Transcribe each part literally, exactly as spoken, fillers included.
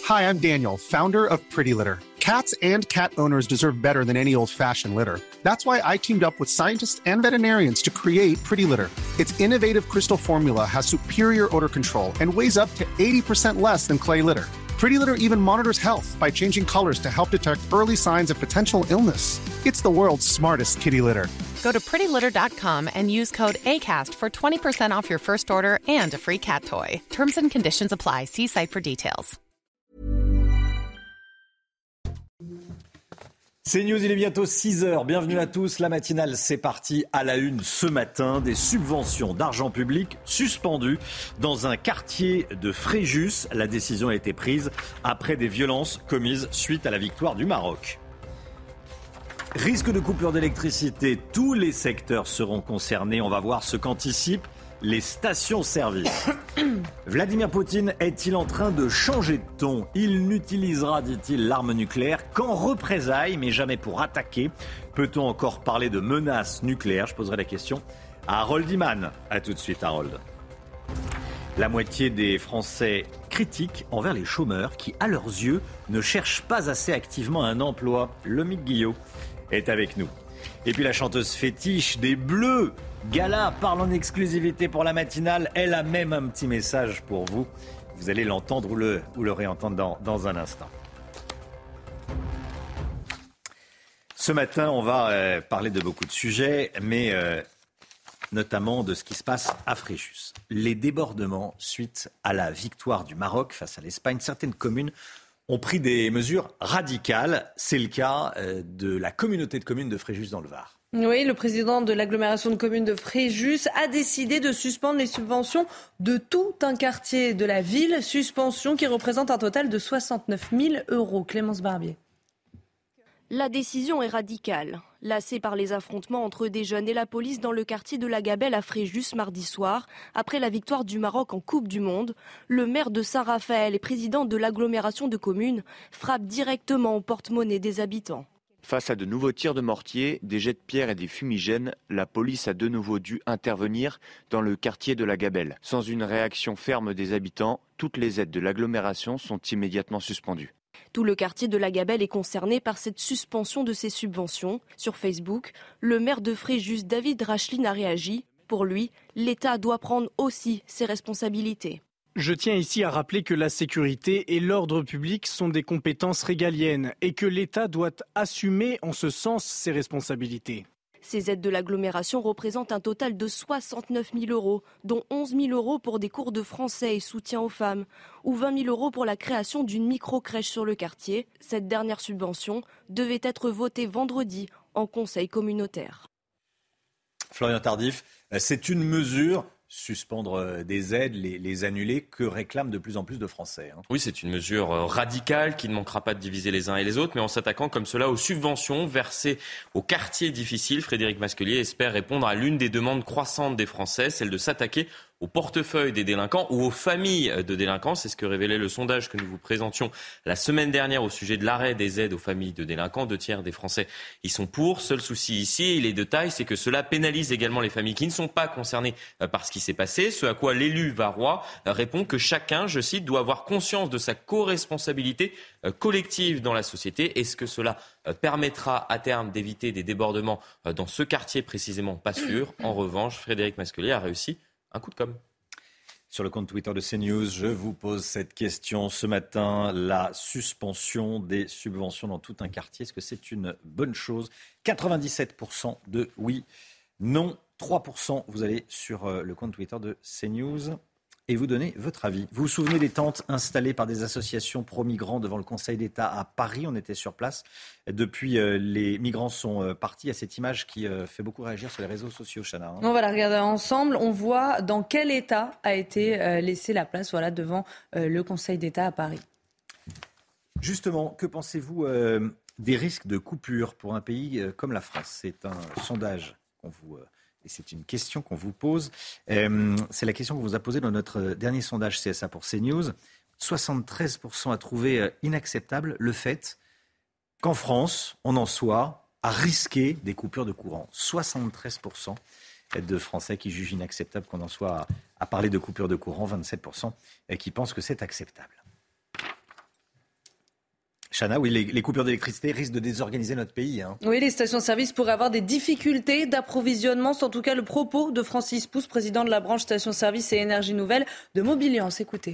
Hi, I'm Daniel, founder of Pretty Litter. Cats and cat owners deserve better than any old-fashioned litter. That's why I teamed up with scientists and veterinarians to create Pretty Litter. Its innovative crystal formula has superior odor control and weighs up to eighty percent less than clay litter. Pretty Litter even monitors health by changing colors to help detect early signs of potential illness. It's the world's smartest kitty litter. Go to pretty litter dot com and use code ACAST for twenty percent off your first order and a free cat toy. Terms and conditions apply. See site for details. C'est News, il est bientôt six heures. Bienvenue à tous. La matinale, c'est parti. À la une ce matin, des subventions d'argent public suspendues dans un quartier de Fréjus. La décision a été prise après des violences commises suite à la victoire du Maroc. Risque de coupure d'électricité, tous les secteurs seront concernés. On va voir ce qu'anticipent les stations-service. Vladimir Poutine est-il en train de changer de ton ? Il n'utilisera, dit-il, l'arme nucléaire qu'en représailles, mais jamais pour attaquer. Peut-on encore parler de menace nucléaire ? Je poserai la question à Harold Iman. A tout de suite, Harold. La moitié des Français critiquent envers les chômeurs qui, à leurs yeux, ne cherchent pas assez activement un emploi. Lomique Guillot est avec nous. Et puis la chanteuse fétiche des Bleus, Gala, parle en exclusivité pour la matinale. Elle a même un petit message pour vous. Vous allez l'entendre ou le, ou le réentendre dans, dans un instant. Ce matin, on va euh, parler de beaucoup de sujets, mais euh, notamment de ce qui se passe à Fréjus. Les débordements suite à la victoire du Maroc face à l'Espagne. Certaines communes ont pris des mesures radicales. C'est le cas euh, de la communauté de communes de Fréjus dans le Var. Oui, le président de l'agglomération de communes de Fréjus a décidé de suspendre les subventions de tout un quartier de la ville. Suspension qui représente un total de soixante-neuf mille euros. Clémence Barbier. La décision est radicale. Lassé par les affrontements entre des jeunes et la police dans le quartier de la Gabelle à Fréjus mardi soir, après la victoire du Maroc en Coupe du Monde, le maire de Saint-Raphaël et président de l'agglomération de communes frappe directement au porte-monnaie des habitants. Face à de nouveaux tirs de mortier, des jets de pierre et des fumigènes, la police a de nouveau dû intervenir dans le quartier de la Gabelle. Sans une réaction ferme des habitants, toutes les aides de l'agglomération sont immédiatement suspendues. Tout le quartier de la Gabelle est concerné par cette suspension de ces subventions. Sur Facebook, le maire de Fréjus, David Rachlin, a réagi. Pour lui, l'État doit prendre aussi ses responsabilités. Je tiens ici à rappeler que la sécurité et l'ordre public sont des compétences régaliennes et que l'État doit assumer en ce sens ses responsabilités. Ces aides de l'agglomération représentent un total de soixante-neuf mille euros, dont onze mille euros pour des cours de français et soutien aux femmes, ou vingt mille euros pour la création d'une micro-crèche sur le quartier. Cette dernière subvention devait être votée vendredi en conseil communautaire. Florian Tardif, c'est une mesure... Suspendre des aides, les, les annuler, que réclament de plus en plus de Français. Hein. Oui, c'est une mesure radicale qui ne manquera pas de diviser les uns et les autres, mais en s'attaquant comme cela aux subventions versées aux quartiers difficiles. Frédéric Masquelier espère répondre à l'une des demandes croissantes des Français, celle de s'attaquer au portefeuille des délinquants ou aux familles de délinquants. C'est ce que révélait le sondage que nous vous présentions la semaine dernière au sujet de l'arrêt des aides aux familles de délinquants. Deux tiers des Français y sont pour. Seul souci ici, il est de taille, c'est que cela pénalise également les familles qui ne sont pas concernées par ce qui s'est passé. Ce à quoi l'élu varois répond que chacun, je cite, doit avoir conscience de sa co-responsabilité collective dans la société. Est-ce que cela permettra à terme d'éviter des débordements dans ce quartier précisément? Pas sûr. En revanche, Frédéric Masquelier a réussi un coup de com'. Sur le compte Twitter de CNews, je vous pose cette question ce matin. La suspension des subventions dans tout un quartier, est-ce que c'est une bonne chose ? quatre-vingt-dix-sept pour cent de oui, non, trois pour cent. Vous allez sur le compte Twitter de CNews et vous donnez votre avis. Vous vous souvenez des tentes installées par des associations pro-migrants devant le Conseil d'État à Paris ? On était sur place. Depuis, euh, les migrants sont euh, partis. Il y a cette image qui euh, fait beaucoup réagir sur les réseaux sociaux, Chana. Hein. On va la regarder ensemble. On voit dans quel état a été euh, laissée la place voilà, devant euh, le Conseil d'État à Paris. Justement, que pensez-vous euh, des risques de coupure pour un pays euh, comme la France ? C'est un sondage qu'on vous... Euh, Et c'est une question qu'on vous pose. Euh, c'est la question qu'on vous a posée dans notre dernier sondage C S A pour CNews. soixante-treize pour cent a trouvé inacceptable le fait qu'en France, on en soit à risquer des coupures de courant. soixante-treize pour cent de Français qui jugent inacceptable qu'on en soit à, à parler de coupures de courant. vingt-sept pour cent qui pensent que c'est acceptable. Chana, oui, les, les coupures d'électricité risquent de désorganiser notre pays. Hein. Oui, les stations-service pourraient avoir des difficultés d'approvisionnement. C'est en tout cas le propos de Francis Pousse, président de la branche stations-service et énergie nouvelle de Mobiliance. Écoutez.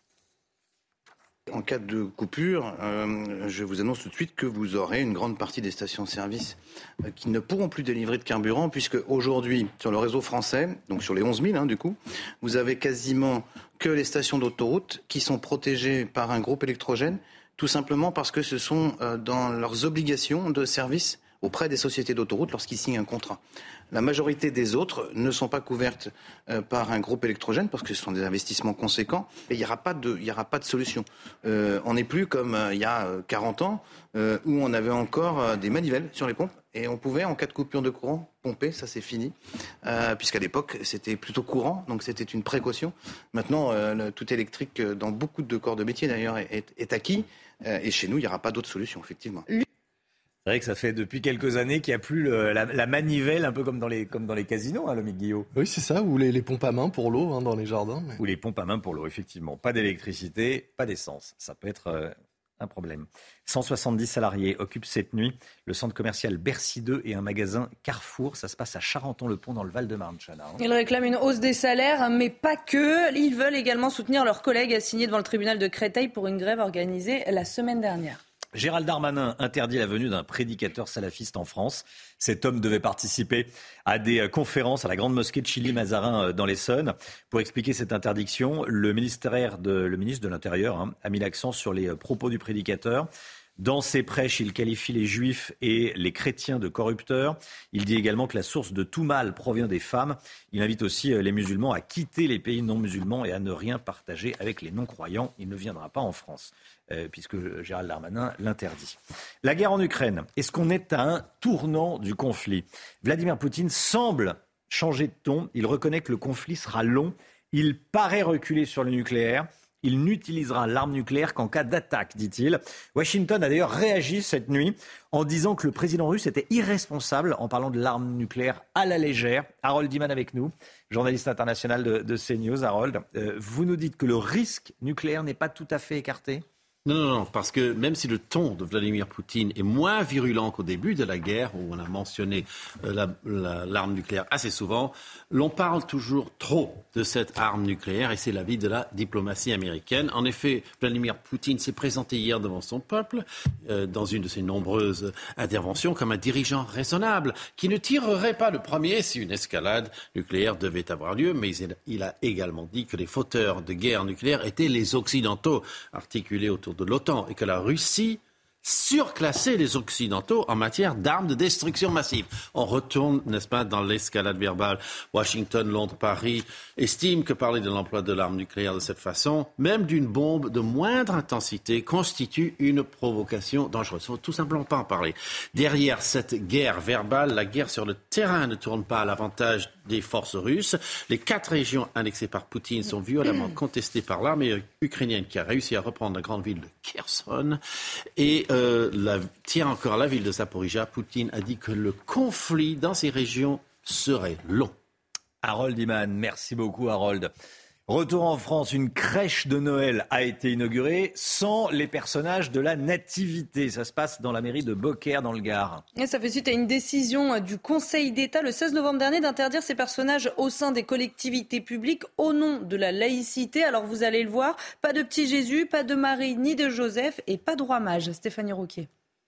En cas de coupure, euh, je vous annonce tout de suite que vous aurez une grande partie des stations-service euh, qui ne pourront plus délivrer de carburant, puisque aujourd'hui, sur le réseau français, donc sur les onze mille hein, du coup, vous avez quasiment que les stations d'autoroute qui sont protégées par un groupe électrogène, tout simplement parce que ce sont euh, dans leurs obligations de service auprès des sociétés d'autoroute lorsqu'ils signent un contrat. La majorité des autres ne sont pas couvertes euh, par un groupe électrogène parce que ce sont des investissements conséquents et il n'y aura pas de, il y aura pas de solution. Euh, on n'est plus comme euh, il y a quarante ans euh, où on avait encore euh, des manivelles sur les pompes et on pouvait, en cas de coupure de courant, pomper, ça c'est fini, euh, puisqu'à l'époque c'était plutôt courant, donc c'était une précaution. Maintenant, euh, le, tout électrique dans beaucoup de corps de métier d'ailleurs est, est, est acquis euh, et chez nous il n'y aura pas d'autre solution effectivement. C'est vrai que ça fait depuis quelques années qu'il n'y a plus le, la, la manivelle, un peu comme dans les, comme dans les casinos, hein, Lomique Guillot. Oui, c'est ça, ou les, les pompes à main pour l'eau hein, dans les jardins. Mais... Ou les pompes à main pour l'eau, effectivement. Pas d'électricité, pas d'essence. Ça peut être euh, un problème. cent soixante-dix salariés occupent cette nuit le centre commercial Bercy deux et un magasin Carrefour. Ça se passe à Charenton-le-Pont dans le Val-de-Marne, Chana. Hein. Ils réclament une hausse des salaires, mais pas que. Ils veulent également soutenir leurs collègues assignés devant le tribunal de Créteil pour une grève organisée la semaine dernière. Gérald Darmanin interdit la venue d'un prédicateur salafiste en France. Cet homme devait participer à des conférences à la grande mosquée de Chilly-Mazarin dans l'Essonne. Pour expliquer cette interdiction, le, ministère de, le ministre de l'Intérieur hein, a mis l'accent sur les propos du prédicateur. Dans ses prêches, il qualifie les juifs et les chrétiens de corrupteurs. Il dit également que la source de tout mal provient des femmes. Il invite aussi les musulmans à quitter les pays non musulmans et à ne rien partager avec les non-croyants. Il ne viendra pas en France, euh, puisque Gérald Darmanin l'interdit. La guerre en Ukraine, est-ce qu'on est à un tournant du conflit ? Vladimir Poutine semble changer de ton. Il reconnaît que le conflit sera long. Il paraît reculer sur le nucléaire. Il n'utilisera l'arme nucléaire qu'en cas d'attaque, dit-il. Washington a d'ailleurs réagi cette nuit en disant que le président russe était irresponsable en parlant de l'arme nucléaire à la légère. Harold Iman avec nous, journaliste international de, de CNews. Harold, euh, vous nous dites que le risque nucléaire n'est pas tout à fait écarté ? Non, non, non, parce que même si le ton de Vladimir Poutine est moins virulent qu'au début de la guerre, où on a mentionné euh, la, la, l'arme nucléaire assez souvent, l'on parle toujours trop de cette arme nucléaire et c'est l'avis de la diplomatie américaine. En effet, Vladimir Poutine s'est présenté hier devant son peuple, euh, dans une de ses nombreuses interventions, comme un dirigeant raisonnable qui ne tirerait pas le premier si une escalade nucléaire devait avoir lieu, mais il, il a également dit que les fauteurs de guerre nucléaire étaient les Occidentaux, articulés autour de l'OTAN, et que la Russie surclassait les Occidentaux en matière d'armes de destruction massive. On retourne, n'est-ce pas, dans l'escalade verbale. Washington, Londres, Paris estiment que parler de l'emploi de l'arme nucléaire de cette façon, même d'une bombe de moindre intensité, constitue une provocation dangereuse. Il ne faut tout simplement pas en parler. Derrière cette guerre verbale, la guerre sur le terrain ne tourne pas à l'avantage des forces russes. Les quatre régions annexées par Poutine sont violemment contestées par l'armée ukrainienne qui a réussi à reprendre la grande ville de Kherson. Et euh, la, tient encore la ville de Zaporijia. Poutine a dit que le conflit dans ces régions serait long. Harold Iman, merci beaucoup Harold. Retour en France, une crèche de Noël a été inaugurée sans les personnages de la Nativité. Ça se passe dans la mairie de Beaucaire, dans le Gard. Et ça fait suite à une décision du Conseil d'État le seize novembre dernier d'interdire ces personnages au sein des collectivités publiques au nom de la laïcité. Alors vous allez le voir, pas de petit Jésus, pas de Marie ni de Joseph et pas de roi mage. Stéphanie Rouquier.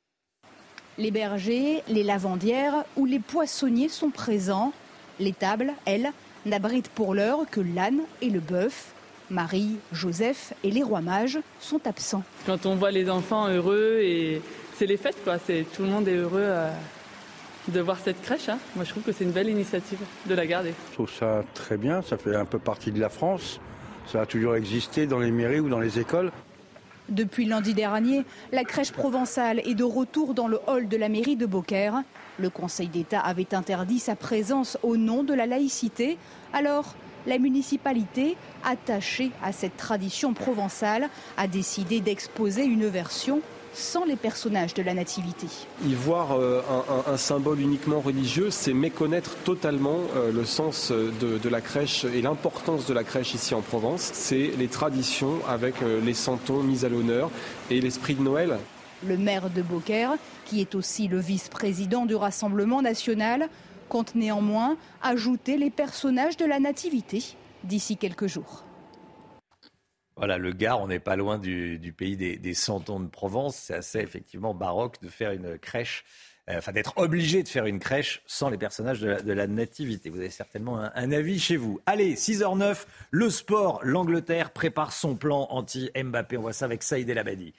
Les bergers, les lavandières ou les poissonniers sont présents. Les tables, elles, n'abritent pour l'heure que l'âne et le bœuf. Marie, Joseph et les rois mages sont absents. Quand on voit les enfants heureux, et c'est les fêtes, quoi. C'est, tout le monde est heureux euh, de voir cette crèche. Hein. Moi, je trouve que c'est une belle initiative de la garder. Je trouve ça très bien, ça fait un peu partie de la France. Ça a toujours existé dans les mairies ou dans les écoles. Depuis lundi dernier, la crèche provençale est de retour dans le hall de la mairie de Beaucaire. Le Conseil d'État avait interdit sa présence au nom de la laïcité. Alors, la municipalité, attachée à cette tradition provençale, a décidé d'exposer une version sans les personnages de la Nativité. Y voir euh, un, un, un symbole uniquement religieux, c'est méconnaître totalement euh, le sens de, de la crèche et l'importance de la crèche ici en Provence. C'est les traditions avec euh, les santons mis à l'honneur et l'esprit de Noël. Le maire de Beaucaire, qui est aussi le vice-président du Rassemblement national, compte néanmoins ajouter les personnages de la Nativité d'ici quelques jours. Voilà, le Gard, on n'est pas loin du, du pays des, des cent ans de Provence. C'est assez effectivement baroque de faire une crèche, euh, enfin d'être obligé de faire une crèche sans les personnages de la, de la Nativité. Vous avez certainement un, un avis chez vous. Allez, six heures neuf, le sport. L'Angleterre prépare son plan anti-Mbappé. On voit ça avec Saïd El Abadi.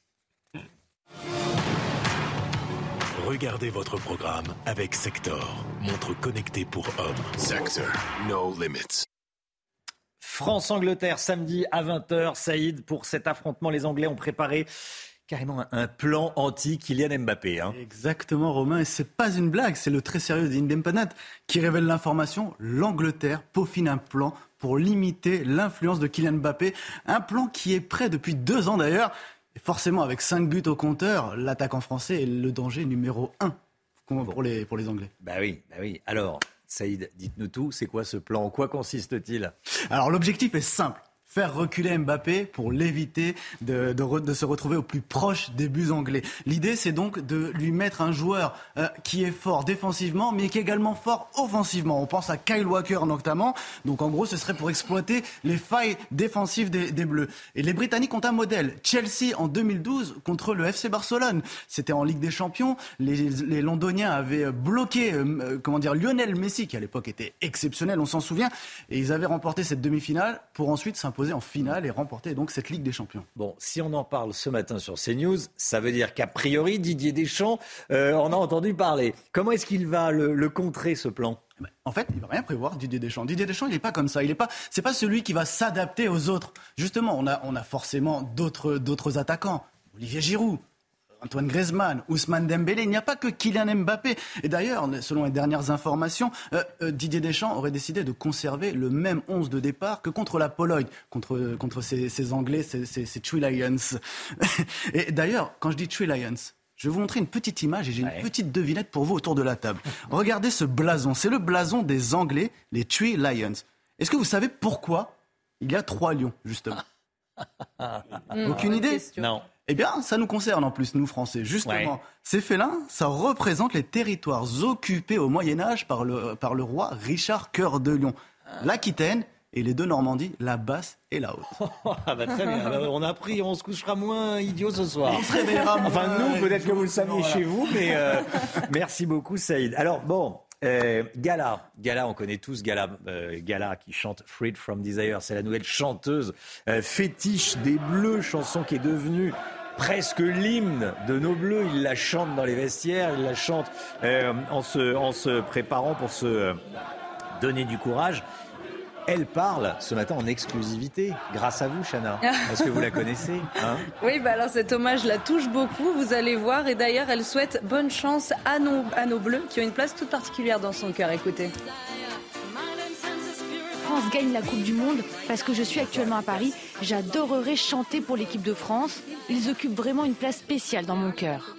Regardez votre programme avec Sector, montre connectée pour hommes. Sector, no limits. France-Angleterre, samedi à vingt heures. Saïd, pour cet affrontement, les Anglais ont préparé carrément un, un plan anti-Kylian Mbappé. Hein. Exactement, Romain. Et c'est pas une blague, c'est le très sérieux The Independent qui révèle l'information. L'Angleterre peaufine un plan pour limiter l'influence de Kylian Mbappé. Un plan qui est prêt depuis deux ans d'ailleurs. Et forcément, avec cinq buts au compteur, l'attaquant français est le danger numéro un pour les, pour les Anglais. Bah oui, bah oui. Alors, Saïd, dites-nous tout. C'est quoi ce plan ? En quoi consiste-t-il ? Alors, l'objectif est simple. Faire reculer Mbappé pour l'éviter de, de, re, de se retrouver au plus proche des buts anglais. L'idée, c'est donc de lui mettre un joueur euh, qui est fort défensivement, mais qui est également fort offensivement. On pense à Kyle Walker notamment. Donc en gros, ce serait pour exploiter les failles défensives des, des Bleus. Et les Britanniques ont un modèle. Chelsea en deux mille douze contre le F C Barcelone. C'était en Ligue des Champions. Les, les Londoniens avaient bloqué, euh, comment dire, Lionel Messi, qui à l'époque était exceptionnel, on s'en souvient. Et ils avaient remporté cette demi-finale pour ensuite s'imposer en finale et remporter donc cette Ligue des Champions. Bon, si on en parle ce matin sur CNews, ça veut dire qu'a priori, Didier Deschamps euh, en a entendu parler. Comment est-ce qu'il va le, le contrer, ce plan ? En fait, il ne va rien prévoir, Didier Deschamps. Didier Deschamps, il n'est pas comme ça. Il est pas, c'est pas celui qui va s'adapter aux autres. Justement, on a, on a forcément d'autres, d'autres attaquants. Olivier Giroud, Antoine Griezmann, Ousmane Dembélé, il n'y a pas que Kylian Mbappé. Et d'ailleurs, selon les dernières informations, euh, euh, Didier Deschamps aurait décidé de conserver le même onze de départ que contre la Pologne, contre, contre ces, ces Anglais, ces, ces, ces Three Lions. Et d'ailleurs, quand je dis Three Lions, je vais vous montrer une petite image et j'ai ouais. une petite devinette pour vous autour de la table. Regardez ce blason, c'est le blason des Anglais, les Three Lions. Est-ce que vous savez pourquoi il y a trois lions, justement ? Aucune idée ? Non. Eh bien, ça nous concerne en plus, nous Français. Justement, ouais. ces félins, ça représente les territoires occupés au Moyen-Âge par le, par le roi Richard Cœur de Lion. L'Aquitaine et les deux Normandies, la basse et la haute. Ah bah très bien, on a appris, on se couchera moins idiot ce soir. On se réveillera moins. Enfin nous, peut-être que vous le saviez voilà. chez vous, mais euh, merci beaucoup Saïd. Alors bon... Euh, Gala, Gala, on connaît tous Gala, euh, Gala qui chante Freed from Desire. C'est la nouvelle chanteuse euh, fétiche des Bleus, chanson qui est devenue presque l'hymne de nos Bleus. Ils la chantent dans les vestiaires, ils la chantent euh, en, se, en se préparant pour se euh, donner du courage. Elle parle ce matin en exclusivité, grâce à vous, Chana, parce que vous la connaissez. Hein oui, bah alors cet hommage la touche beaucoup, vous allez voir. Et d'ailleurs, elle souhaite bonne chance à nos, à nos Bleus, qui ont une place toute particulière dans son cœur. Écoutez. France gagne la Coupe du Monde parce que je suis actuellement à Paris. J'adorerais chanter pour l'équipe de France. Ils occupent vraiment une place spéciale dans mon cœur.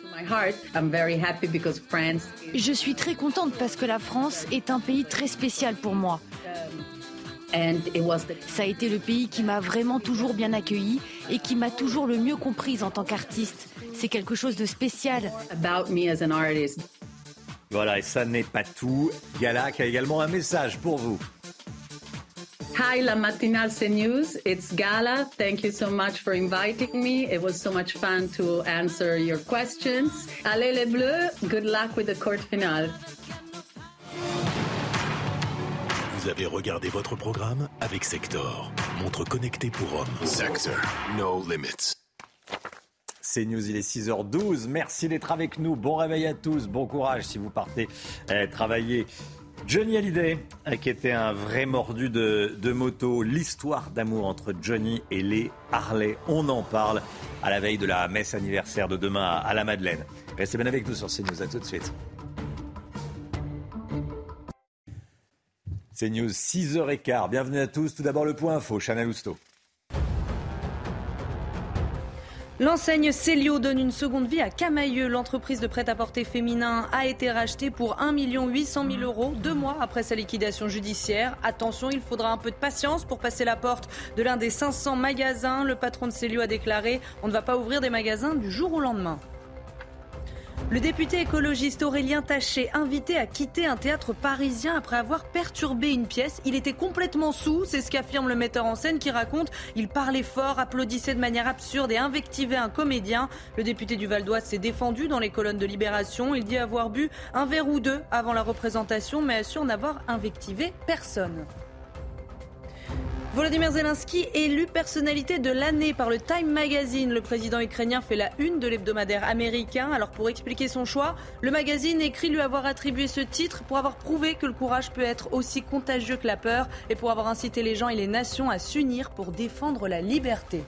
Je suis très contente parce que la France est un pays très spécial pour moi. Ça a été le pays qui m'a vraiment toujours bien accueillie et qui m'a toujours le mieux comprise en tant qu'artiste. C'est quelque chose de spécial. Voilà, et ça n'est pas tout. Gala qui a également un message pour vous. Hi, la matinale CNews. It's Gala. Thank you so much for inviting me. It was so much fun to answer your questions. Allez les Bleus. Good luck with the quart finale. Vous avez regardé votre programme avec Sector, montre connectée pour hommes. Sector, no limits. CNews, il est six heures douze. Merci d'être avec nous. Bon réveil à tous. Bon courage si vous partez euh, travailler. Johnny Hallyday, euh, qui était un vrai mordu de, de moto. L'histoire d'amour entre Johnny et les Harley. On en parle à la veille de la messe anniversaire de demain à, à la Madeleine. Restez bien avec nous sur CNews. À tout de suite. CNews, six heures quinze. Bienvenue à tous. Tout d'abord, le point info. Chana Lousteau. L'enseigne Célio donne une seconde vie à Camailleux. L'entreprise de prêt-à-porter féminin a été rachetée pour un million huit cent mille euros, deux mois après sa liquidation judiciaire. Attention, il faudra un peu de patience pour passer la porte de l'un des cinq cents magasins. Le patron de Célio a déclaré « On ne va pas ouvrir des magasins du jour au lendemain ». Le député écologiste Aurélien Taché, invité à quitter un théâtre parisien après avoir perturbé une pièce. Il était complètement saoul, c'est ce qu'affirme le metteur en scène qui raconte. Il parlait fort, applaudissait de manière absurde et invectivait un comédien. Le député du Val d'Oise s'est défendu dans les colonnes de Libération. Il dit avoir bu un verre ou deux avant la représentation, mais assure n'avoir invectivé personne. Volodymyr Zelensky, élu personnalité de l'année par le Time Magazine. Le président ukrainien fait la une de l'hebdomadaire américain. Alors pour expliquer son choix, le magazine écrit lui avoir attribué ce titre pour avoir prouvé que le courage peut être aussi contagieux que la peur et pour avoir incité les gens et les nations à s'unir pour défendre la liberté.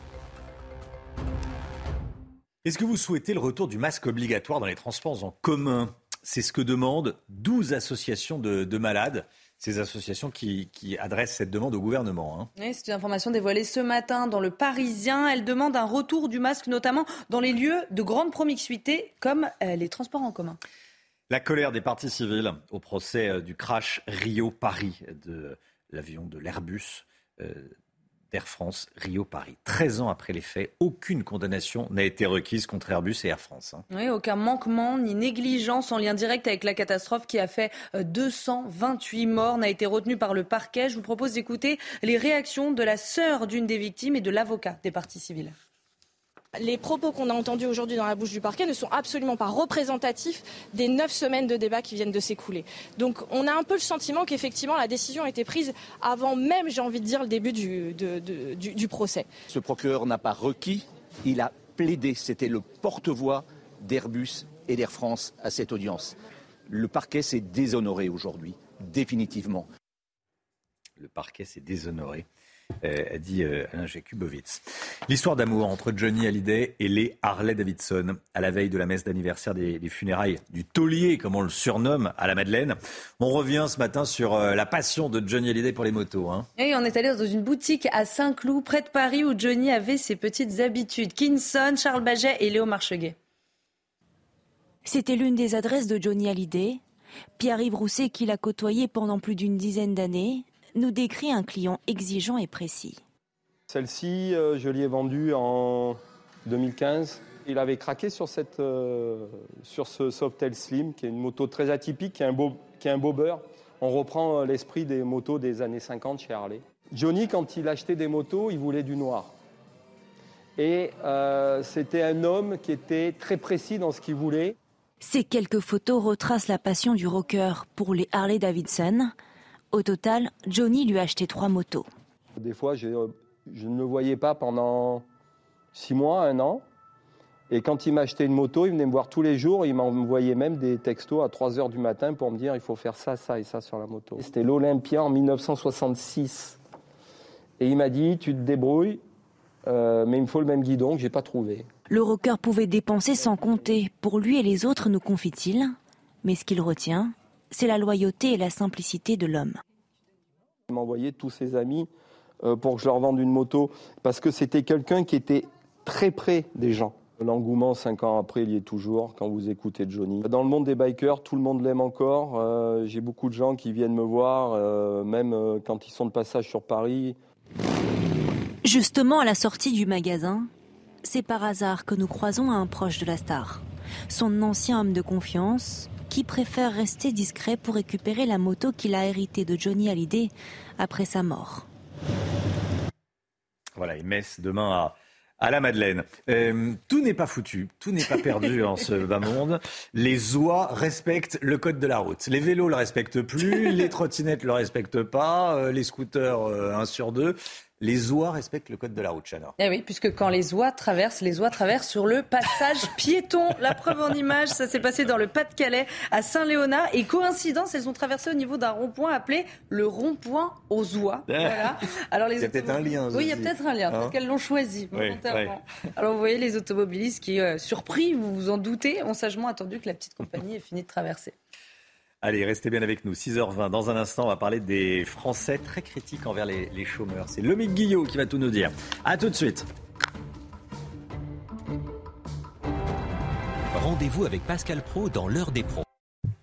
Est-ce que vous souhaitez le retour du masque obligatoire dans les transports en commun ? C'est ce que demandent douze associations de, de malades. Ces associations qui, qui adressent cette demande au gouvernement. Hein. Oui, c'est une information dévoilée ce matin dans Le Parisien. Elle demande un retour du masque, notamment dans les lieux de grande promiscuité, comme euh, les transports en commun. La colère des parties civiles au procès euh, du crash Rio-Paris de l'avion de l'Airbus euh, d'Air France Rio-Paris. treize ans après les faits, aucune condamnation n'a été requise contre Airbus et Air France. Hein. Oui, aucun manquement ni négligence en lien direct avec la catastrophe qui a fait deux cent vingt-huit morts n'a été retenu par le parquet. Je vous propose d'écouter les réactions de la sœur d'une des victimes et de l'avocat des parties civiles. Les propos qu'on a entendus aujourd'hui dans la bouche du parquet ne sont absolument pas représentatifs des neuf semaines de débat qui viennent de s'écouler. Donc on a un peu le sentiment qu'effectivement la décision a été prise avant même, j'ai envie de dire, le début du, de, de, du, du procès. Ce procureur n'a pas requis, il a plaidé. C'était le porte-voix d'Airbus et d'Air France à cette audience. Le parquet s'est déshonoré aujourd'hui, définitivement. Le parquet s'est déshonoré. Euh, a dit euh, Alain Jakubowicz. L'histoire d'amour entre Johnny Hallyday et les Harley-Davidson à la veille de la messe d'anniversaire des, des funérailles du taulier, comme on le surnomme, à la Madeleine. On revient ce matin sur euh, la passion de Johnny Hallyday pour les motos. Hein. Et on est allé dans une boutique à Saint-Cloud, près de Paris, où Johnny avait ses petites habitudes. Kinson, Charles Baget et Léo Marcheguet. C'était l'une des adresses de Johnny Hallyday. Pierre-Yves Rousset, qui l'a côtoyé pendant plus d'une dizaine d'années, nous décrit un client exigeant et précis. Celle-ci, euh, je l'y ai vendue en deux mille quinze. Il avait craqué sur, cette, euh, sur ce Softail Slim, qui est une moto très atypique, qui est un, beau, qui est un bobber. On reprend euh, l'esprit des motos des années cinquante chez Harley. Johnny, quand il achetait des motos, il voulait du noir. Et euh, c'était un homme qui était très précis dans ce qu'il voulait. Ces quelques photos retracent la passion du rocker pour les Harley-Davidson. Au total, Johnny lui a acheté trois motos. Des fois, je, je ne le voyais pas pendant six mois, un an. Et quand il m'achetait une moto, il venait me voir tous les jours. Il m'envoyait même des textos à trois heures du matin pour me dire il faut faire ça, ça et ça sur la moto. C'était l'Olympia en mille neuf cent soixante-six. Et il m'a dit tu te débrouilles, euh, mais il me faut le même guidon que je n'ai pas trouvé. Le rocker pouvait dépenser sans compter. Pour lui et les autres, nous confie-t-il. Mais ce qu'il retient, c'est la loyauté et la simplicité de l'homme. Il m'envoyait tous ses amis euh, pour que je leur vende une moto, parce que c'était quelqu'un qui était très près des gens. L'engouement, cinq ans après, il y est toujours, quand vous écoutez Johnny. Dans le monde des bikers, tout le monde l'aime encore. Euh, j'ai beaucoup de gens qui viennent me voir, euh, même euh, quand ils sont de passage sur Paris. Justement, à la sortie du magasin, c'est par hasard que nous croisons un proche de la star. Son ancien homme de confiance, qui préfère rester discret pour récupérer la moto qu'il a héritée de Johnny Hallyday après sa mort. Voilà, et messe demain à, à la Madeleine. Euh, tout n'est pas foutu, tout n'est pas perdu en ce bas monde. Les oies respectent le code de la route. Les vélos le respectent plus, les trottinettes le respectent pas, euh, les scooters euh, un sur deux. Les oies respectent le code de la route, Chana. Eh oui, puisque quand les oies traversent, les oies traversent sur le passage piéton. La preuve en image, ça s'est passé dans le Pas-de-Calais, à Saint-Léonard. Et coïncidence, elles ont traversé au niveau d'un rond-point appelé le rond-point aux oies. Voilà. Alors, les il y a peut-être un lien. Oui, il y a peut-être un lien. Hein, peut-être qu'elles l'ont choisi volontairement. Oui, oui. Alors, vous voyez les automobilistes qui, euh, surpris, vous vous en doutez, ont sagement attendu que la petite compagnie ait fini de traverser. Allez, restez bien avec nous, six heures vingt. Dans un instant, on va parler des Français très critiques envers les, les chômeurs. C'est Lomique Guillot qui va tout nous dire. A tout de suite. Rendez-vous avec Pascal Praud dans l'heure des pros.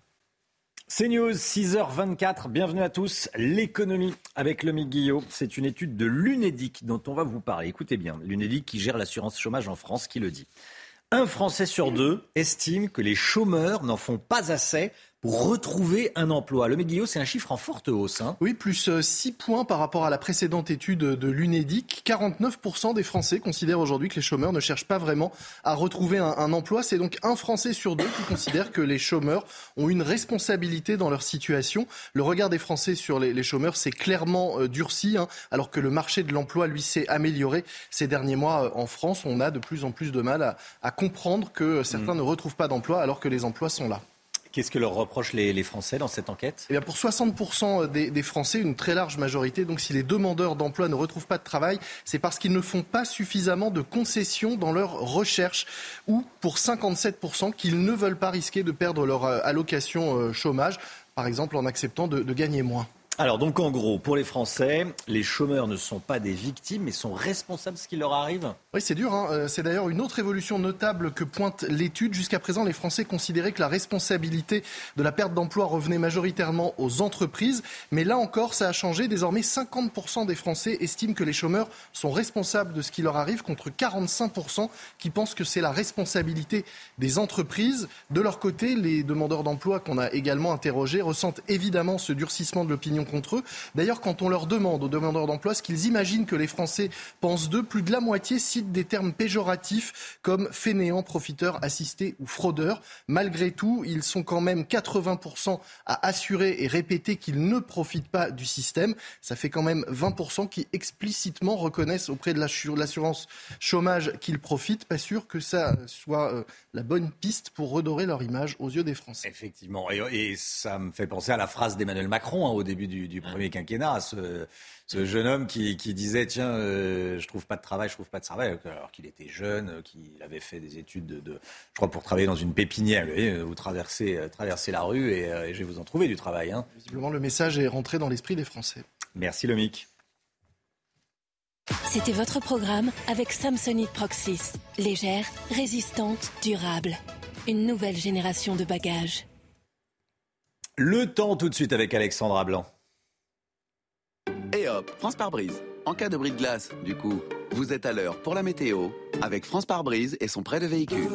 CNews, six heures vingt-quatre, bienvenue à tous. L'économie avec Lomique Guillot, c'est une étude de l'Unédic dont on va vous parler. Écoutez bien, l'Unédic qui gère l'assurance chômage en France qui le dit. Un Français sur deux estime que les chômeurs n'en font pas assez pour retrouver un emploi. Le Guillot, c'est un chiffre en forte hausse. Hein. Oui, plus six points par rapport à la précédente étude de l'Unédic. quarante-neuf pour cent des Français considèrent aujourd'hui que les chômeurs ne cherchent pas vraiment à retrouver un, un emploi. C'est donc un Français sur deux qui considère que les chômeurs ont une responsabilité dans leur situation. Le regard des Français sur les, les chômeurs s'est clairement euh, durci, hein, alors que le marché de l'emploi, lui, s'est amélioré ces derniers mois euh, en France. On a de plus en plus de mal à, à comprendre que certains mmh. ne retrouvent pas d'emploi alors que les emplois sont là. Qu'est-ce que leur reprochent les, les Français dans cette enquête ? Eh bien pour soixante pour cent des, des Français, une très large majorité, donc si les demandeurs d'emploi ne retrouvent pas de travail, c'est parce qu'ils ne font pas suffisamment de concessions dans leur recherche, ou pour cinquante-sept pour cent qu'ils ne veulent pas risquer de perdre leur allocation chômage, par exemple en acceptant de, de gagner moins. Alors donc en gros, pour les Français, les chômeurs ne sont pas des victimes, mais sont responsables de ce qui leur arrive. Oui, c'est dur. Hein. C'est d'ailleurs une autre évolution notable que pointe l'étude. Jusqu'à présent, les Français considéraient que la responsabilité de la perte d'emploi revenait majoritairement aux entreprises. Mais là encore, ça a changé. Désormais, cinquante pour cent des Français estiment que les chômeurs sont responsables de ce qui leur arrive, contre quarante-cinq pour cent qui pensent que c'est la responsabilité des entreprises. De leur côté, les demandeurs d'emploi qu'on a également interrogés ressentent évidemment ce durcissement de l'opinion contre eux. D'ailleurs, quand on leur demande aux demandeurs d'emploi ce qu'ils imaginent que les Français pensent d'eux, plus de la moitié citent des termes péjoratifs comme fainéants, profiteurs, assistés ou fraudeurs. Malgré tout, ils sont quand même quatre-vingts pour cent à assurer et répéter qu'ils ne profitent pas du système. Ça fait quand même vingt pour cent qui explicitement reconnaissent auprès de l'assurance chômage qu'ils profitent. Pas sûr que ça soit la bonne piste pour redorer leur image aux yeux des Français. Effectivement, et, et ça me fait penser à la phrase d'Emmanuel Macron hein, au début du, du premier quinquennat, ce, ce jeune homme qui, qui disait tiens, euh, je trouve pas de travail, je trouve pas de travail, alors qu'il était jeune, qu'il avait fait des études de, de je crois pour travailler dans une pépinière, vous voyez, vous traversez, traversez la rue et, et je vais vous en trouver du travail. Hein. Visiblement, le message est rentré dans l'esprit des Français. Merci Lomique. C'était votre programme avec Samsonite Proxys. Légère, résistante, durable. Une nouvelle génération de bagages. Le temps tout de suite avec Alexandra Blanc. Et hop, France Pare-Brise. En cas de bris de glace, du coup, vous êtes à l'heure pour la météo avec France Pare-Brise et son prêt de véhicule.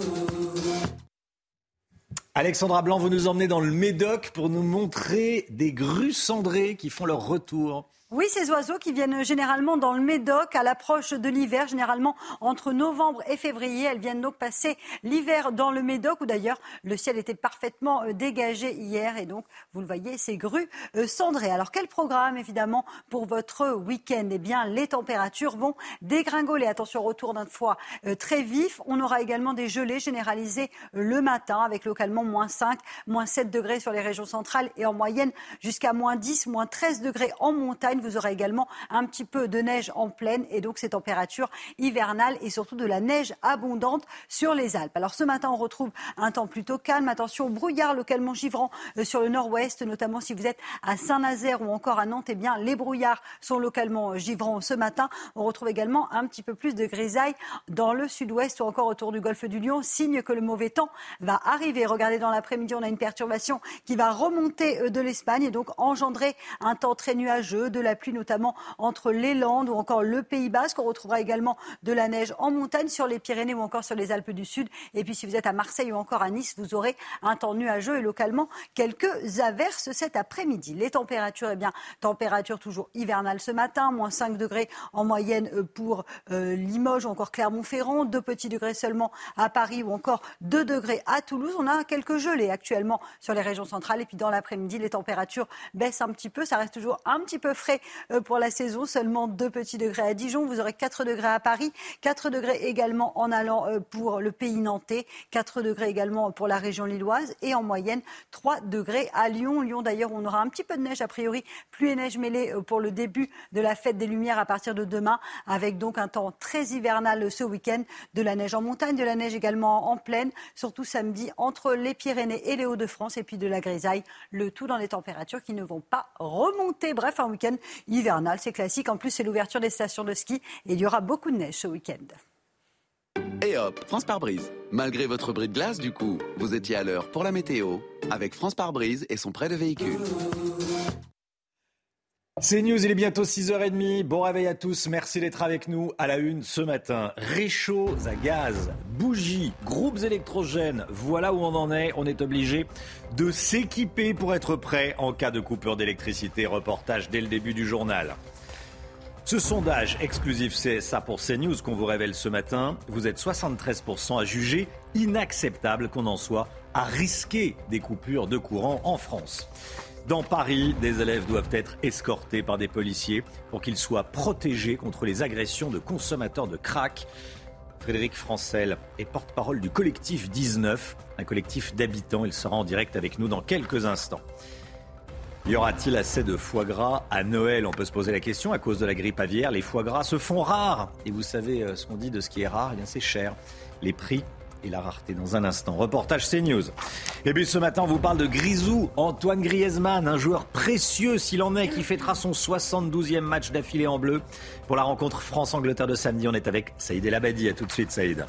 Alexandra Blanc, vous nous emmenez dans le Médoc pour nous montrer des grues cendrées qui font leur retour. Oui, ces oiseaux qui viennent généralement dans le Médoc à l'approche de l'hiver, généralement entre novembre et février. Elles viennent donc passer l'hiver dans le Médoc où d'ailleurs le ciel était parfaitement dégagé hier et donc vous le voyez, ces grues cendrées. Alors quel programme évidemment pour votre week-end ? Eh bien les températures vont dégringoler. Attention, retour d'un froid très vif. On aura également des gelées généralisées le matin avec localement moins cinq, moins sept degrés sur les régions centrales et en moyenne jusqu'à moins dix, moins treize degrés en montagne. Vous aurez également un petit peu de neige en plaine et donc ces températures hivernales et surtout de la neige abondante sur les Alpes. Alors ce matin, on retrouve un temps plutôt calme. Attention, brouillard localement givrant sur le nord-ouest, notamment si vous êtes à Saint-Nazaire ou encore à Nantes. Eh bien, les brouillards sont localement givrants ce matin. On retrouve également un petit peu plus de grisaille dans le sud-ouest ou encore autour du golfe du Lion, signe que le mauvais temps va arriver. Regardez, dans l'après-midi, on a une perturbation qui va remonter de l'Espagne et donc engendrer un temps très nuageux, de la pluie notamment entre les Landes ou encore le Pays Basque. On retrouvera également de la neige en montagne sur les Pyrénées ou encore sur les Alpes du Sud. Et puis si vous êtes à Marseille ou encore à Nice, vous aurez un temps nuageux et localement quelques averses cet après-midi. Les températures, eh bien, température toujours hivernale ce matin, moins cinq degrés en moyenne pour euh, Limoges ou encore Clermont-Ferrand, deux petits degrés seulement à Paris ou encore deux degrés à Toulouse. On a quelques gelées actuellement sur les régions centrales et puis dans l'après-midi, les températures baissent un petit peu. Ça reste toujours un petit peu frais pour la saison, seulement deux petits degrés à Dijon, vous aurez quatre degrés à Paris, quatre degrés également en allant pour le pays nantais, quatre degrés également pour la région lilloise et en moyenne trois degrés à Lyon. Lyon d'ailleurs, on aura un petit peu de neige a priori, pluie et neige mêlée pour le début de la fête des Lumières à partir de demain, avec donc un temps très hivernal ce week-end, de la neige en montagne, de la neige également en plaine, surtout samedi entre les Pyrénées et les Hauts-de-France et puis de la grisaille, le tout dans les températures qui ne vont pas remonter. Bref, un week-end hivernal, c'est classique. En plus, c'est l'ouverture des stations de ski et il y aura beaucoup de neige ce week-end. Et hop, France par brise. Malgré votre bris de glace, du coup, vous étiez à l'heure pour la météo avec France par brise et son prêt de véhicule. C'est News, il est bientôt six heures trente. Bon réveil à tous, merci d'être avec nous à la une ce matin. Réchauds à gaz, bougies, groupes électrogènes, voilà où on en est. On est obligé de s'équiper pour être prêt en cas de coupure d'électricité. Reportage dès le début du journal. Ce sondage exclusif C S A pour CNews qu'on vous révèle ce matin, vous êtes soixante-treize pour cent à juger inacceptable qu'on en soit à risquer des coupures de courant en France. Dans Paris, des élèves doivent être escortés par des policiers pour qu'ils soient protégés contre les agressions de consommateurs de crack. Frédéric Francel est porte-parole du collectif dix-neuf, un collectif d'habitants. Il sera en direct avec nous dans quelques instants. Y aura-t-il assez de foie gras à Noël ? On peut se poser la question. À cause de la grippe aviaire, les foie gras se font rares. Et vous savez ce qu'on dit de ce qui est rare ? Eh bien, c'est cher. Les prix et la rareté dans un instant. Reportage CNews. Et puis ce matin, on vous parle de Grisou, Antoine Griezmann, un joueur précieux s'il en est, qui fêtera son soixante-douzième match d'affilée en bleu. Pour la rencontre France-Angleterre de samedi, on est avec Saïd El Abadi. À tout de suite, Saïd.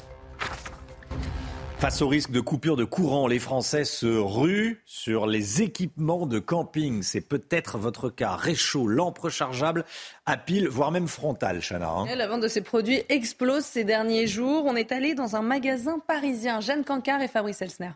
Face au risque de coupure de courant, les Français se ruent sur les équipements de camping. C'est peut-être votre cas. Réchaud, lampe rechargeable à pile, voire même frontale, Chana. Hein. La vente de ces produits explose ces derniers jours. On est allé dans un magasin parisien. Jeanne Cancard et Fabrice Elsner.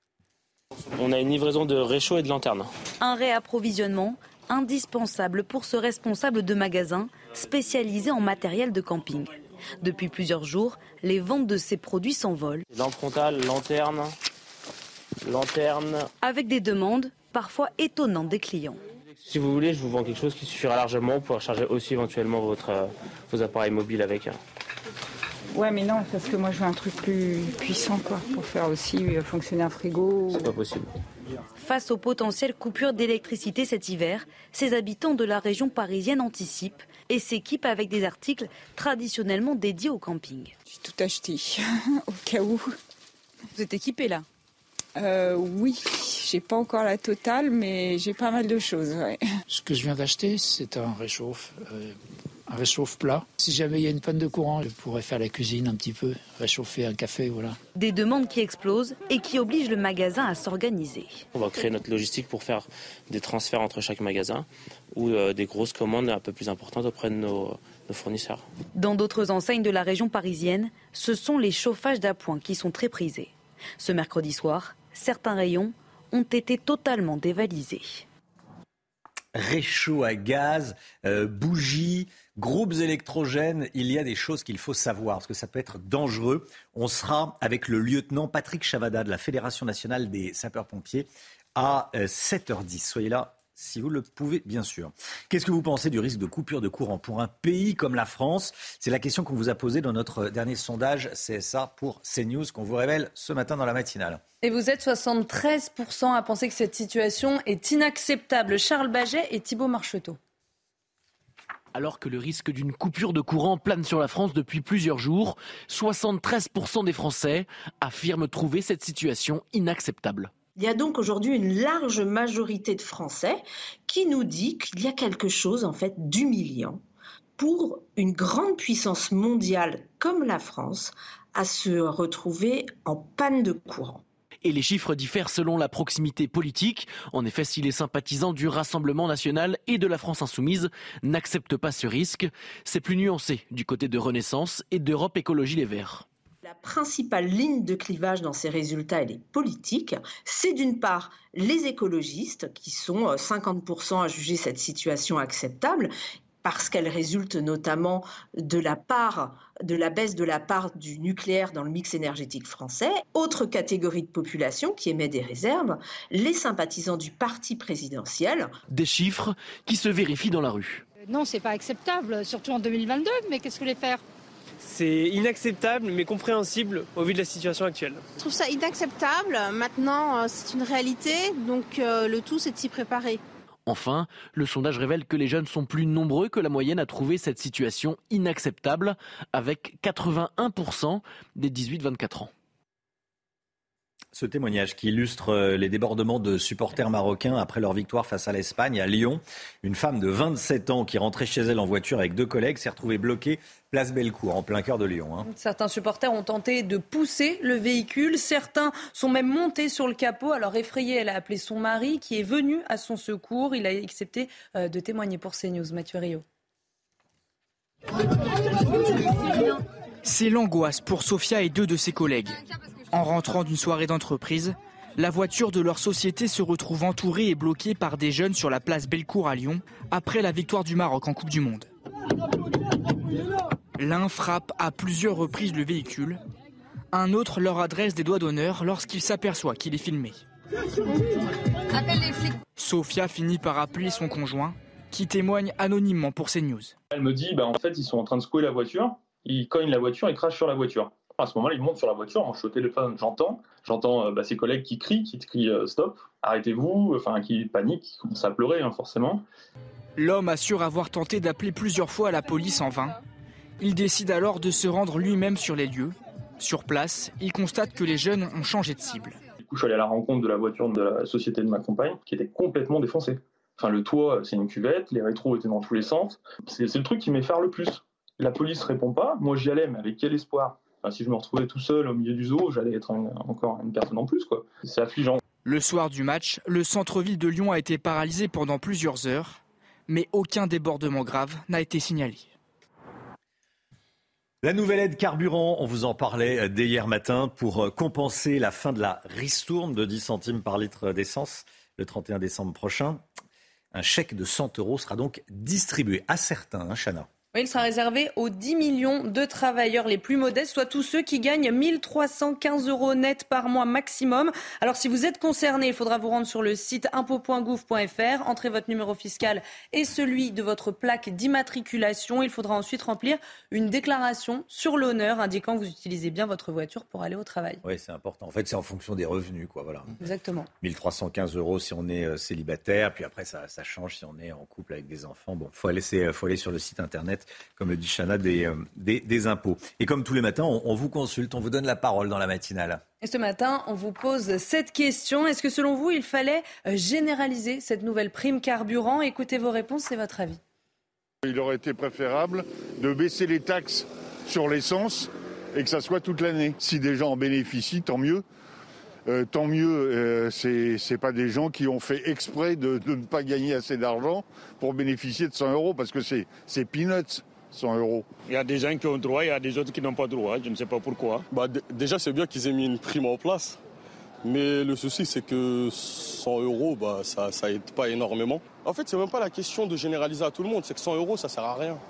On a une livraison de réchaud et de lanterne. Un réapprovisionnement indispensable pour ce responsable de magasin spécialisé en matériel de camping. Depuis plusieurs jours, les ventes de ces produits s'envolent. Lampe frontale, lanterne, lanterne. Avec des demandes parfois étonnantes des clients. Si vous voulez, je vous vends quelque chose qui suffira largement pour charger aussi éventuellement votre, euh, vos appareils mobiles avec. Ouais, mais non, parce que moi je veux un truc plus puissant, quoi, pour faire aussi fonctionner un frigo. C'est pas possible. Face aux potentielles coupures d'électricité cet hiver, ces habitants de la région parisienne anticipent et s'équipent avec des articles traditionnellement dédiés au camping. J'ai tout acheté, au cas où. Vous êtes équipés là ? euh, Oui, j'ai pas encore la totale, mais j'ai pas mal de choses. Ouais. Ce que je viens d'acheter, c'est un réchauffe, euh, un réchauffe plat. Si jamais il y a une panne de courant, je pourrais faire la cuisine un petit peu, réchauffer un café, voilà. Des demandes qui explosent et qui obligent le magasin à s'organiser. On va créer notre logistique pour faire des transferts entre chaque magasin ou euh, des grosses commandes un peu plus importantes auprès de nos, nos fournisseurs. Dans d'autres enseignes de la région parisienne, ce sont les chauffages d'appoint qui sont très prisés. Ce mercredi soir, certains rayons ont été totalement dévalisés. Réchaud à gaz, euh, bougies, groupes électrogènes, il y a des choses qu'il faut savoir parce que ça peut être dangereux. On sera avec le lieutenant Patrick Chavada de la Fédération nationale des sapeurs-pompiers à sept heures dix. Soyez là si vous le pouvez, bien sûr. Qu'est-ce que vous pensez du risque de coupure de courant pour un pays comme la France ? C'est la question qu'on vous a posée dans notre dernier sondage C S A pour CNews qu'on vous révèle ce matin dans la matinale. Et vous êtes soixante-treize pour cent à penser que cette situation est inacceptable. Charles Baget et Thibault Marcheteau. Alors que le risque d'une coupure de courant plane sur la France depuis plusieurs jours, soixante-treize pour cent des Français affirment trouver cette situation inacceptable. Il y a donc aujourd'hui une large majorité de Français qui nous dit qu'il y a quelque chose en fait d'humiliant pour une grande puissance mondiale comme la France à se retrouver en panne de courant. Et les chiffres diffèrent selon la proximité politique. En effet, si les sympathisants du Rassemblement national et de la France insoumise n'acceptent pas ce risque, c'est plus nuancé du côté de Renaissance et d'Europe Écologie Les Verts. La principale ligne de clivage dans ces résultats, elle est politique. C'est d'une part les écologistes, qui sont cinquante pour cent à juger cette situation acceptable, parce qu'elle résulte notamment de la part, de la baisse de la part du nucléaire dans le mix énergétique français. Autre catégorie de population qui émet des réserves, les sympathisants du parti présidentiel. Des chiffres qui se vérifient dans la rue. Non, c'est pas acceptable, surtout en deux mille vingt-deux, mais qu'est-ce que vous voulez faire ? C'est inacceptable, mais compréhensible au vu de la situation actuelle. Je trouve ça inacceptable. Maintenant, c'est une réalité, donc euh, le tout, c'est de s'y préparer. Enfin, le sondage révèle que les jeunes sont plus nombreux que la moyenne à trouver cette situation inacceptable, avec quatre-vingt-un pour cent des dix-huit vingt-quatre ans. Ce témoignage qui illustre les débordements de supporters marocains après leur victoire face à l'Espagne à Lyon. Une femme de vingt-sept ans qui rentrait chez elle en voiture avec deux collègues s'est retrouvée bloquée place Bellecour, en plein cœur de Lyon. Hein. Certains supporters ont tenté de pousser le véhicule. Certains sont même montés sur le capot. Alors effrayée, elle a appelé son mari qui est venu à son secours. Il a accepté de témoigner pour CNews. Mathieu Rio. C'est l'angoisse pour Sophia et deux de ses collègues. En rentrant d'une soirée d'entreprise, la voiture de leur société se retrouve entourée et bloquée par des jeunes sur la place Bellecour à Lyon après la victoire du Maroc en Coupe du Monde. L'un frappe à plusieurs reprises le véhicule. Un autre leur adresse des doigts d'honneur lorsqu'il s'aperçoit qu'il est filmé. Sophia finit par appeler son conjoint, qui témoigne anonymement pour CNews. Elle me dit, bah, en fait, ils sont en train de secouer la voiture, ils cognent la voiture et crachent sur la voiture. À ce moment-là, ils montent sur la voiture, moi je suis au téléphone, j'entends, j'entends bah, ses collègues qui crient, qui crient euh, stop, arrêtez-vous, enfin qui paniquent, qui commencent à pleurer hein, forcément. L'homme assure avoir tenté d'appeler plusieurs fois la police en vain. Il décide alors de se rendre lui-même sur les lieux. Sur place, il constate que les jeunes ont changé de cible. Du coup, je suis allé à la rencontre de la voiture de la société de ma compagne, qui était complètement défoncée. Enfin, le toit, c'est une cuvette, les rétros étaient dans tous les sens. C'est, c'est le truc qui m'effare le plus. La police répond pas, moi j'y allais, mais avec quel espoir ? Enfin, si je me retrouvais tout seul au milieu du zoo, j'allais être une, encore une personne en plus, quoi. C'est affligeant. Le soir du match, le centre-ville de Lyon a été paralysé pendant plusieurs heures, mais aucun débordement grave n'a été signalé. La nouvelle aide carburant, on vous en parlait dès hier matin, pour compenser la fin de la ristourne de dix centimes par litre d'essence le trente et un décembre prochain. Un chèque de cent euros sera donc distribué à certains, hein, Chana. Oui, il sera réservé aux dix millions de travailleurs les plus modestes, soit tous ceux qui gagnent mille trois cent quinze euros net par mois maximum. Alors si vous êtes concerné, il faudra vous rendre sur le site impôts point gouv point f r, entrer votre numéro fiscal et celui de votre plaque d'immatriculation. Il faudra ensuite remplir une déclaration sur l'honneur indiquant que vous utilisez bien votre voiture pour aller au travail. Oui, c'est important. En fait, c'est en fonction des revenus, quoi. Voilà. Exactement. mille trois cent quinze euros si on est célibataire, puis après ça, ça change si on est en couple avec des enfants. Bon, faut aller, faut aller sur le site internet, comme le dit Chana, des, euh, des, des impôts. Et comme tous les matins, on, on vous consulte, on vous donne la parole dans la matinale. Et ce matin, on vous pose cette question. Est-ce que selon vous, il fallait généraliser cette nouvelle prime carburant ? Écoutez vos réponses, c'est votre avis. Il aurait été préférable de baisser les taxes sur l'essence et que ça soit toute l'année. Si des gens en bénéficient, tant mieux. Euh, tant mieux, euh, c'est, c'est pas des gens qui ont fait exprès de, de ne pas gagner assez d'argent pour bénéficier de cent euros, parce que c'est, c'est peanuts. cent euros. Il y a des gens qui ont droit, il y a des autres qui n'ont pas droit, je ne sais pas pourquoi. Bah, d- déjà, c'est bien qu'ils aient mis une prime en place, mais le souci, c'est que cent euros, bah, ça ça aide pas énormément. En fait, c'est même pas la question de généraliser à tout le monde, c'est que cent euros, ça sert à rien.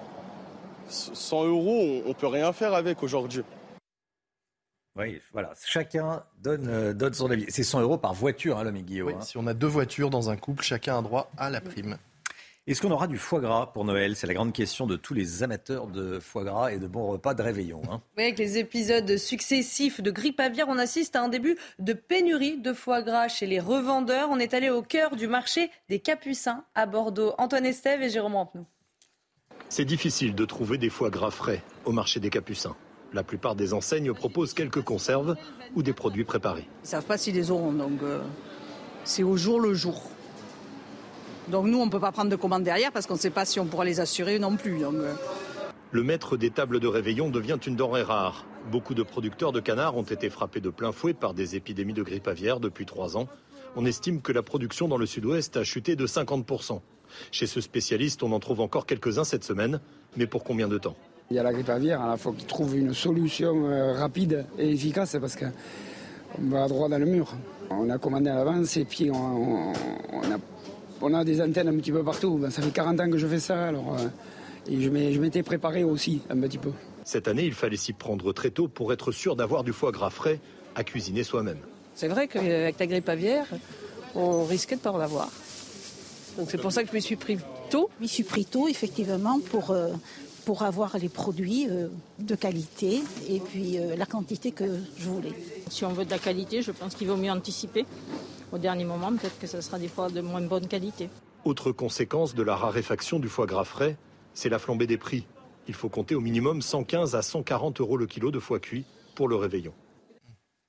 cent euros, on, on peut rien faire avec aujourd'hui. Oui, voilà, chacun donne, euh, donne son avis. C'est cent euros par voiture, hein, l'homme Guillaume. Oui, hein. Si on a deux voitures dans un couple, chacun a droit à la prime. Est-ce qu'on aura du foie gras pour Noël ? C'est la grande question de tous les amateurs de foie gras et de bons repas de réveillon. Hein. Oui, avec les épisodes successifs de grippe aviaire, on assiste à un début de pénurie de foie gras chez les revendeurs. On est allé au cœur du marché des Capucins à Bordeaux. Antoine Estève et Jérôme Rampenou. C'est difficile de trouver des foie gras frais au marché des Capucins. La plupart des enseignes proposent quelques conserves ou des produits préparés. Ils ne savent pas s'ils les auront, donc euh, c'est au jour le jour. Donc nous, on ne peut pas prendre de commandes derrière parce qu'on ne sait pas si on pourra les assurer non plus. Donc, euh... Le maître des tables de réveillon devient une denrée rare. Beaucoup de producteurs de canards ont été frappés de plein fouet par des épidémies de grippe aviaire depuis trois ans. On estime que la production dans le sud-ouest a chuté de cinquante pour cent. Chez ce spécialiste, on en trouve encore quelques-uns cette semaine, mais pour combien de temps ? Il y a la grippe aviaire, il faut qu'ils trouvent une solution rapide et efficace parce qu'on va droit dans le mur. On a commandé à l'avance et puis on, on, on, a, on a des antennes un petit peu partout. Ça fait quarante ans que je fais ça, alors et je m'étais préparé aussi un petit peu. Cette année, il fallait s'y prendre très tôt pour être sûr d'avoir du foie gras frais à cuisiner soi-même. C'est vrai qu'avec la grippe aviaire, on risquait de ne pas en avoir. Donc c'est pour ça que je m'y suis pris tôt. Je m'y suis pris tôt, effectivement, pour... Euh... pour avoir les produits euh, de qualité et puis euh, la quantité que je voulais. Si on veut de la qualité, je pense qu'il vaut mieux anticiper. Au dernier moment, peut-être que ce sera des fois de moins bonne qualité. Autre conséquence de la raréfaction du foie gras frais, c'est la flambée des prix. Il faut compter au minimum cent quinze à cent quarante euros le kilo de foie cuit pour le réveillon.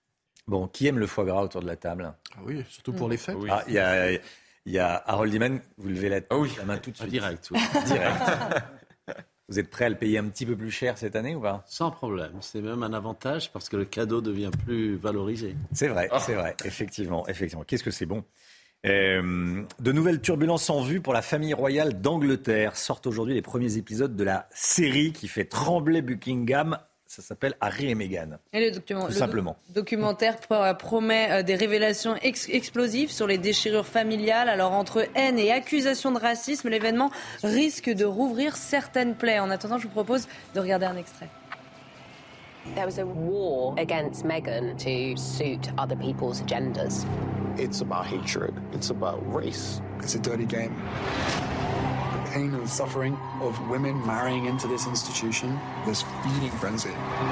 Bon, qui aime le foie gras autour de la table ? Ah oui, surtout pour les fêtes. Oui. Ah, il y a, il y a Harold Iman, vous levez la, ah oui. la main tout de suite. Direct. Oui. Direct. Vous êtes prêt à le payer un petit peu plus cher cette année ou pas ? Sans problème. C'est même un avantage parce que le cadeau devient plus valorisé. C'est vrai, oh. c'est vrai. Effectivement, effectivement. Qu'est-ce que c'est bon ? Euh, de nouvelles turbulences en vue pour la famille royale d'Angleterre. Sortent aujourd'hui les premiers épisodes de la série qui fait trembler Buckingham. Ça s'appelle Harry et Meghan. Et le, document, Tout le simplement. Do- documentaire promet des révélations ex- explosives sur les déchirures familiales. Alors, entre haine et accusation de racisme, l'événement risque de rouvrir certaines plaies. En attendant, je vous propose de regarder un extrait. There was a war against Meghan to suit other people's agendas. It's about hatred. It's about race. It's a dirty game. The pain and suffering of women marrying into this institution, this feeding frenzy.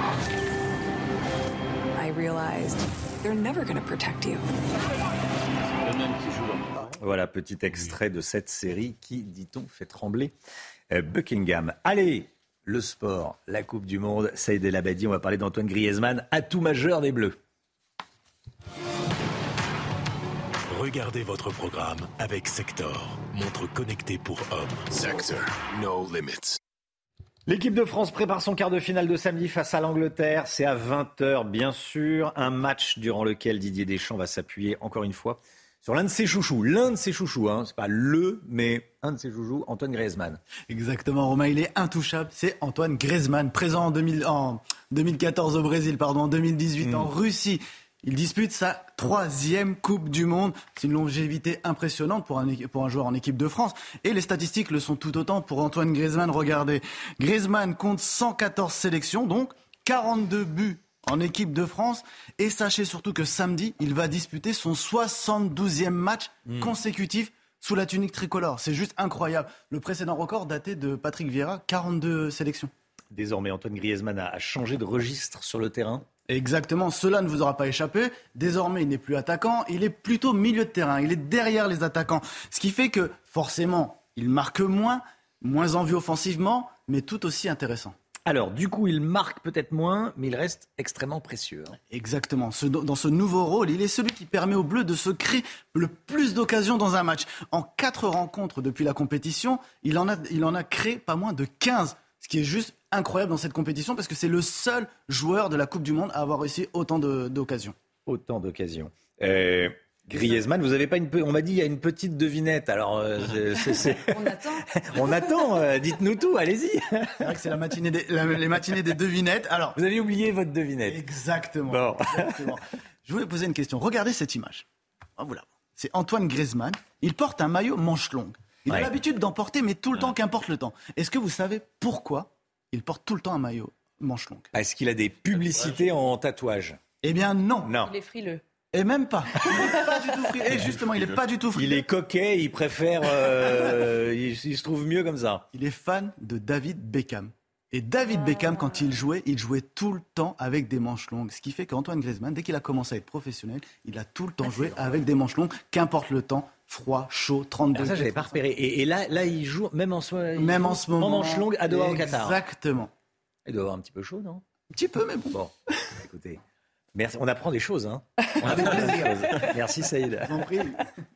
I realized they're never going to protect you. Voilà, petit extrait de cette série qui, dit-on, fait trembler Buckingham. Allez, le sport, la Coupe du Monde, Saïd El Abadi, on va parler d'Antoine Griezmann, atout majeur des Bleus. Regardez votre programme avec Sector, montre connectée pour hommes. Sector, no limits. L'équipe de France prépare son quart de finale de samedi face à l'Angleterre. C'est à vingt heures, bien sûr. Un match durant lequel Didier Deschamps va s'appuyer, encore une fois, sur l'un de ses chouchous. L'un de ses chouchous, hein. C'est pas le, mais un de ses chouchous, Antoine Griezmann. Exactement, Romain, il est intouchable. C'est Antoine Griezmann, présent en, deux mille, en deux mille quatorze au Brésil, pardon, en deux mille dix-huit mmh. en Russie. Il dispute sa troisième Coupe du Monde. C'est une longévité impressionnante pour un, pour un joueur en équipe de France. Et les statistiques le sont tout autant pour Antoine Griezmann. Regardez, Griezmann compte cent quatorze sélections, donc quarante-deux buts en équipe de France. Et sachez surtout que samedi, il va disputer son soixante-douzième match mmh. consécutif sous la tunique tricolore. C'est juste incroyable. Le précédent record datait de Patrick Vieira, quarante-deux sélections. Désormais, Antoine Griezmann a changé de registre sur le terrain. Exactement, cela ne vous aura pas échappé. Désormais, il n'est plus attaquant, il est plutôt milieu de terrain, il est derrière les attaquants. Ce qui fait que, forcément, il marque moins, moins en vue offensivement, mais tout aussi intéressant. Alors, du coup, il marque peut-être moins, mais il reste extrêmement précieux. Hein. Exactement. Ce, dans ce nouveau rôle, il est celui qui permet aux Bleus de se créer le plus d'occasions dans un match. En quatre rencontres depuis la compétition, il en a, il en a créé pas moins de quinze. Ce qui est juste incroyable dans cette compétition parce que c'est le seul joueur de la Coupe du Monde à avoir réussi autant de, d'occasions. Autant d'occasions. Euh, Griezmann, vous avez pas une on m'a dit il y a une petite devinette. Alors euh, c'est, c'est... on attend. on attend. Euh, dites-nous tout. Allez-y. C'est vrai que c'est la matinée des, la, les matinées des devinettes. Alors vous avez oublié votre devinette. Exactement. Bon. Exactement. Je voulais poser une question. Regardez cette image. Oh, voilà. C'est Antoine Griezmann. Il porte un maillot manche longue. Il ouais. a l'habitude d'en porter, mais tout le temps, qu'importe le temps. Est-ce que vous savez pourquoi il porte tout le temps un maillot manche longue ? Est-ce qu'il a des publicités en tatouage ? Eh bien non. Non. Il est frileux. Et même pas. Il n'est pas du tout frileux. Et justement, il n'est pas du tout frileux. Il est coquet, il préfère... Euh, il, il se trouve mieux comme ça. Il est fan de David Beckham. Et David Beckham, quand il jouait, il jouait tout le temps avec des manches longues. Ce qui fait qu'Antoine Griezmann, dès qu'il a commencé à être professionnel, il a tout le temps joué avec des manches longues, qu'importe le temps. Froid, chaud, trente-deux. Ah, ça, je n'avais pas repéré. Et, et là, là, il joue même en soi. Même en ce moment. En manche longue à Doha au Qatar. Exactement. Il doit avoir un petit peu chaud, non ? Un petit peu, mais bon. Bon, écoutez, merci. On apprend des choses, hein. On apprend des choses. Merci, Saïd. Je vous en prie.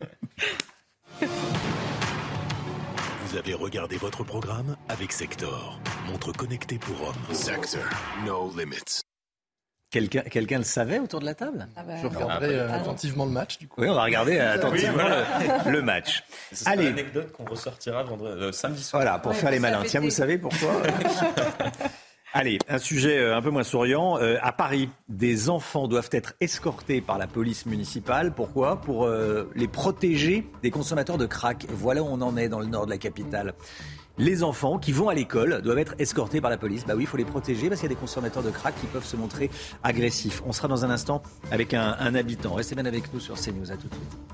Vous avez regardé votre programme avec Sector, montre connectée pour hommes. Sector, no limits. Quelqu'un, quelqu'un le savait autour de la table ? ah bah, Je regarderai euh, attentivement le match, du coup. Oui, on va regarder euh, attentivement oui, voilà. le, le match. C'est Allez. Une anecdote qu'on ressortira vendredi, euh, samedi soir. Voilà, pour ouais, faire les malins. Tiens, vous savez pourquoi ? Allez, un sujet euh, un peu moins souriant. Euh, à Paris, des enfants doivent être escortés par la police municipale. Pourquoi ? Pour euh, les protéger des consommateurs de crack. Voilà où on en est dans le nord de la capitale. Les enfants qui vont à l'école doivent être escortés par la police. Bah oui, il faut les protéger parce qu'il y a des consommateurs de crack qui peuvent se montrer agressifs. On sera dans un instant avec un, un habitant. Restez bien avec nous sur CNews. À tout de suite.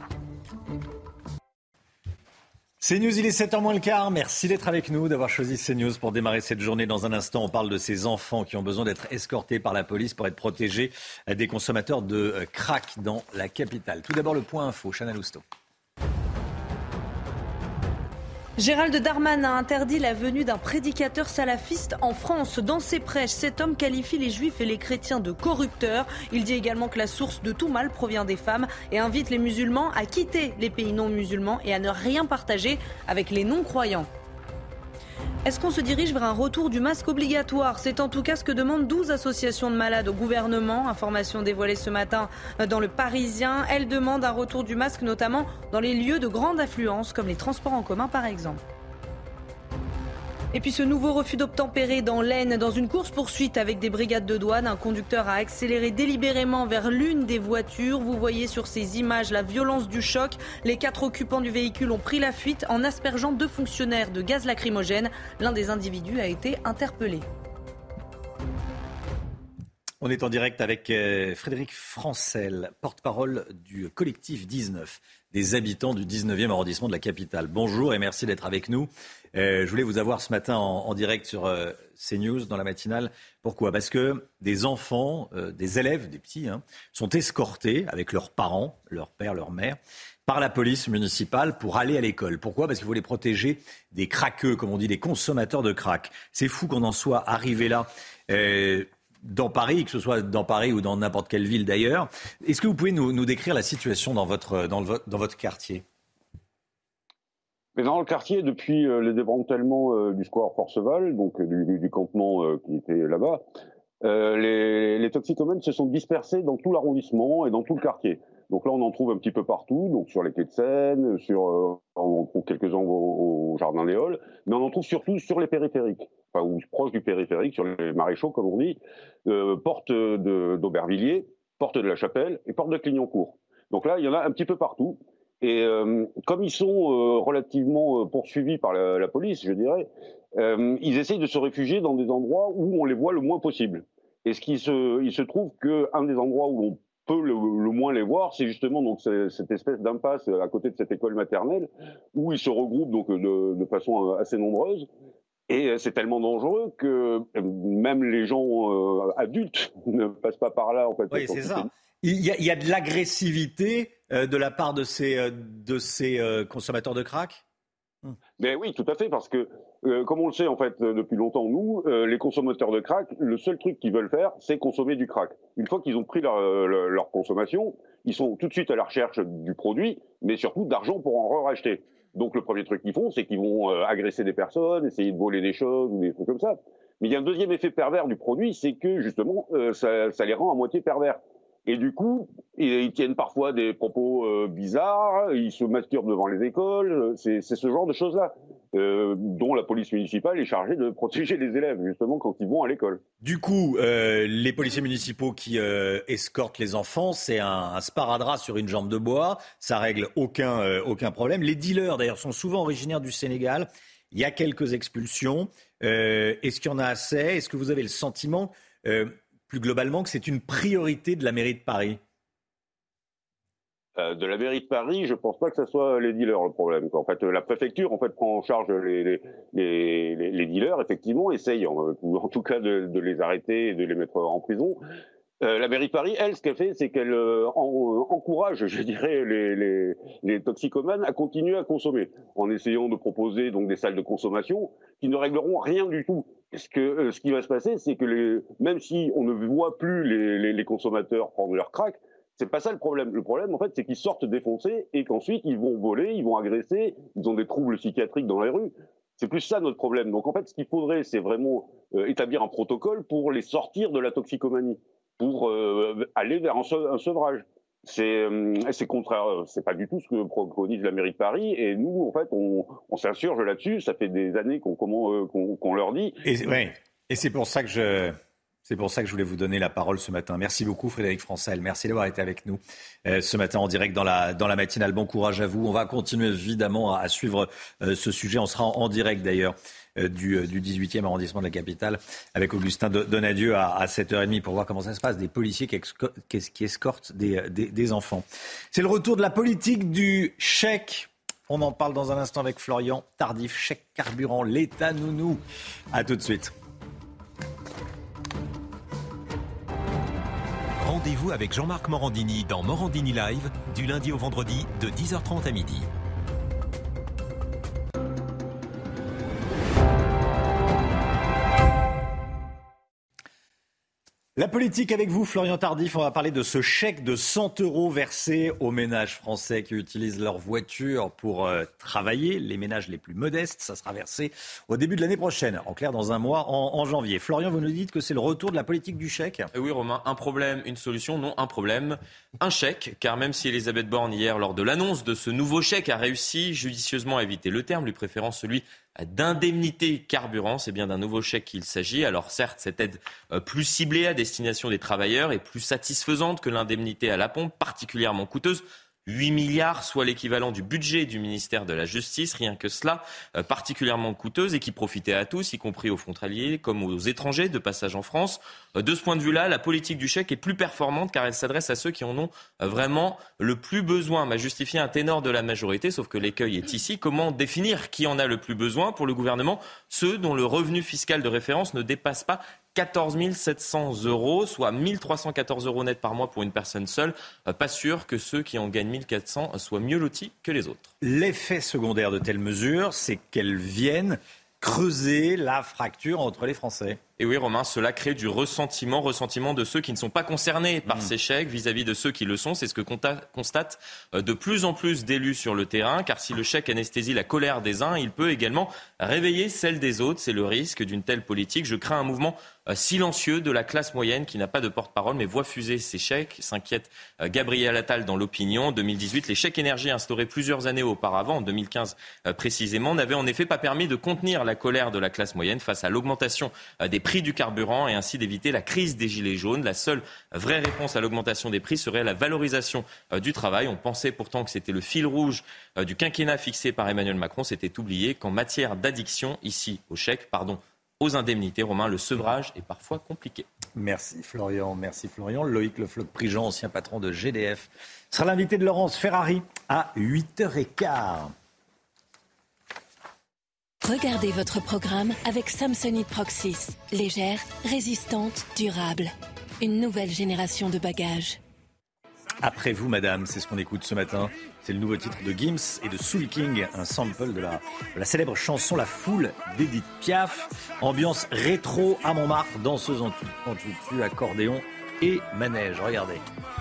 CNews, il est sept heures moins le quart. Merci d'être avec nous, d'avoir choisi CNews pour démarrer cette journée. Dans un instant, on parle de ces enfants qui ont besoin d'être escortés par la police pour être protégés des consommateurs de crack dans la capitale. Tout d'abord, le point info. Chana Lousteau. Gérald Darmanin a interdit la venue d'un prédicateur salafiste en France. Dans ses prêches, cet homme qualifie les juifs et les chrétiens de corrupteurs. Il dit également que la source de tout mal provient des femmes et invite les musulmans à quitter les pays non musulmans et à ne rien partager avec les non-croyants. Est-ce qu'on se dirige vers un retour du masque obligatoire ? C'est en tout cas ce que demandent douze associations de malades au gouvernement. Information dévoilée ce matin dans le Parisien. Elles demandent un retour du masque, notamment dans les lieux de grande affluence, comme les transports en commun par exemple. Et puis ce nouveau refus d'obtempérer dans l'Aisne, dans une course-poursuite avec des brigades de douane. Un conducteur a accéléré délibérément vers l'une des voitures. Vous voyez sur ces images la violence du choc. Les quatre occupants du véhicule ont pris la fuite en aspergeant deux fonctionnaires de gaz lacrymogène. L'un des individus a été interpellé. On est en direct avec Frédéric Francel, porte-parole du collectif dix-neuf, des habitants du dix-neuvième arrondissement de la capitale. Bonjour et merci d'être avec nous. Euh, je voulais vous avoir ce matin en, en direct sur euh, CNews dans la matinale. Pourquoi ? Parce que des enfants, euh, des élèves, des petits, hein, sont escortés avec leurs parents, leur père, leur mère, par la police municipale pour aller à l'école. Pourquoi ? Parce qu'il faut les protéger des craqueux, comme on dit, des consommateurs de crack. C'est fou qu'on en soit arrivé là. Euh, dans Paris, que ce soit dans Paris ou dans n'importe quelle ville d'ailleurs. Est-ce que vous pouvez nous, nous décrire la situation dans votre, dans le, dans votre quartier ? Mais dans le quartier, depuis euh, le démantèlement euh, du square Forceval, donc euh, du, du campement euh, qui était là-bas, euh, les, les toxicomanes se sont dispersés dans tout l'arrondissement et dans tout le quartier. Donc là, on en trouve un petit peu partout, donc sur les quais de Seine, sur, euh, on en trouve quelques-uns au, au Jardin des Halles, mais on en trouve surtout sur les périphériques, enfin, ou proche du périphérique, sur les maréchaux, comme on dit, euh, porte de, d'Aubervilliers, porte de la Chapelle et porte de Clignancourt. Donc là, il y en a un petit peu partout. Et euh, comme ils sont euh, relativement euh, poursuivis par la, la police, je dirais, euh, ils essayent de se réfugier dans des endroits où on les voit le moins possible. Et ce qui se, il se trouve qu'un des endroits où on peut le, le moins les voir, c'est justement donc cette espèce d'impasse à côté de cette école maternelle où ils se regroupent donc de, de façon assez nombreuse. Et c'est tellement dangereux que même les gens euh, adultes ne passent pas par là. En fait, oui, c'est ça. Il y, a, il y a de l'agressivité euh, de la part de ces, euh, de ces euh, consommateurs de crack ? hum. Ben oui, tout à fait, parce que, euh, comme on le sait en fait depuis longtemps, nous, euh, les consommateurs de crack, le seul truc qu'ils veulent faire, c'est consommer du crack. Une fois qu'ils ont pris leur, leur, leur consommation, ils sont tout de suite à la recherche du produit, mais surtout d'argent pour en racheter. Donc le premier truc qu'ils font, c'est qu'ils vont euh, agresser des personnes, essayer de voler des choses ou des trucs comme ça. Mais il y a un deuxième effet pervers du produit, c'est que justement, euh, ça, ça les rend à moitié pervers. Et du coup, ils tiennent parfois des propos euh, bizarres, ils se masturbent devant les écoles, c'est, c'est ce genre de choses-là, euh, dont la police municipale est chargée de protéger les élèves, justement, quand ils vont à l'école. Du coup, euh, les policiers municipaux qui euh, escortent les enfants, c'est un, un sparadrap sur une jambe de bois, ça règle aucun, euh, aucun problème. Les dealers, d'ailleurs, sont souvent originaires du Sénégal, il y a quelques expulsions. Euh, est-ce qu'il y en a assez ? Est-ce que vous avez le sentiment... Euh, plus globalement, que c'est une priorité de la mairie de Paris ? euh, De la mairie de Paris, je pense pas que ce soit les dealers le problème. En fait, la préfecture en fait prend en charge les, les, les, les dealers, effectivement, essaye en, en tout cas de, de les arrêter et de les mettre en prison. Euh, la mairie de Paris, elle, ce qu'elle fait, c'est qu'elle euh, en, encourage, je dirais, les, les, les toxicomanes à continuer à consommer, en essayant de proposer donc des salles de consommation qui ne régleront rien du tout. Parce que euh, ce qui va se passer, c'est que les, même si on ne voit plus les, les, les consommateurs prendre leur crack, c'est pas ça le problème. Le problème, en fait, c'est qu'ils sortent défoncés et qu'ensuite ils vont voler, ils vont agresser, ils ont des troubles psychiatriques dans les rues. C'est plus ça notre problème. Donc en fait, ce qu'il faudrait, c'est vraiment euh, établir un protocole pour les sortir de la toxicomanie, pour euh, aller vers un, se- un sevrage. C'est, euh, c'est contraire, c'est pas du tout ce que préconise la mairie de Paris. Et nous, en fait, on, on s'insurge là-dessus. Ça fait des années qu'on, comment, euh, qu'on, qu'on leur dit. Et, ouais. Et c'est pour ça que je, c'est pour ça que je voulais vous donner la parole ce matin. Merci beaucoup, Frédéric Francel. Merci d'avoir été avec nous euh, ce matin en direct dans la dans la matinale. Bon courage à vous. On va continuer évidemment à, à suivre euh, ce sujet. On sera en, en direct d'ailleurs. Du, du dix-huitième arrondissement de la capitale avec Augustin Donadieu à, à sept heures trente pour voir comment ça se passe, des policiers qui, exco- qui escortent des, des, des enfants. C'est le retour de la politique du chèque. On en parle dans un instant avec Florian Tardif, chèque carburant, l'État nounou. À tout de suite. Rendez-vous avec Jean-Marc Morandini dans Morandini Live du lundi au vendredi de dix heures trente à midi. La politique avec vous, Florian Tardif. On va parler de ce chèque de cent euros versé aux ménages français qui utilisent leur voiture pour euh, travailler. Les ménages les plus modestes, ça sera versé au début de l'année prochaine. En clair, dans un mois, en, en janvier. Florian, vous nous dites que c'est le retour de la politique du chèque. Et oui, Romain, un problème, une solution, non, un problème, un chèque. Car même si Elisabeth Borne, hier, lors de l'annonce de ce nouveau chèque, a réussi judicieusement à éviter le terme, lui préférant celui d'indemnité carburant, c'est bien d'un nouveau chèque qu'il s'agit. Alors certes, cette aide euh, plus ciblée à destination des travailleurs est plus satisfaisante que l'indemnité à la pompe, particulièrement coûteuse. huit milliards, soit l'équivalent du budget du ministère de la Justice, rien que cela, euh, particulièrement coûteuse et qui profitait à tous, y compris aux frontaliers comme aux étrangers de passage en France. Euh, de ce point de vue-là, la politique du chèque est plus performante car elle s'adresse à ceux qui en ont euh, vraiment le plus besoin, m'a justifié un ténor de la majorité, sauf que l'écueil est ici. Comment définir qui en a le plus besoin? Pour le gouvernement, ceux dont le revenu fiscal de référence ne dépasse pas quatorze mille sept cents euros, soit mille trois cent quatorze euros net par mois pour une personne seule. Pas sûr que ceux qui en gagnent mille quatre cents soient mieux lotis que les autres. L'effet secondaire de telles mesures, c'est qu'elles viennent creuser la fracture entre les Français. Et oui, Romain, cela crée du ressentiment, ressentiment de ceux qui ne sont pas concernés par mmh. ces chèques vis-à-vis de ceux qui le sont. C'est ce que constatent de plus en plus d'élus sur le terrain, car si le chèque anesthésie la colère des uns, il peut également réveiller celle des autres. C'est le risque d'une telle politique. Je crains un mouvement silencieux de la classe moyenne qui n'a pas de porte-parole, mais voit fuser ces chèques, s'inquiète Gabriel Attal dans l'opinion. En deux mille dix-huit, les chèques énergie instaurés plusieurs années auparavant, en deux mille quinze précisément, n'avaient en effet pas permis de contenir la colère de la classe moyenne face à l'augmentation des prix du carburant et ainsi d'éviter la crise des gilets jaunes. La seule vraie réponse à l'augmentation des prix serait la valorisation du travail. On pensait pourtant que c'était le fil rouge du quinquennat fixé par Emmanuel Macron. C'était oublié qu'en matière d'addiction, ici au chèque, pardon, aux indemnités, Romain, le sevrage est parfois compliqué. Merci Florian, merci Florian. Loïc Le Floch-Prigent, ancien patron de G D F, sera l'invité de Laurence Ferrari à huit heures quinze. Regardez votre programme avec Samsonite Proxys. Légère, résistante, durable. Une nouvelle génération de bagages. Après vous, madame, c'est ce qu'on écoute ce matin. C'est le nouveau titre de Gims et de Soul King, un sample de la, de la célèbre chanson La Foule d'Edith Piaf. Ambiance rétro à Montmartre, danseuse en tutu, accordéon et manège. Regardez.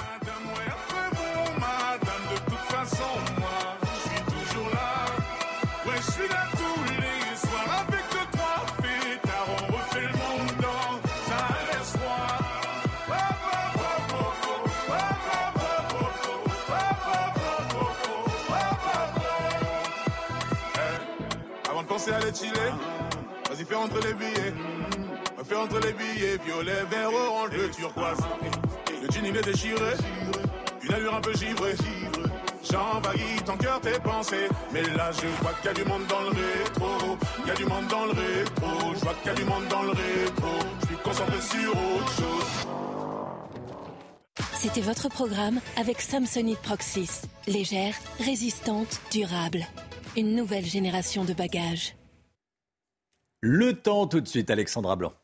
À les chiller, vas-y fais entre les billets, fais entre les billets, violet, vert, orange, le turquoise. Le jean il est déchiré, une allure un peu givrée. J'envahis ton cœur, tes pensées, mais là je vois qu'il y a du monde dans le rétro, il y a du monde dans le rétro, je vois qu'il y a du monde dans le rétro, je suis concentré sur autre chose. C'était votre programme avec Samsonite Proxys. Légère, résistante, durable. Une nouvelle génération de bagages. Le temps tout de suite, Alexandra Blanc.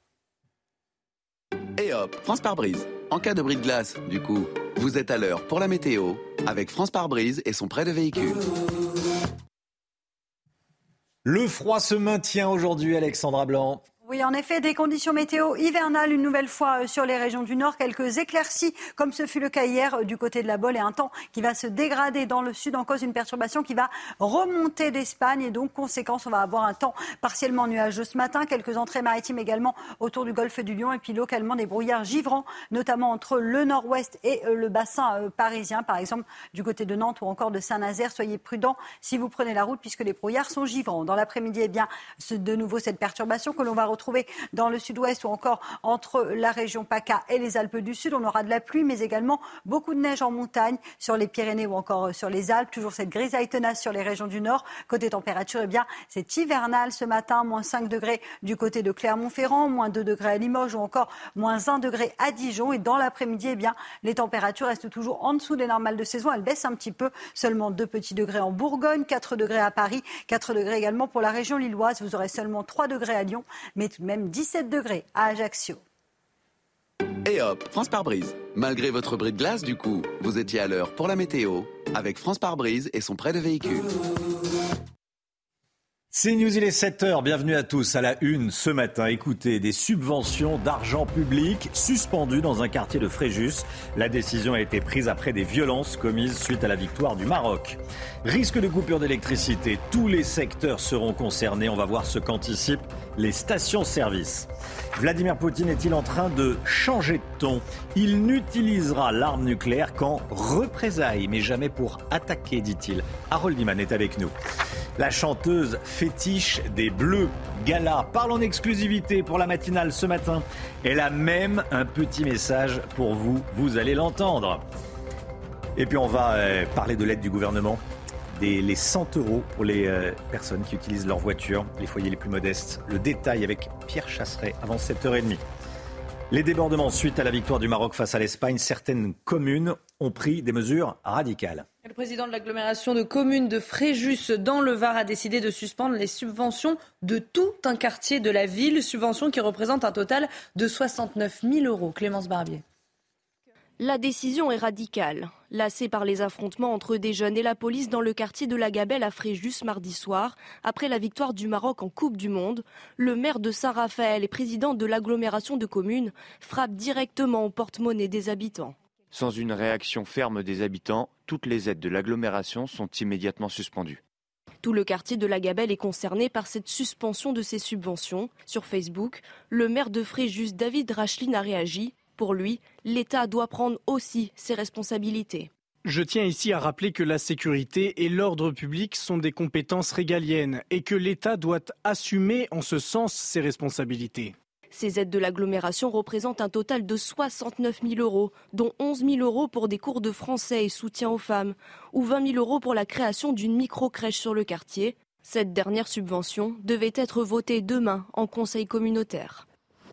Et hop, France Pare-Brise. En cas de bris de glace, du coup, vous êtes à l'heure pour la météo avec France Pare-Brise et son prêt de véhicule. Le froid se maintient aujourd'hui, Alexandra Blanc. Oui, en effet, des conditions météo hivernales une nouvelle fois sur les régions du Nord. Quelques éclaircies, comme ce fut le cas hier du côté de la Baule, et un temps qui va se dégrader dans le sud en cause d'une perturbation qui va remonter d'Espagne. Et donc, conséquence, on va avoir un temps partiellement nuageux ce matin. Quelques entrées maritimes également autour du golfe du Lion. Et puis localement, des brouillards givrants, notamment entre le nord-ouest et le bassin parisien. Par exemple, du côté de Nantes ou encore de Saint-Nazaire. Soyez prudents si vous prenez la route puisque les brouillards sont givrants. Dans l'après-midi, eh bien, de nouveau cette perturbation que l'on va retrouver dans le sud-ouest ou encore entre la région PACA et les Alpes du Sud. On aura de la pluie, mais également beaucoup de neige en montagne, sur les Pyrénées ou encore sur les Alpes. Toujours cette grisaille tenace sur les régions du Nord. Côté température, eh bien, c'est hivernal ce matin. moins cinq degrés du côté de Clermont-Ferrand, moins deux degrés à Limoges ou encore moins un degré à Dijon. Et dans l'après-midi, eh bien, les températures restent toujours en dessous des normales de saison. Elles baissent un petit peu, seulement deux petits degrés en Bourgogne, quatre degrés à Paris, quatre degrés également pour la région lilloise. Vous aurez seulement trois degrés à Lyon, mais tout de même dix-sept degrés à Ajaccio. Et hop, France Pare-Brise. Malgré votre bris de glace, du coup, vous étiez à l'heure pour la météo avec France Pare-Brise et son prêt de véhicule. C'est News, il est sept heures, bienvenue à tous à la une ce matin. Écoutez, des subventions d'argent public suspendues dans un quartier de Fréjus. La décision a été prise après des violences commises suite à la victoire du Maroc. Risque de coupure d'électricité, tous les secteurs seront concernés. On va voir ce qu'anticipent les stations-service. Vladimir Poutine est-il en train de changer de ton ? Il n'utilisera l'arme nucléaire qu'en représailles, mais jamais pour attaquer, dit-il. Harold Iman est avec nous. La chanteuse fétiche des Bleus, Gala, parle en exclusivité pour la matinale ce matin. Elle a même un petit message pour vous, vous allez l'entendre. Et puis on va euh, parler de l'aide du gouvernement, des, les cent euros pour les euh, personnes qui utilisent leur voiture, les foyers les plus modestes. Le détail avec Pierre Chasseret avant sept heures trente. Les débordements suite à la victoire du Maroc face à l'Espagne, certaines communes ont pris des mesures radicales. Le président de l'agglomération de communes de Fréjus dans le Var a décidé de suspendre les subventions de tout un quartier de la ville, subventions qui représentent un total de soixante-neuf mille euros. Clémence Barbier. La décision est radicale. Lassé par les affrontements entre des jeunes et la police dans le quartier de la Gabelle à Fréjus mardi soir, après la victoire du Maroc en Coupe du Monde, le maire de Saint-Raphaël et président de l'agglomération de communes frappe directement au porte-monnaie des habitants. Sans une réaction ferme des habitants, toutes les aides de l'agglomération sont immédiatement suspendues. Tout le quartier de la Gabelle est concerné par cette suspension de ces subventions. Sur Facebook, le maire de Fréjus, David Racheline, a réagi. Pour lui, l'État doit prendre aussi ses responsabilités. Je tiens ici à rappeler que la sécurité et l'ordre public sont des compétences régaliennes et que l'État doit assumer en ce sens ses responsabilités. Ces aides de l'agglomération représentent un total de soixante-neuf mille euros, dont onze mille euros pour des cours de français et soutien aux femmes, ou vingt mille euros pour la création d'une micro-crèche sur le quartier. Cette dernière subvention devait être votée demain en conseil communautaire.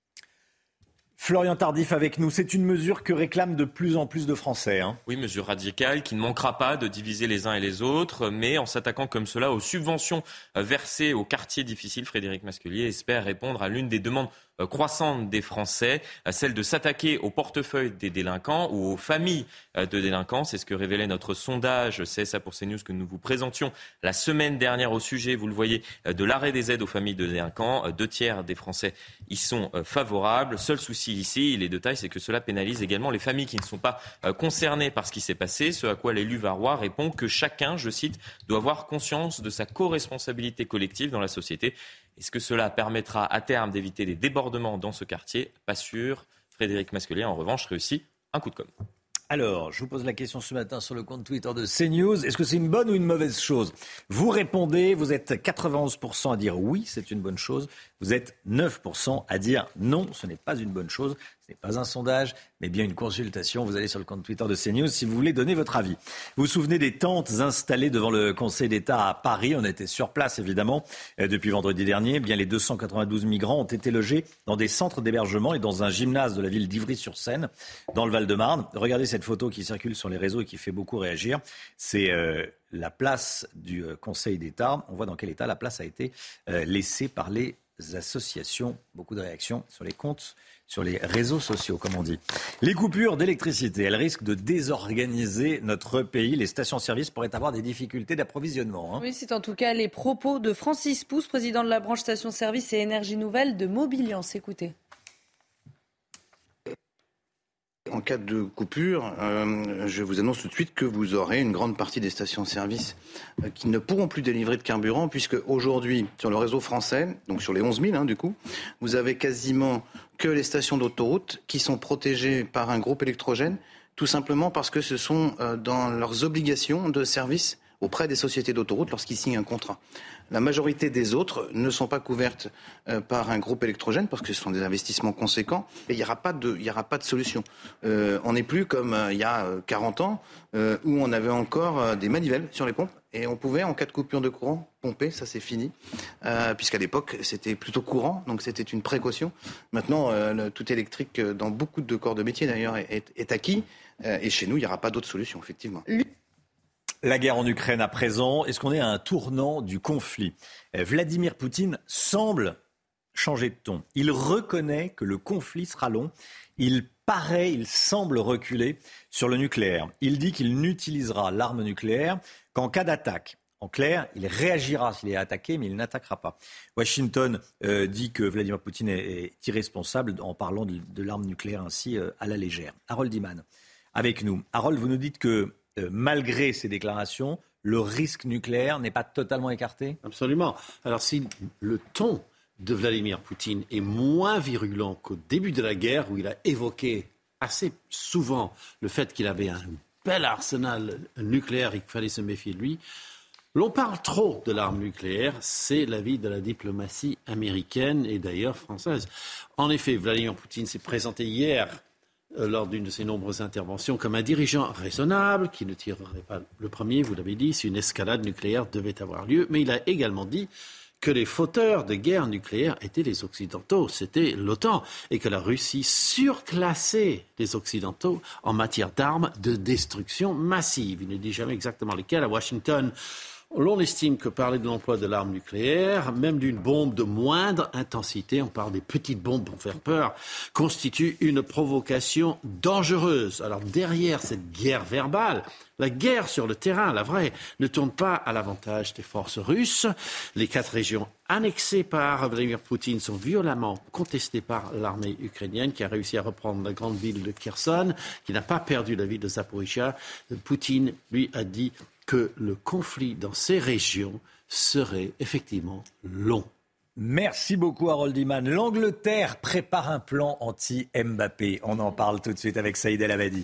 Florian Tardif avec nous, c'est une mesure que réclament de plus en plus de Français. Hein. Oui, mesure radicale qui ne manquera pas de diviser les uns et les autres, mais en s'attaquant comme cela aux subventions versées aux quartiers difficiles, Frédéric Masquelier espère répondre à l'une des demandes croissante des Français, celle de s'attaquer au portefeuille des délinquants ou aux familles de délinquants. C'est ce que révélait notre sondage C S A pour CNews que nous vous présentions la semaine dernière au sujet, vous le voyez, de l'arrêt des aides aux familles de délinquants. Deux tiers des Français y sont favorables. Seul souci ici, il est de taille, c'est que cela pénalise également les familles qui ne sont pas concernées par ce qui s'est passé, ce à quoi l'élu varois répond que chacun, je cite, doit avoir conscience de sa co-responsabilité collective dans la société. Est-ce que cela permettra à terme d'éviter les débordements dans ce quartier ? Pas sûr. Frédéric Masquelier, en revanche, réussit un coup de com'. Alors, je vous pose la question ce matin sur le compte Twitter de CNews. Est-ce que c'est une bonne ou une mauvaise chose ? Vous répondez, vous êtes quatre-vingt-onze pour cent à dire oui, c'est une bonne chose. Vous êtes neuf pour cent à dire non, ce n'est pas une bonne chose. Ce n'est pas un sondage, mais bien une consultation. Vous allez sur le compte Twitter de CNews si vous voulez donner votre avis. Vous vous souvenez des tentes installées devant le Conseil d'État à Paris ? On était sur place, évidemment, depuis vendredi dernier. Eh bien, les deux cent quatre-vingt-douze migrants ont été logés dans des centres d'hébergement et dans un gymnase de la ville d'Ivry-sur-Seine, dans le Val-de-Marne. Regardez cette photo qui circule sur les réseaux et qui fait beaucoup réagir. C'est euh, la place du euh, Conseil d'État. On voit dans quel état la place a été euh, laissée par les associations. Beaucoup de réactions sur les comptes, sur les réseaux sociaux, comme on dit. Les coupures d'électricité, elles risquent de désorganiser notre pays. Les stations-service pourraient avoir des difficultés d'approvisionnement. Hein. Oui, c'est en tout cas les propos de Francis Pousse, président de la branche stations-service et énergie nouvelle de Mobiliance. Écoutez. En cas de coupure, euh, je vous annonce tout de suite que vous aurez une grande partie des stations-service euh, qui ne pourront plus délivrer de carburant, puisque aujourd'hui, sur le réseau français, donc sur les onze mille hein, du coup, vous avez quasiment que les stations d'autoroute qui sont protégées par un groupe électrogène, tout simplement parce que ce sont euh, dans leurs obligations de service auprès des sociétés d'autoroute lorsqu'ils signent un contrat. La majorité des autres ne sont pas couvertes euh, par un groupe électrogène parce que ce sont des investissements conséquents et il n'y aura pas de, il y aura pas de solution. Euh, on n'est plus comme euh, il y a quarante ans euh, où on avait encore euh, des manivelles sur les pompes et on pouvait, en cas de coupure de courant, pomper, ça c'est fini, euh, puisqu'à l'époque c'était plutôt courant, donc c'était une précaution. Maintenant, euh, le tout électrique dans beaucoup de corps de métier d'ailleurs est, est, est acquis euh, et chez nous il n'y aura pas d'autre solution effectivement. La guerre en Ukraine à présent, est-ce qu'on est à un tournant du conflit ? Vladimir Poutine semble changer de ton. Il reconnaît que le conflit sera long. Il paraît, il semble reculer sur le nucléaire. Il dit qu'il n'utilisera l'arme nucléaire qu'en cas d'attaque. En clair, il réagira s'il est attaqué, mais il n'attaquera pas. Washington euh, dit que Vladimir Poutine est, est irresponsable en parlant de, de l'arme nucléaire ainsi euh, à la légère. Harold Iman, avec nous. Harold, vous nous dites que euh, malgré ces déclarations, le risque nucléaire n'est pas totalement écarté ? Absolument. Alors si le ton de Vladimir Poutine est moins virulent qu'au début de la guerre, où il a évoqué assez souvent le fait qu'il avait un bel arsenal nucléaire et qu'il fallait se méfier de lui, l'on parle trop de l'arme nucléaire, c'est l'avis de la diplomatie américaine et d'ailleurs française. En effet, Vladimir Poutine s'est présenté hier, euh, lors d'une de ses nombreuses interventions, comme un dirigeant raisonnable, qui ne tirerait pas le premier, vous l'avez dit, si une escalade nucléaire devait avoir lieu. Mais il a également dit que les fauteurs de guerre nucléaire étaient les Occidentaux, c'était l'OTAN, et que la Russie surclassait les Occidentaux en matière d'armes de destruction massive. Il ne dit jamais exactement lesquelles. À Washington, l'on estime que parler de l'emploi de l'arme nucléaire, même d'une bombe de moindre intensité, on parle des petites bombes pour faire peur, constitue une provocation dangereuse. Alors derrière cette guerre verbale, la guerre sur le terrain, la vraie, ne tourne pas à l'avantage des forces russes. Les quatre régions annexées par Vladimir Poutine sont violemment contestées par l'armée ukrainienne qui a réussi à reprendre la grande ville de Kherson, qui n'a pas perdu la ville de Zaporizhzhia. Poutine, lui, a dit que le conflit dans ces régions serait effectivement long. Merci beaucoup Harold Iman. L'Angleterre prépare un plan anti-Mbappé. On en parle tout de suite avec Saïd El Abadi.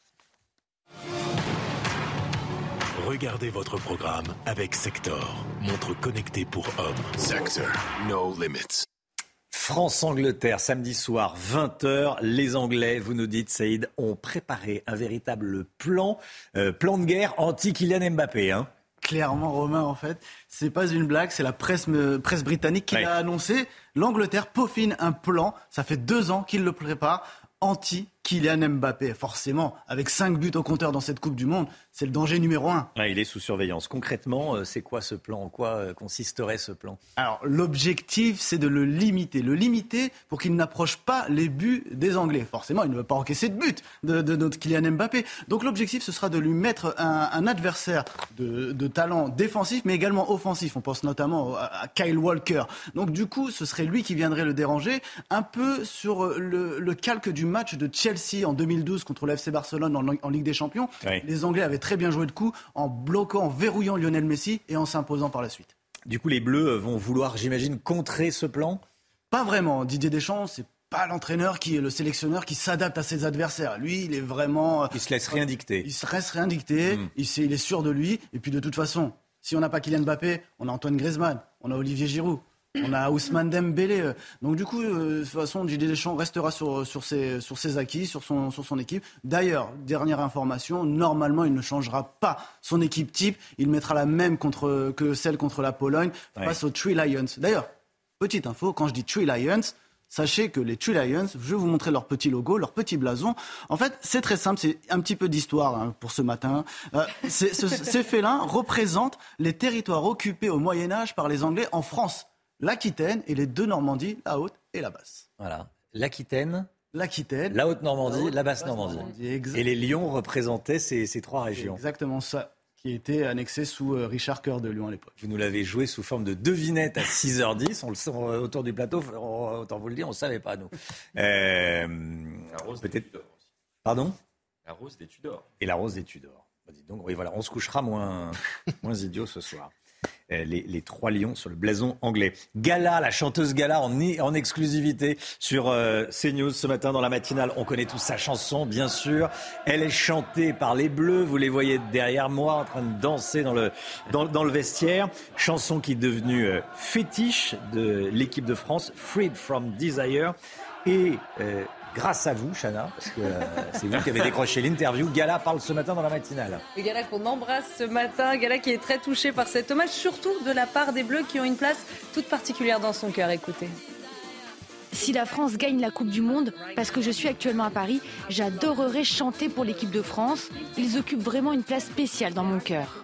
Regardez votre programme avec Sector, montre connectée pour hommes. Sector, no limits. France-Angleterre, samedi soir, vingt heures. Les Anglais, vous nous dites, Saïd, ont préparé un véritable plan, euh, plan de guerre anti-Kylian Mbappé. Hein. Clairement, Romain, en fait, c'est pas une blague, c'est la presse, euh, presse britannique qui ouais. l'a annoncé. L'Angleterre peaufine un plan, ça fait deux ans qu'il le prépare, anti-Kylian Mbappé. Forcément, avec cinq buts au compteur dans cette Coupe du Monde, c'est le danger numéro un. Ouais, il est sous surveillance. Concrètement, c'est quoi ce plan ? En quoi consisterait ce plan ? Alors, l'objectif, c'est de le limiter. Le limiter pour qu'il n'approche pas les buts des Anglais. Forcément, il ne veut pas encaisser de but de, de notre Kylian Mbappé. Donc, l'objectif, ce sera de lui mettre un, un adversaire de, de talent défensif, mais également offensif. On pense notamment à, à Kyle Walker. Donc, du coup, ce serait lui qui viendrait le déranger. Un peu sur le, le calque du match de Chelsea en deux mille douze contre le F C Barcelone en, en Ligue des Champions. Oui. Les Anglais avaient très bien joué le coup en bloquant, en verrouillant Lionel Messi et en s'imposant par la suite. Du coup, les Bleus vont vouloir, j'imagine, contrer ce plan ? Pas vraiment. Didier Deschamps, c'est pas l'entraîneur qui est le sélectionneur qui s'adapte à ses adversaires. Lui, il est vraiment... Il se laisse rien dicter. Il se laisse rien dicter. Mmh. Il, sait, il est sûr de lui. Et puis de toute façon, si on n'a pas Kylian Mbappé, on a Antoine Griezmann, on a Olivier Giroud. On a Ousmane Dembélé. Donc du coup, euh, de toute façon, Didier Deschamps restera sur, sur, ses, sur ses acquis, sur son, sur son équipe. D'ailleurs, dernière information, normalement, il ne changera pas son équipe type. Il mettra la même contre, que celle contre la Pologne face ouais. aux Three Lions. D'ailleurs, petite info, quand je dis Three Lions, sachez que les Three Lions, je vais vous montrer leur petit logo, leur petit blason. En fait, c'est très simple, c'est un petit peu d'histoire hein, pour ce matin. Euh, c'est, ce, ces félins représentent les territoires occupés au Moyen-Âge par les Anglais en France. L'Aquitaine et les deux Normandies, la Haute et la Basse. Voilà, l'Aquitaine, l'Aquitaine, la Haute-Normandie, la, la Basse-Normandie. Basse et les Lions représentaient ces, ces trois régions. C'est exactement ça, qui était annexé sous euh, Richard Cœur de Lion à l'époque. Vous nous l'avez joué sous forme de devinette à six heures dix, on le sent autour du plateau, autant vous le dire, on ne savait pas, nous. Euh, la rose peut-être... des Tudors aussi. Pardon ? La rose des Tudors. Et la rose des Tudors. Donc oui, voilà, on se couchera moins, moins idiot ce soir. Les, les trois lions sur le blason anglais. Gala, la chanteuse Gala en, en exclusivité sur euh, CNews ce matin dans la matinale. On connaît tous sa chanson, bien sûr. Elle est chantée par les Bleus. Vous les voyez derrière moi en train de danser dans le, dans, dans le vestiaire. Chanson qui est devenue euh, fétiche de l'équipe de France, Freed from Desire. Et... Euh, grâce à vous, Chana, parce que euh, c'est vous qui avez décroché l'interview. Gala parle ce matin dans la matinale. Le Gala qu'on embrasse ce matin, Gala qui est très touché par cet hommage, surtout de la part des Bleus qui ont une place toute particulière dans son cœur. Écoutez. Si la France gagne la Coupe du Monde, parce que je suis actuellement à Paris, j'adorerais chanter pour l'équipe de France. Ils occupent vraiment une place spéciale dans mon cœur.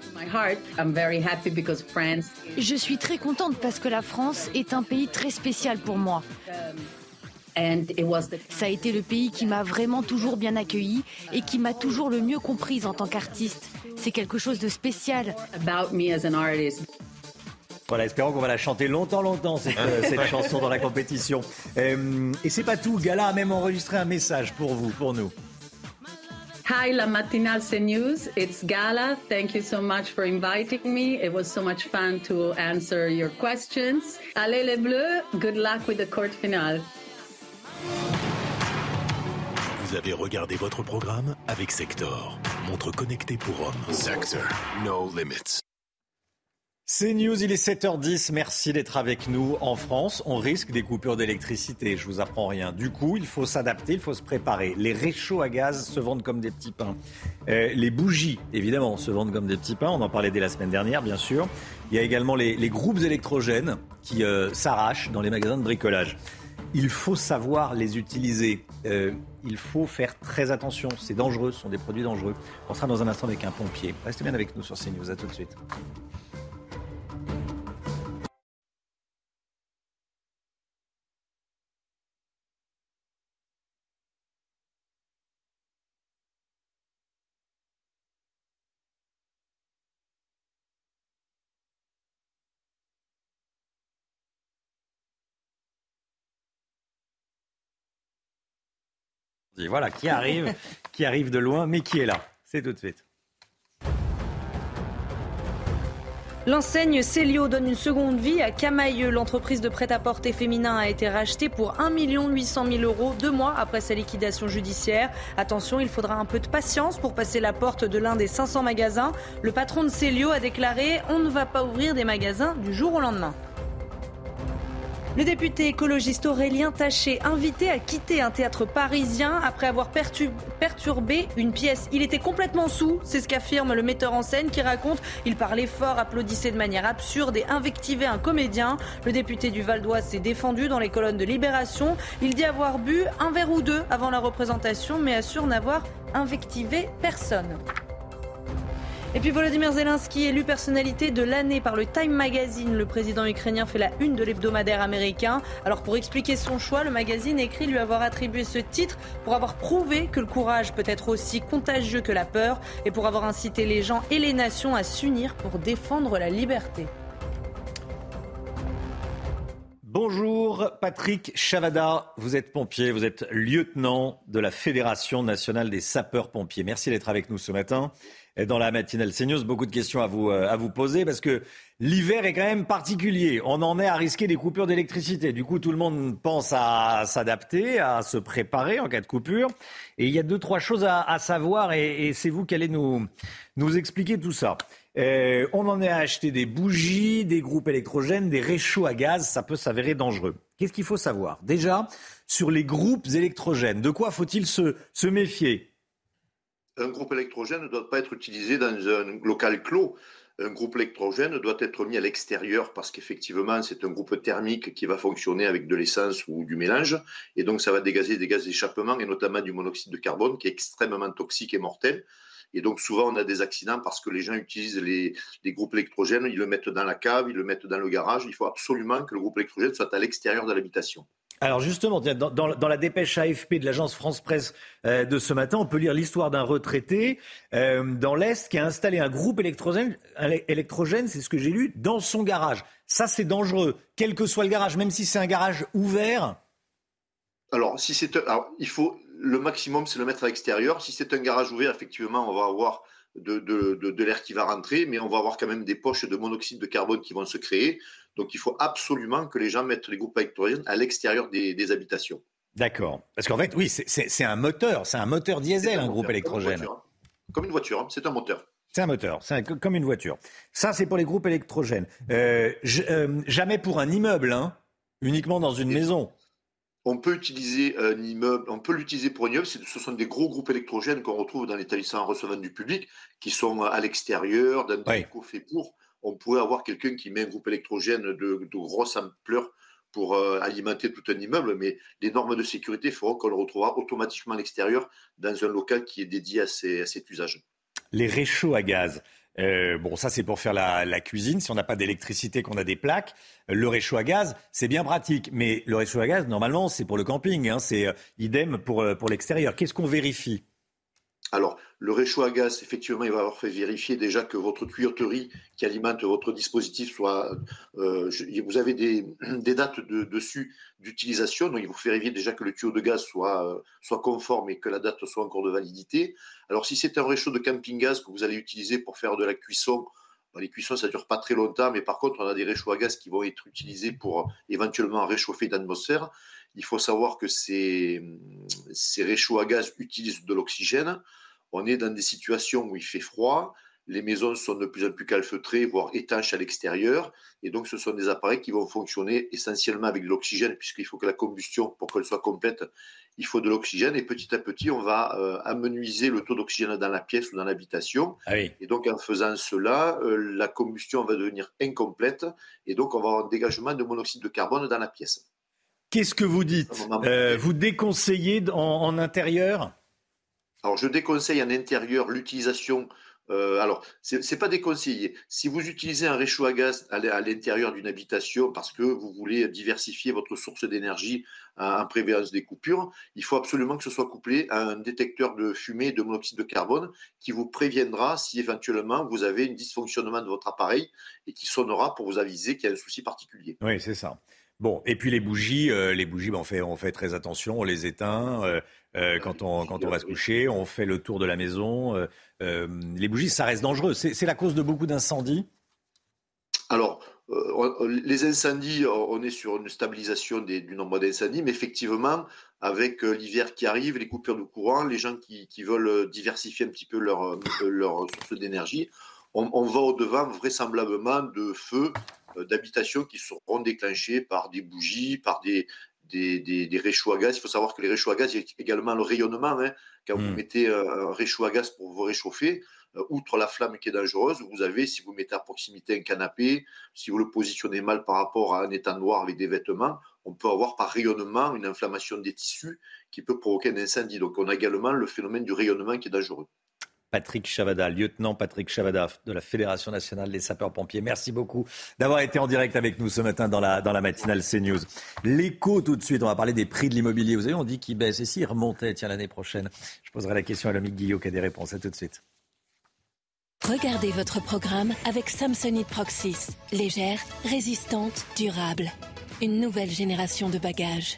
Je suis très contente parce que la France est un pays très spécial pour moi. Ça a été le pays qui m'a vraiment toujours bien accueillie et qui m'a toujours le mieux comprise en tant qu'artiste. C'est quelque chose de spécial. Voilà, espérons qu'on va la chanter longtemps, longtemps, cette, cette chanson dans la compétition. Euh, et c'est pas tout, Gala a même enregistré un message pour vous, pour nous. Hi, La Matinale CNews. It's Gala. Thank you so much for inviting me. It was so much fun to answer your questions. Allez les Bleus, good luck with the quart finale. Vous avez regardé votre programme avec Sector, montre connectée pour hommes. Sector, no limits. C'est News, il est sept heures dix, merci d'être avec nous. En France, on risque des coupures d'électricité, je vous apprends rien. Du coup, il faut s'adapter, il faut se préparer. Les réchauds à gaz se vendent comme des petits pains. Euh, les bougies, évidemment, se vendent comme des petits pains, on en parlait dès la semaine dernière, bien sûr. Il y a également les, les groupes électrogènes qui euh, s'arrachent dans les magasins de bricolage. Il faut savoir les utiliser. Euh, il faut faire très attention, c'est dangereux, ce sont des produits dangereux. On sera dans un instant avec un pompier. Restez bien avec nous sur CNews, à tout de suite. Et voilà, qui arrive, qui arrive de loin, mais qui est là. C'est tout de suite. L'enseigne Célio donne une seconde vie à Camailleux. L'entreprise de prêt-à-porter féminin a été rachetée pour un million huit cent mille euros deux mois après sa liquidation judiciaire. Attention, il faudra un peu de patience pour passer la porte de l'un des cinq cents magasins. Le patron de Célio a déclaré « On ne va pas ouvrir des magasins du jour au lendemain ». Le député écologiste Aurélien Taché, invité à quitter un théâtre parisien après avoir pertu- perturbé une pièce. Il était complètement saoul, c'est ce qu'affirme le metteur en scène qui raconte. Il parlait fort, applaudissait de manière absurde et invectivait un comédien. Le député du Val d'Oise s'est défendu dans les colonnes de Libération. Il dit avoir bu un verre ou deux avant la représentation, mais assure n'avoir invectivé personne. Et puis Volodymyr Zelensky, élu personnalité de l'année par le Time Magazine. Le président ukrainien fait la une de l'hebdomadaire américain. Alors pour expliquer son choix, le magazine écrit lui avoir attribué ce titre pour avoir prouvé que le courage peut être aussi contagieux que la peur et pour avoir incité les gens et les nations à s'unir pour défendre la liberté. Bonjour Patrick Chavada, vous êtes pompier, vous êtes lieutenant de la Fédération nationale des sapeurs-pompiers. Merci d'être avec nous ce matin. Et dans la matinale CNews, beaucoup de questions à vous, à vous poser parce que l'hiver est quand même particulier. On en est à risquer des coupures d'électricité. Du coup, tout le monde pense à s'adapter, à se préparer en cas de coupure. Et il y a deux, trois choses à, à savoir et, et c'est vous qui allez nous, nous expliquer tout ça. Euh, on en est à acheter des bougies, des groupes électrogènes, des réchauds à gaz. Ça peut s'avérer dangereux. Qu'est-ce qu'il faut savoir ? Déjà, sur les groupes électrogènes, de quoi faut-il se, se méfier ? Un groupe électrogène ne doit pas être utilisé dans un local clos. Un groupe électrogène doit être mis à l'extérieur parce qu'effectivement, c'est un groupe thermique qui va fonctionner avec de l'essence ou du mélange. Et donc, ça va dégager des gaz d'échappement et notamment du monoxyde de carbone qui est extrêmement toxique et mortel. Et donc, souvent, on a des accidents parce que les gens utilisent les, les groupes électrogènes, ils le mettent dans la cave, ils le mettent dans le garage. Il faut absolument que le groupe électrogène soit à l'extérieur de l'habitation. Alors justement, dans, dans, dans la dépêche A F P de l'agence France-Presse euh, de ce matin, on peut lire l'histoire d'un retraité euh, dans l'Est qui a installé un groupe électrogène, un électrogène, c'est ce que j'ai lu, dans son garage. Ça, c'est dangereux, quel que soit le garage, même si c'est un garage ouvert. Alors, si c'est, alors, il faut le maximum, c'est le mettre à l'extérieur. Si c'est un garage ouvert, effectivement, on va avoir de, de, de, de l'air qui va rentrer, mais on va avoir quand même des poches de monoxyde de carbone qui vont se créer. Donc, il faut absolument que les gens mettent les groupes électrogènes à l'extérieur des, des habitations. D'accord. Parce qu'en fait, oui, c'est, c'est, c'est un moteur. C'est un moteur diesel, un, un moteur, groupe électrogène. Comme une voiture, comme une voiture hein. C'est un moteur. C'est un moteur. C'est un, comme une voiture. Ça, c'est pour les groupes électrogènes. Euh, j- euh, jamais pour un immeuble, hein. Uniquement dans une Et maison. On peut utiliser un immeuble, on peut l'utiliser pour un immeuble. C'est, ce sont des gros groupes électrogènes qu'on retrouve dans l'établissement recevant du public, qui sont à l'extérieur, dans des locaux faits pour. On pourrait avoir quelqu'un qui met un groupe électrogène de, de grosse ampleur pour euh, alimenter tout un immeuble, mais les normes de sécurité feront qu'on le retrouvera automatiquement à l'extérieur dans un local qui est dédié à, ces, à cet usage. Les réchauds à gaz. Euh, bon, ça c'est pour faire la, la cuisine. Si on n'a pas d'électricité, qu'on a des plaques, le réchaud à gaz, c'est bien pratique. Mais le réchaud à gaz, normalement, c'est pour le camping. Hein, c'est euh, idem pour, euh, pour l'extérieur. Qu'est-ce qu'on vérifie ? Alors, le réchaud à gaz, effectivement, il va avoir fait vérifier déjà que votre tuyauterie qui alimente votre dispositif soit... Euh, vous avez des, des dates de, dessus d'utilisation, donc il vous fait vérifier déjà que le tuyau de gaz soit, euh, soit conforme et que la date soit encore de validité. Alors, si c'est un réchaud de camping-gaz que vous allez utiliser pour faire de la cuisson, les cuissons, ça ne dure pas très longtemps, mais par contre, on a des réchauds à gaz qui vont être utilisés pour éventuellement réchauffer l'atmosphère. Il faut savoir que ces, ces réchauds à gaz utilisent de l'oxygène. On est dans des situations où il fait froid, les maisons sont de plus en plus calfeutrées, voire étanches à l'extérieur, et donc ce sont des appareils qui vont fonctionner essentiellement avec de l'oxygène, puisqu'il faut que la combustion, pour qu'elle soit complète, il faut de l'oxygène, et petit à petit, on va euh, amenuiser le taux d'oxygène dans la pièce ou dans l'habitation, ah oui. Et donc en faisant cela, euh, la combustion va devenir incomplète, et donc on va avoir un dégagement de monoxyde de carbone dans la pièce. Qu'est-ce que vous dites ? euh, Vous déconseillez en, en intérieur ? Alors, je déconseille en intérieur l'utilisation. Euh, alors, c'est, c'est pas déconseillé. Si vous utilisez un réchaud à gaz à l'intérieur d'une habitation parce que vous voulez diversifier votre source d'énergie en prévoyance des coupures, il faut absolument que ce soit couplé à un détecteur de fumée et de monoxyde de carbone qui vous préviendra si éventuellement vous avez un dysfonctionnement de votre appareil et qui sonnera pour vous aviser qu'il y a un souci particulier. Oui, c'est ça. Bon, et puis les bougies, euh, les bougies, ben on fait, on fait très attention, on les éteint euh, euh, quand on quand on va se coucher, on fait le tour de la maison. Euh, euh, les bougies, ça reste dangereux. C'est, c'est la cause de beaucoup d'incendies. Alors, euh, les incendies, on est sur une stabilisation des, du nombre d'incendies, mais effectivement, avec l'hiver qui arrive, les coupures de courant, les gens qui, qui veulent diversifier un petit peu leur leur source d'énergie, on, on va au-devant vraisemblablement de feux d'habitations qui seront déclenchées par des bougies, par des, des, des, des réchauds à gaz. Il faut savoir que les réchauds à gaz, il y a également le rayonnement. Hein. Quand mmh. vous mettez un réchaud à gaz pour vous réchauffer, euh, outre la flamme qui est dangereuse, vous avez, si vous mettez à proximité un canapé, si vous le positionnez mal par rapport à un étendoir avec des vêtements, on peut avoir par rayonnement une inflammation des tissus qui peut provoquer un incendie. Donc on a également le phénomène du rayonnement qui est dangereux. Patrick Chavada, lieutenant Patrick Chavada de la Fédération nationale des sapeurs-pompiers. Merci beaucoup d'avoir été en direct avec nous ce matin dans la, dans la matinale CNews. L'écho tout de suite, on va parler des prix de l'immobilier. Vous savez, on dit qu'il baisse et s'il remontait, tiens, l'année prochaine. Je poserai la question à l'ami Guillaume qui a des réponses. À tout de suite. Regardez votre programme avec Samsonite Proxys. Légère, résistante, durable. Une nouvelle génération de bagages.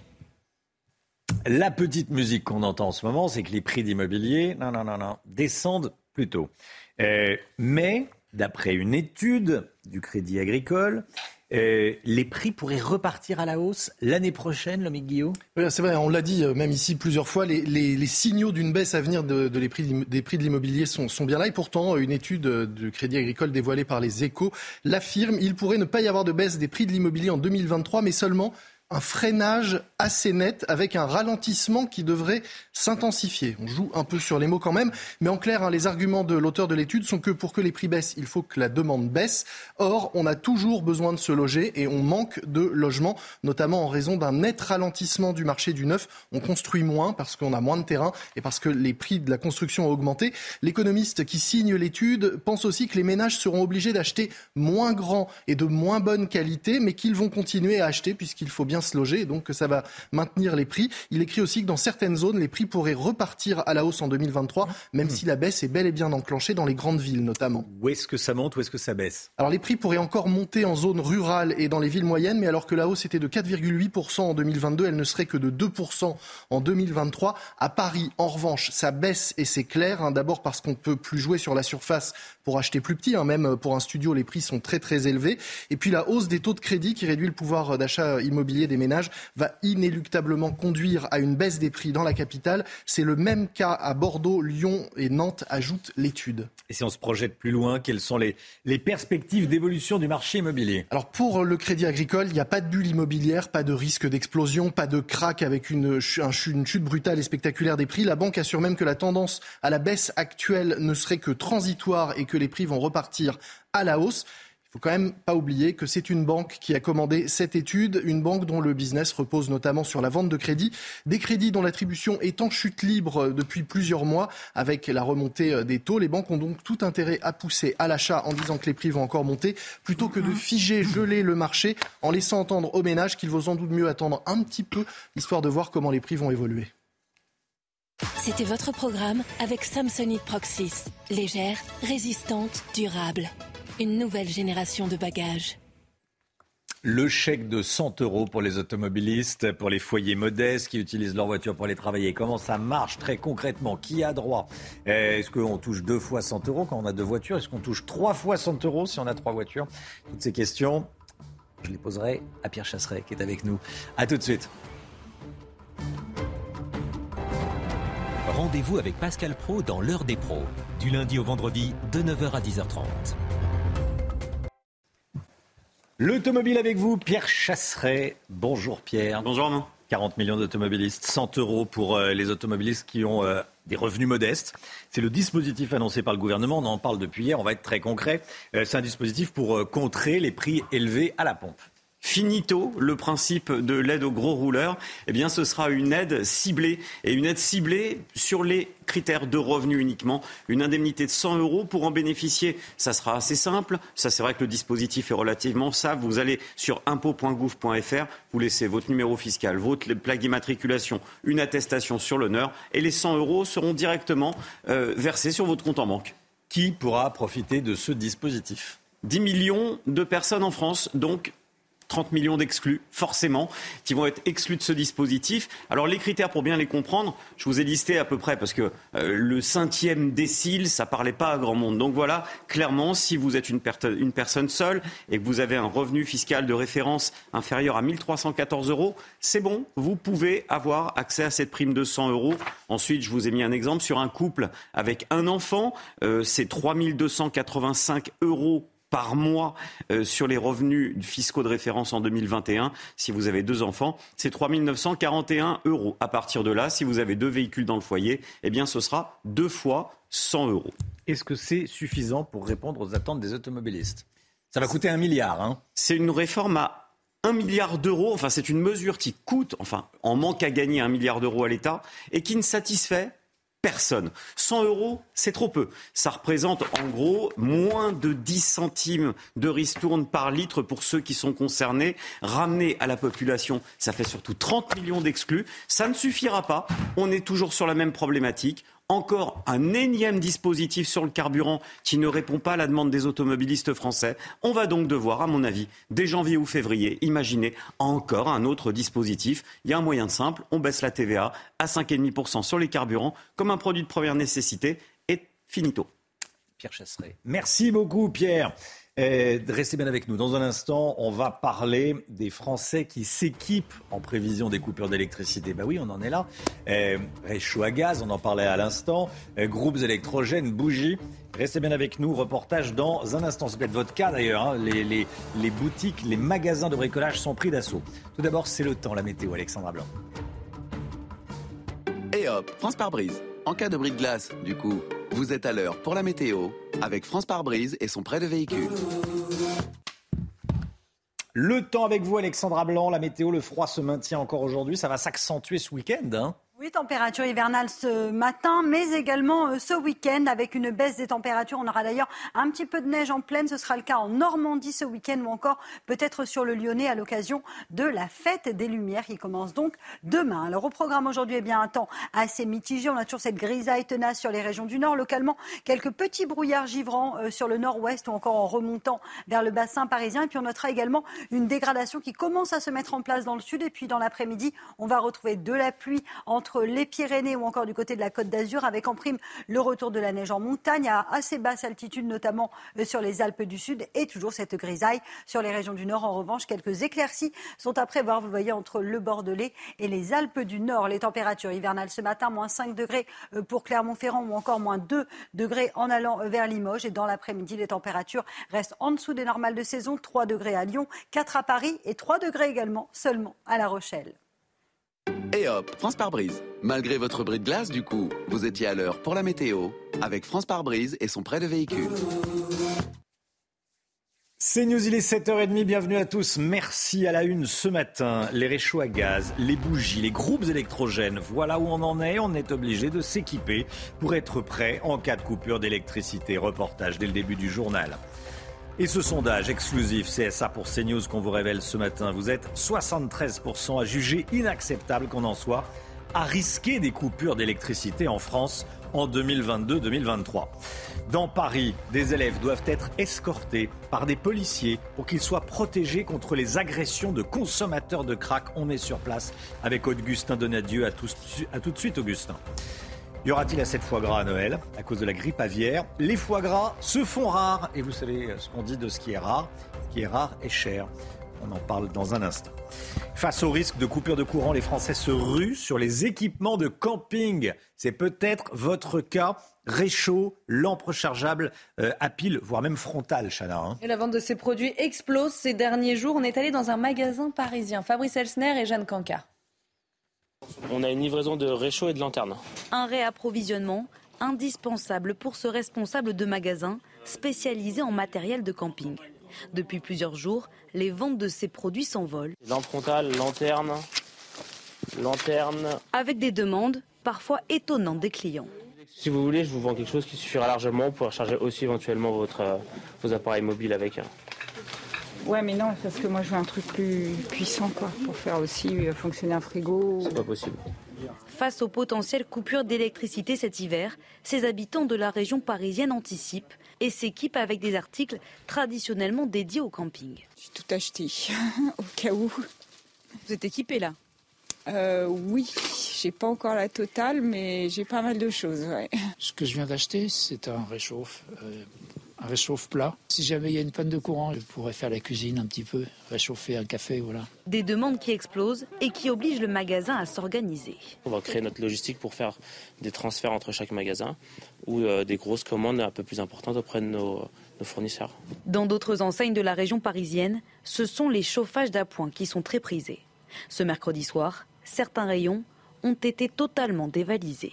La petite musique qu'on entend en ce moment, c'est que les prix d'immobilier, non, non, non, non, descendent plutôt. Euh, mais, d'après une étude du Crédit Agricole, euh, les prix pourraient repartir à la hausse l'année prochaine, l'homme Guillaume. Oui, c'est vrai, on l'a dit même ici plusieurs fois, les, les, les signaux d'une baisse à venir de, de les prix, des prix de l'immobilier sont, sont bien là. Et pourtant, une étude du Crédit Agricole dévoilée par les Échos l'affirme, il pourrait ne pas y avoir de baisse des prix de l'immobilier en deux mille vingt-trois, mais seulement un freinage assez net avec un ralentissement qui devrait s'intensifier. On joue un peu sur les mots quand même, mais en clair, hein, les arguments de l'auteur de l'étude sont que pour que les prix baissent, il faut que la demande baisse. Or, on a toujours besoin de se loger et on manque de logements, notamment en raison d'un net ralentissement du marché du neuf. On construit moins parce qu'on a moins de terrain et parce que les prix de la construction ont augmenté. L'économiste qui signe l'étude pense aussi que les ménages seront obligés d'acheter moins grand et de moins bonne qualité, mais qu'ils vont continuer à acheter puisqu'il faut bien se loger, donc que ça va maintenir les prix. Il écrit aussi que dans certaines zones, les prix pourraient repartir à la hausse en deux mille vingt-trois, même mmh. si la baisse est bel et bien enclenchée dans les grandes villes notamment. Où est-ce que ça monte, où est-ce que ça baisse ? Alors les prix pourraient encore monter en zone rurale et dans les villes moyennes, mais alors que la hausse était de quatre virgule huit pour cent en deux mille vingt-deux, elle ne serait que de deux pour cent en deux mille vingt-trois. À Paris, en revanche, ça baisse et c'est clair. Hein, d'abord parce qu'on ne peut plus jouer sur la surface pour acheter plus petit. Hein, même pour un studio, les prix sont très très élevés. Et puis la hausse des taux de crédit qui réduit le pouvoir d'achat immobilier des ménages va inéluctablement conduire à une baisse des prix dans la capitale. C'est le même cas à Bordeaux, Lyon et Nantes, ajoute l'étude. Et si on se projette plus loin, quelles sont les, les perspectives d'évolution du marché immobilier ? Alors pour le Crédit Agricole, il n'y a pas de bulle immobilière, pas de risque d'explosion, pas de crack avec une, une chute brutale et spectaculaire des prix. La banque assure même que la tendance à la baisse actuelle ne serait que transitoire et que les prix vont repartir à la hausse. Il ne faut quand même pas oublier que c'est une banque qui a commandé cette étude, une banque dont le business repose notamment sur la vente de crédits, des crédits dont l'attribution est en chute libre depuis plusieurs mois avec la remontée des taux. Les banques ont donc tout intérêt à pousser à l'achat en disant que les prix vont encore monter, plutôt que de figer, geler le marché en laissant entendre aux ménages qu'il vaut sans doute mieux attendre un petit peu, histoire de voir comment les prix vont évoluer. C'était votre programme avec Samsonite Proxys. Légère, résistante, durable. Une nouvelle génération de bagages. Le chèque de cent euros pour les automobilistes, pour les foyers modestes qui utilisent leur voiture pour aller travailler. Comment ça marche très concrètement? Qui a droit? Est-ce qu'on touche deux fois cent euros quand on a deux voitures? Est-ce qu'on touche trois fois cent euros si on a trois voitures? Toutes ces questions, je les poserai à Pierre Chasseret qui est avec nous. A tout de suite. Rendez-vous avec Pascal Praud dans l'heure des pros, du lundi au vendredi de neuf heures à dix heures trente. L'automobile avec vous, Pierre Chasseret. Bonjour Pierre. Bonjour Arnaud. quarante millions d'automobilistes, cent euros pour euh, les automobilistes qui ont euh, des revenus modestes. C'est le dispositif annoncé par le gouvernement, on en parle depuis hier, on va être très concret. Euh, c'est un dispositif pour euh, contrer les prix élevés à la pompe. Finito, le principe de l'aide aux gros rouleurs, eh bien ce sera une aide ciblée, et une aide ciblée sur les critères de revenus uniquement. Une indemnité de cent euros pour en bénéficier, ça sera assez simple. Ça, c'est vrai que le dispositif est relativement simple. Vous allez sur impôt point gouv point f r, vous laissez votre numéro fiscal, votre plaque d'immatriculation, une attestation sur l'honneur, et les cent euros seront directement euh, versés sur votre compte en banque. Qui pourra profiter de ce dispositif? dix millions de personnes en France, donc trente millions d'exclus, forcément, qui vont être exclus de ce dispositif. Alors les critères, pour bien les comprendre, je vous ai listé à peu près, parce que euh, le centième décile, ça parlait pas à grand monde. Donc voilà, clairement, si vous êtes une, per- une personne seule et que vous avez un revenu fiscal de référence inférieur à mille trois cent quatorze euros, c'est bon, vous pouvez avoir accès à cette prime de cent euros. Ensuite, je vous ai mis un exemple sur un couple avec un enfant, euh, c'est trois mille deux cent quatre-vingt-cinq euros par mois euh, sur les revenus fiscaux de référence en deux mille vingt et un. Si vous avez deux enfants, c'est trois mille neuf cent quarante et un euros. À partir de là, si vous avez deux véhicules dans le foyer, eh bien, ce sera deux fois cent euros. Est-ce que c'est suffisant pour répondre aux attentes des automobilistes? Ça va coûter un milliard. Hein. C'est une réforme à un milliard d'euros. Enfin, c'est une mesure qui coûte, enfin, en manque à gagner un milliard d'euros à l'État et qui ne satisfait personne. cent euros, c'est trop peu. Ça représente en gros moins de dix centimes de ristourne par litre pour ceux qui sont concernés. Ramener à la population, ça fait surtout trente millions d'exclus. Ça ne suffira pas. On est toujours sur la même problématique. Encore un énième dispositif sur le carburant qui ne répond pas à la demande des automobilistes français. On va donc devoir, à mon avis, dès janvier ou février, imaginer encore un autre dispositif. Il y a un moyen simple, on baisse la T V A à cinq virgule cinq pour cent sur les carburants comme un produit de première nécessité et finito. Pierre Chasseret. Merci beaucoup Pierre. Euh, restez bien avec nous. Dans un instant, on va parler des Français qui s'équipent en prévision des coupures d'électricité. Ben oui, on en est là. Euh, réchaud à gaz, on en parlait à l'instant. Euh, groupes électrogènes, bougies. Restez bien avec nous. Reportage dans un instant. C'est peut-être votre cas d'ailleurs. Hein. Les, les, les boutiques, les magasins de bricolage sont pris d'assaut. Tout d'abord, c'est le temps, la météo. Alexandra Blanc. Et hop, France Pare-Brise. En cas de bris de glace, du coup, vous êtes à l'heure pour la météo avec France Pare-Brise et son prêt de véhicule. Le temps avec vous, Alexandra Blanc. La météo, le froid se maintient encore aujourd'hui. Ça va s'accentuer ce week-end, hein. Oui, température hivernale ce matin, mais également ce week-end avec une baisse des températures. On aura d'ailleurs un petit peu de neige en plaine. Ce sera le cas en Normandie ce week-end ou encore peut-être sur le Lyonnais à l'occasion de la fête des Lumières qui commence donc demain. Alors au programme aujourd'hui, eh bien un temps assez mitigé. On a toujours cette grisaille tenace sur les régions du Nord. Localement, quelques petits brouillards givrants euh, sur le Nord-Ouest ou encore en remontant vers le bassin parisien. Et puis on notera également une dégradation qui commence à se mettre en place dans le sud. Et puis dans l'après-midi, on va retrouver de la pluie entre entre les Pyrénées ou encore du côté de la Côte d'Azur, avec en prime le retour de la neige en montagne à assez basse altitude, notamment sur les Alpes du Sud, et toujours cette grisaille sur les régions du Nord. En revanche, quelques éclaircies sont à prévoir, vous voyez, entre le Bordelais et les Alpes du Nord. Les températures hivernales ce matin, moins cinq degrés pour Clermont-Ferrand ou encore moins deux degrés en allant vers Limoges. Et dans l'après-midi, les températures restent en dessous des normales de saison, trois degrés à Lyon, quatre à Paris et trois degrés également seulement à La Rochelle. Et hop, France Pare-Brise. Malgré votre bris de glace, du coup, vous étiez à l'heure pour la météo avec France Pare-Brise et son prêt de véhicule. C'est News, il est sept heures trente, bienvenue à tous. Merci à la une ce matin. Les réchauds à gaz, les bougies, les groupes électrogènes, voilà où on en est. On est obligé de s'équiper pour être prêt en cas de coupure d'électricité. Reportage dès le début du journal. Et ce sondage exclusif C S A pour CNews qu'on vous révèle ce matin. Vous êtes soixante-treize pour cent à juger inacceptable qu'on en soit à risquer des coupures d'électricité en France en deux mille vingt-deux deux mille vingt-trois. Dans Paris, des élèves doivent être escortés par des policiers pour qu'ils soient protégés contre les agressions de consommateurs de crack. On est sur place avec Augustin Donadieu. À tout, à tout de suite, Augustin. Y aura-t-il assez de foie gras à Noël à cause de la grippe aviaire? Les foie gras se font rares. Et vous savez ce qu'on dit de ce qui est rare. Ce qui est rare est cher. On en parle dans un instant. Face au risque de coupure de courant, les Français se ruent sur les équipements de camping. C'est peut-être votre cas. Réchaud, lampe rechargeable euh, à pile, voire même frontale, Chana. Hein. Et la vente de ces produits explose ces derniers jours. On est allé dans un magasin parisien. Fabrice Elsner et Jeanne Cancard. On a une livraison de réchaud et de lanterne. Un réapprovisionnement indispensable pour ce responsable de magasin spécialisé en matériel de camping. Depuis plusieurs jours, les ventes de ces produits s'envolent. Lampe frontale, lanterne, lanterne. Avec des demandes parfois étonnantes des clients. Si vous voulez, je vous vends quelque chose qui suffira largement pour charger aussi éventuellement votre, euh, vos appareils mobiles avec. Ouais, mais non, parce que moi je veux un truc plus puissant, quoi, pour faire aussi fonctionner un frigo. C'est pas possible. Face aux potentielles coupures d'électricité cet hiver, ces habitants de la région parisienne anticipent et s'équipent avec des articles traditionnellement dédiés au camping. J'ai tout acheté, au cas où. Vous êtes équipés là ? Euh, oui, j'ai pas encore la totale, mais j'ai pas mal de choses. Ouais. Ce que je viens d'acheter, c'est un réchauffe, euh, un réchauffe plat. Si jamais il y a une panne de courant, je pourrais faire la cuisine un petit peu, réchauffer un café, voilà. Des demandes qui explosent et qui obligent le magasin à s'organiser. On va créer notre logistique pour faire des transferts entre chaque magasin ou euh, des grosses commandes un peu plus importantes auprès de nos, nos fournisseurs. Dans d'autres enseignes de la région parisienne, ce sont les chauffages d'appoint qui sont très prisés. Ce mercredi soir, certains rayons ont été totalement dévalisés.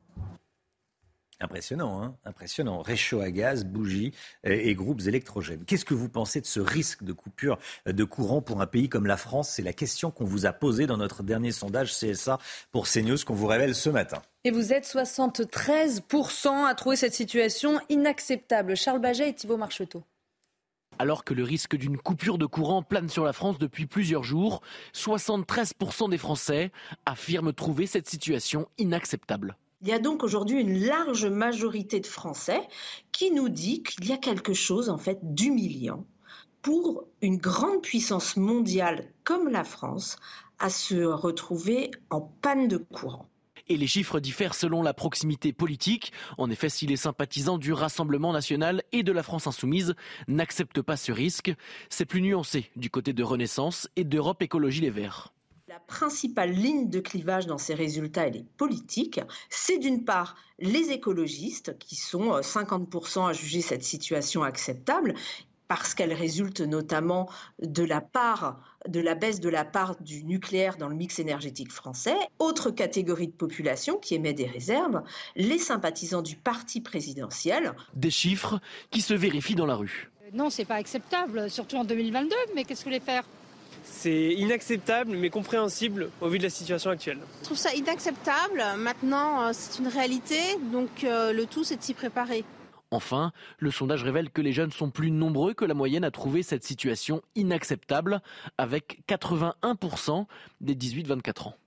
Impressionnant, hein, impressionnant. Réchaud à gaz, bougies et, et groupes électrogènes. Qu'est-ce que vous pensez de ce risque de coupure de courant pour un pays comme la France? C'est la question qu'on vous a posée dans notre dernier sondage C S A pour CNews qu'on vous révèle ce matin. Et vous êtes soixante-treize pour cent à trouver cette situation inacceptable. Charles Baget et Thibaut Marcheteau. Alors que le risque d'une coupure de courant plane sur la France depuis plusieurs jours, soixante-treize pour cent des Français affirment trouver cette situation inacceptable. Il y a donc aujourd'hui une large majorité de Français qui nous dit qu'il y a quelque chose en fait d'humiliant pour une grande puissance mondiale comme la France à se retrouver en panne de courant. Et les chiffres diffèrent selon la proximité politique. En effet, si les sympathisants du Rassemblement national et de la France insoumise n'acceptent pas ce risque, c'est plus nuancé du côté de Renaissance et d'Europe Écologie Les Verts. La principale ligne de clivage dans ces résultats, elle est politique. C'est d'une part les écologistes, qui sont cinquante pour cent à juger cette situation acceptable, parce qu'elle résulte notamment de la part, de la baisse de la part du nucléaire dans le mix énergétique français. Autre catégorie de population qui émet des réserves, les sympathisants du parti présidentiel. Des chiffres qui se vérifient dans la rue. Non, c'est pas acceptable, surtout en deux mille vingt-deux, mais qu'est-ce que vous voulez faire ? C'est inacceptable, mais compréhensible au vu de la situation actuelle. Je trouve ça inacceptable. Maintenant, c'est une réalité, donc euh, le tout, c'est de s'y préparer. Enfin, le sondage révèle que les jeunes sont plus nombreux que la moyenne à trouver cette situation inacceptable, avec quatre-vingt-un pour cent des dix-huit vingt-quatre ans.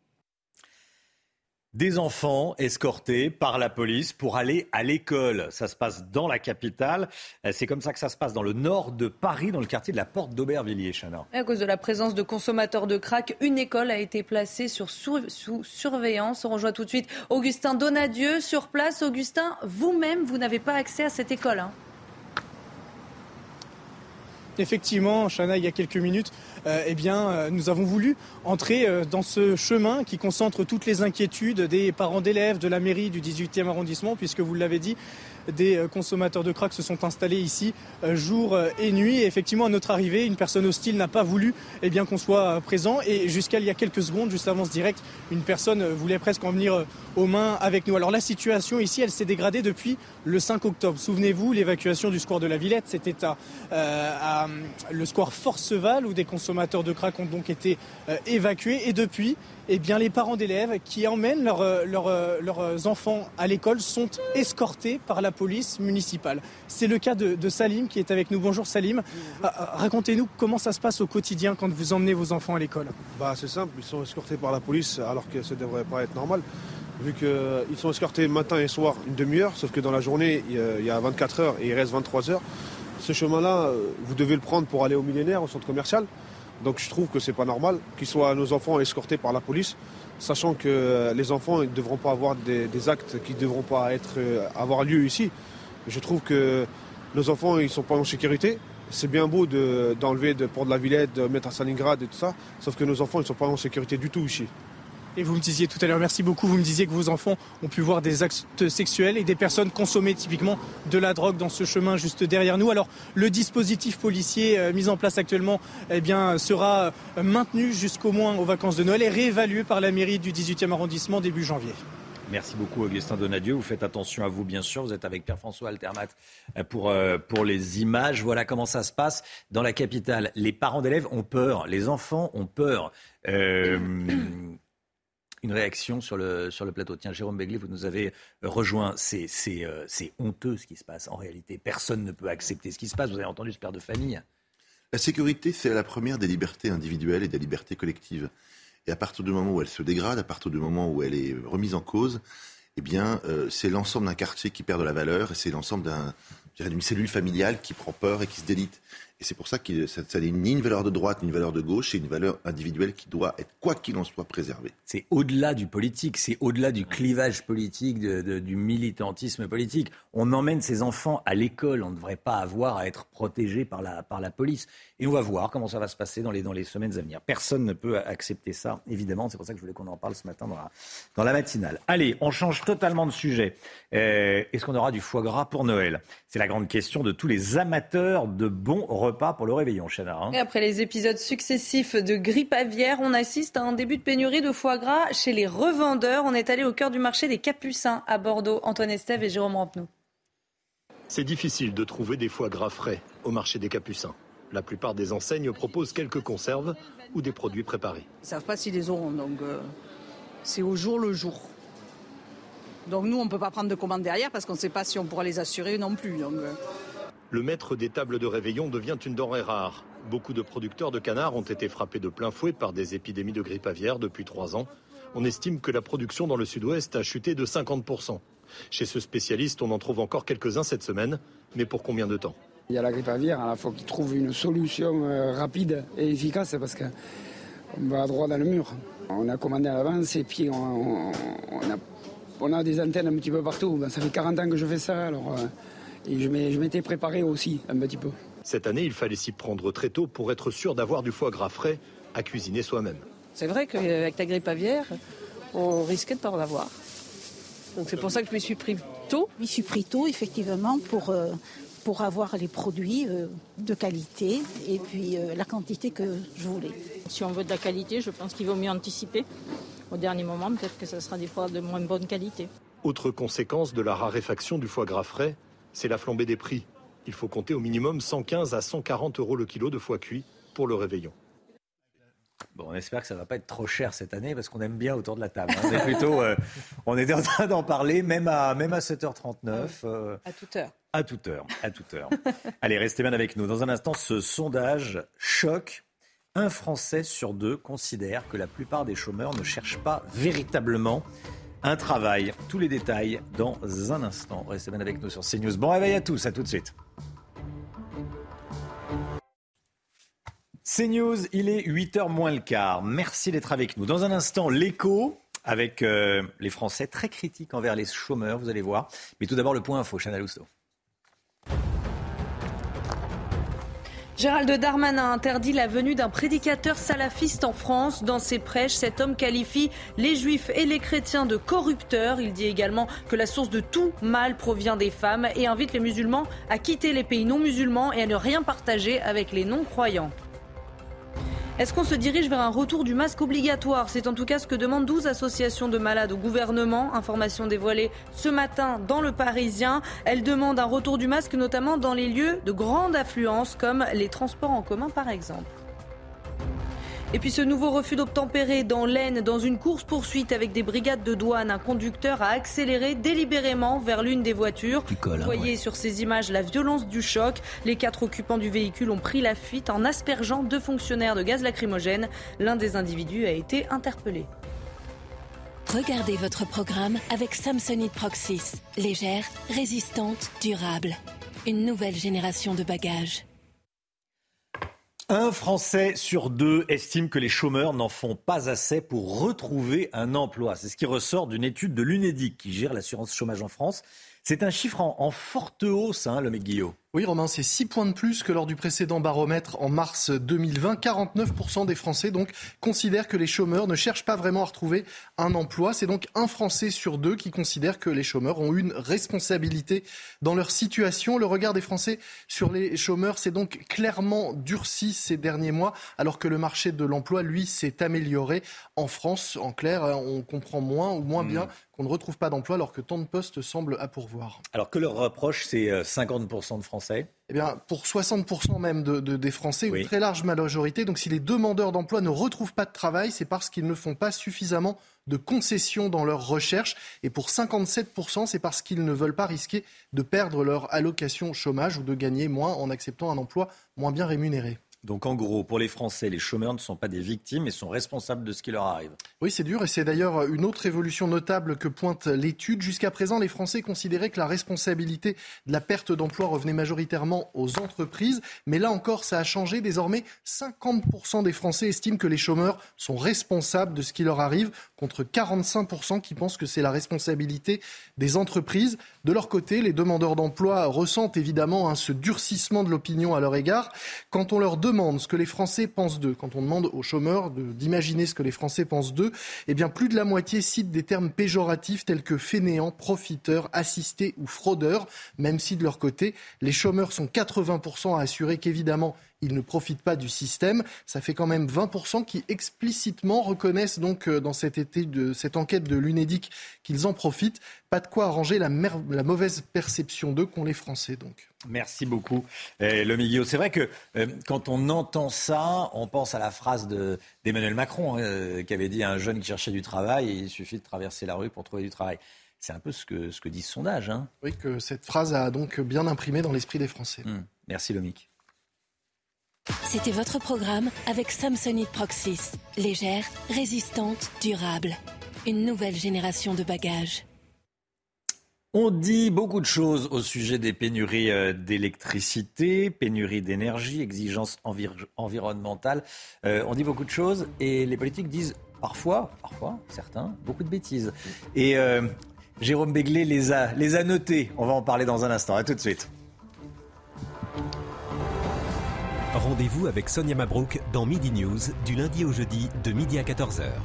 Des enfants escortés par la police pour aller à l'école. Ça se passe dans la capitale. C'est comme ça que ça se passe dans le nord de Paris, dans le quartier de la Porte d'Aubervilliers, Chana. À cause de la présence de consommateurs de crack, une école a été placée sur sous, sous surveillance. On rejoint tout de suite Augustin Donadieu sur place. Augustin, vous-même, vous n'avez pas accès à cette école, hein ? Effectivement, Chana, il y a quelques minutes, euh, eh bien, euh, nous avons voulu entrer euh, dans ce chemin qui concentre toutes les inquiétudes des parents d'élèves de la mairie du dix-huitième arrondissement, puisque vous l'avez dit, des consommateurs de crack se sont installés ici jour et nuit. Et effectivement, à notre arrivée, une personne hostile n'a pas voulu eh bien, qu'on soit présent. Et jusqu'à il y a quelques secondes, juste avant ce direct, une personne voulait presque en venir aux mains avec nous. Alors la situation ici, elle s'est dégradée depuis le cinq octobre. Souvenez-vous, l'évacuation du square de la Villette, c'était à, euh, à le square Forceval où des consommateurs de crack ont donc été euh, évacués. Et depuis, eh bien, les parents d'élèves qui emmènent leurs, leurs, leurs enfants à l'école sont escortés par la police municipale. C'est le cas de, de Salim qui est avec nous. Bonjour Salim. Bonjour. Racontez-nous comment ça se passe au quotidien quand vous emmenez vos enfants à l'école. Bah, c'est simple, ils sont escortés par la police alors que ça ne devrait pas être normal. Vu qu'ils sont escortés matin et soir une demi-heure, sauf que dans la journée, il y a vingt-quatre heures et il reste vingt-trois heures. Ce chemin-là, vous devez le prendre pour aller au millénaire, au centre commercial. Donc je trouve que c'est pas normal qu'ils soient nos enfants escortés par la police, sachant que les enfants ne devront pas avoir des, des actes qui ne devront pas être, avoir lieu ici. Je trouve que nos enfants ils sont pas en sécurité. C'est bien beau de, d'enlever de Port de la Villette, de mettre à Stalingrad et tout ça, sauf que nos enfants ne sont pas en sécurité du tout ici. Et vous me disiez tout à l'heure, merci beaucoup, vous me disiez que vos enfants ont pu voir des actes sexuels et des personnes consommer typiquement de la drogue dans ce chemin juste derrière nous. Alors le dispositif policier euh, mis en place actuellement eh bien, sera euh, maintenu jusqu'au moins aux vacances de Noël et réévalué par la mairie du dix-huitième arrondissement début janvier. Merci beaucoup Augustin Donadieu. Vous faites attention à vous bien sûr. Vous êtes avec Pierre-François Altermat pour, euh, pour les images. Voilà comment ça se passe dans la capitale. Les parents d'élèves ont peur, les enfants ont peur. Euh, Une réaction sur le, sur le plateau. Tiens, Jérôme Béglé, vous nous avez rejoint. C'est, c'est, euh, c'est honteux ce qui se passe en réalité. Personne ne peut accepter ce qui se passe. Vous avez entendu ce père de famille. La sécurité, c'est la première des libertés individuelles et des libertés collectives. Et à partir du moment où elle se dégrade, à partir du moment où elle est remise en cause, eh bien, euh, c'est l'ensemble d'un quartier qui perd de la valeur et c'est l'ensemble d'un, je dirais, d'une cellule familiale qui prend peur et qui se délite. Et c'est pour ça que ça, ça n'est ni une valeur de droite ni une valeur de gauche, c'est une valeur individuelle qui doit être, quoi qu'il en soit, préservée. C'est au-delà du politique, c'est au-delà du clivage politique, de, de, du militantisme politique. On emmène ses enfants à l'école, on ne devrait pas avoir à être protégé par la, par la police. Et on va voir comment ça va se passer dans les, dans les semaines à venir. Personne ne peut accepter ça, évidemment. C'est pour ça que je voulais qu'on en parle ce matin dans la, dans la matinale. Allez, on change totalement de sujet. Euh, est-ce qu'on aura du foie gras pour Noël ? C'est la grande question de tous les amateurs de bons repas pour le réveillon, Chana. Hein. Et après les épisodes successifs de grippe aviaire, on assiste à un début de pénurie de foie gras chez les revendeurs. On est allé au cœur du marché des Capucins à Bordeaux. Antoine Estève et Jérôme Rampenou. C'est difficile de trouver des foie gras frais au marché des Capucins. La plupart des enseignes proposent quelques conserves ou des produits préparés. Ils ne savent pas s'ils les auront, donc euh, c'est au jour le jour. Donc nous, on ne peut pas prendre de commandes derrière parce qu'on ne sait pas si on pourra les assurer non plus. Donc, euh... Le maître des tables de réveillon devient une denrée rare. Beaucoup de producteurs de canards ont été frappés de plein fouet par des épidémies de grippe aviaire depuis trois ans. On estime que la production dans le sud-ouest a chuté de cinquante pour cent. Chez ce spécialiste, on en trouve encore quelques-uns cette semaine, mais pour combien de temps ? Il y a la grippe aviaire, il faut qu'ils trouvent une solution rapide et efficace parce qu'on va droit dans le mur. On a commandé à l'avance et puis on, on, on, a, on a des antennes un petit peu partout. Ça fait quarante ans que je fais ça, alors et je m'étais préparé aussi un petit peu. Cette année, il fallait s'y prendre très tôt pour être sûr d'avoir du foie gras frais à cuisiner soi-même. C'est vrai qu'avec la grippe aviaire, on risquait de ne pas en avoir. Donc c'est pour ça que je m'y suis pris tôt. Je m'y suis pris tôt, effectivement, pour, euh, pour avoir les produits euh, de qualité et puis euh, la quantité que je voulais. Si on veut de la qualité, je pense qu'il vaut mieux anticiper. Au dernier moment, peut-être que ça sera des fois de moins bonne qualité. Autre conséquence de la raréfaction du foie gras frais, c'est la flambée des prix. Il faut compter au minimum cent quinze à cent quarante euros le kilo de foie cuit pour le réveillon. Bon, on espère que ça ne va pas être trop cher cette année parce qu'on aime bien autour de la table. Hein. On, est plutôt, euh, on était en train d'en parler, même à, même à sept heures trente-neuf. Euh, à toute heure. À toute heure, à toute heure. Allez, restez bien avec nous. Dans un instant, ce sondage choque. Un Français sur deux considère que la plupart des chômeurs ne cherchent pas véritablement un travail. Tous les détails dans un instant. Restez bien avec nous sur CNews. Bon réveil à tous, à tout de suite. CNews, il est huit heures moins le quart. Merci d'être avec nous. Dans un instant, l'écho avec euh, les Français très critiques envers les chômeurs, vous allez voir. Mais tout d'abord, le point info, Chana Lousteau. Gérald Darmanin interdit la venue d'un prédicateur salafiste en France. Dans ses prêches, cet homme qualifie les juifs et les chrétiens de corrupteurs. Il dit également que la source de tout mal provient des femmes et invite les musulmans à quitter les pays non musulmans et à ne rien partager avec les non-croyants. Est-ce qu'on se dirige vers un retour du masque obligatoire ? C'est en tout cas ce que demandent douze associations de malades au gouvernement. Information dévoilée ce matin dans Le Parisien. Elles demandent un retour du masque, notamment dans les lieux de grande affluence, comme les transports en commun par exemple. Et puis ce nouveau refus d'obtempérer dans l'Aisne, dans une course-poursuite avec des brigades de douane. Un conducteur a accéléré délibérément vers l'une des voitures. Colle, Vous voyez hein, ouais. sur ces images la violence du choc. Les quatre occupants du véhicule ont pris la fuite en aspergeant deux fonctionnaires de gaz lacrymogène. L'un des individus a été interpellé. Regardez votre programme avec Samsonite Proxys. Légère, résistante, durable. Une nouvelle génération de bagages. Un Français sur deux estime que les chômeurs n'en font pas assez pour retrouver un emploi. C'est ce qui ressort d'une étude de l'Unédic qui gère l'assurance chômage en France. C'est un chiffre en, en forte hausse, hein, le mec Guillaume. Oui, Romain, c'est six points de plus que lors du précédent baromètre en mars deux mille vingt. quarante-neuf pour cent des Français donc considèrent que les chômeurs ne cherchent pas vraiment à retrouver un emploi. C'est donc un Français sur deux qui considère que les chômeurs ont une responsabilité dans leur situation. Le regard des Français sur les chômeurs s'est donc clairement durci ces derniers mois, alors que le marché de l'emploi, lui, s'est amélioré. En France, en clair, on comprend moins ou moins mmh. bien qu'on ne retrouve pas d'emploi alors que tant de postes semblent à pourvoir. Alors que leur reproche, c'est cinquante pour cent de Français. Eh bien, pour soixante pour cent même de, de, des Français, oui. une très large majorité. Donc si les demandeurs d'emploi ne retrouvent pas de travail, c'est parce qu'ils ne font pas suffisamment de concessions dans leur recherche. Et pour cinquante-sept pour cent, c'est parce qu'ils ne veulent pas risquer de perdre leur allocation chômage ou de gagner moins en acceptant un emploi moins bien rémunéré. Donc en gros, pour les Français, les chômeurs ne sont pas des victimes, mais sont responsables de ce qui leur arrive. Oui, c'est dur et c'est d'ailleurs une autre évolution notable que pointe l'étude. Jusqu'à présent, les Français considéraient que la responsabilité de la perte d'emploi revenait majoritairement aux entreprises. Mais là encore, ça a changé. Désormais, cinquante pour cent des Français estiment que les chômeurs sont responsables de ce qui leur arrive, contre quarante-cinq pour cent qui pensent que c'est la responsabilité des entreprises. De leur côté, les demandeurs d'emploi ressentent évidemment hein, ce durcissement de l'opinion à leur égard. Quand on leur demande demande ce que les Français pensent d'eux, quand on demande aux chômeurs de, d'imaginer ce que les Français pensent d'eux, eh bien plus de la moitié citent des termes péjoratifs tels que fainéant, profiteur, assisté ou fraudeur, même si de leur côté, les chômeurs sont quatre-vingts pour cent à assurer qu'évidemment, ils ne profitent pas du système. Ça fait quand même vingt pour cent qui explicitement reconnaissent donc dans cette, été de, cette enquête de l'Unédic qu'ils en profitent. Pas de quoi arranger la, mer, la mauvaise perception d'eux qu'ont les Français donc. Merci beaucoup, eh, le Guillaume. C'est vrai que euh, quand on entend ça, on pense à la phrase de, d'Emmanuel Macron euh, qui avait dit à un jeune qui cherchait du travail, il suffit de traverser la rue pour trouver du travail. C'est un peu ce que, ce que dit ce sondage. Hein. Oui, que cette phrase a donc bien imprimé dans l'esprit des Français. Mmh. Merci, Lomique. C'était votre programme avec Samsonite Proxys. Légère, résistante, durable. Une nouvelle génération de bagages. On dit beaucoup de choses au sujet des pénuries d'électricité, pénuries d'énergie, exigences envir- environnementales. Euh, on dit beaucoup de choses et les politiques disent parfois, parfois, certains, beaucoup de bêtises. Et euh, Jérôme Béglé les a, les a notés. On va en parler dans un instant. À tout de suite. Rendez-vous avec Sonia Mabrouk dans Midi News, du lundi au jeudi, de midi à quatorze heures.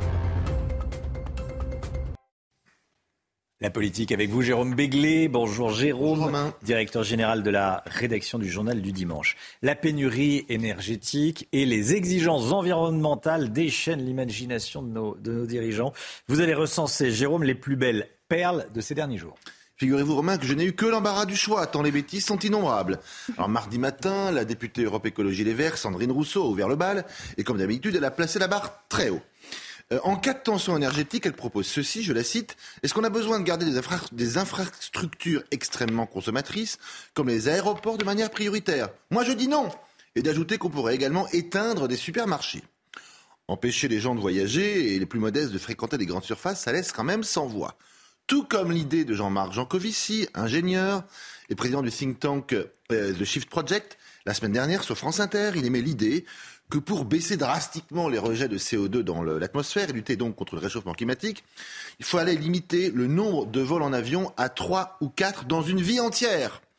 La politique avec vous, Jérôme Béglé. Bonjour Jérôme, Bonjour, directeur général de la rédaction du Journal du Dimanche. La pénurie énergétique et les exigences environnementales déchaînent l'imagination de nos, de nos dirigeants. Vous allez recenser, Jérôme, les plus belles perles de ces derniers jours. Figurez-vous, Romain, que je n'ai eu que l'embarras du choix, tant les bêtises sont innombrables. Alors, mardi matin, la députée Europe Écologie Les Verts, Sandrine Rousseau, a ouvert le bal, et comme d'habitude, elle a placé la barre très haut. Euh, en cas de tension énergétique, elle propose ceci, je la cite, « Est-ce qu'on a besoin de garder des, infra- des infrastructures extrêmement consommatrices, comme les aéroports, de manière prioritaire ? Moi, je dis non !» Et d'ajouter qu'on pourrait également éteindre des supermarchés. Empêcher les gens de voyager et les plus modestes de fréquenter des grandes surfaces, ça laisse quand même sans voix. Tout comme l'idée de Jean-Marc Jancovici, ingénieur et président du think tank euh, The Shift Project, la semaine dernière sur France Inter, il émet l'idée que pour baisser drastiquement les rejets de C O deux dans le, l'atmosphère et lutter donc contre le réchauffement climatique, il faut aller limiter le nombre de vols en avion à trois ou quatre dans une vie entière.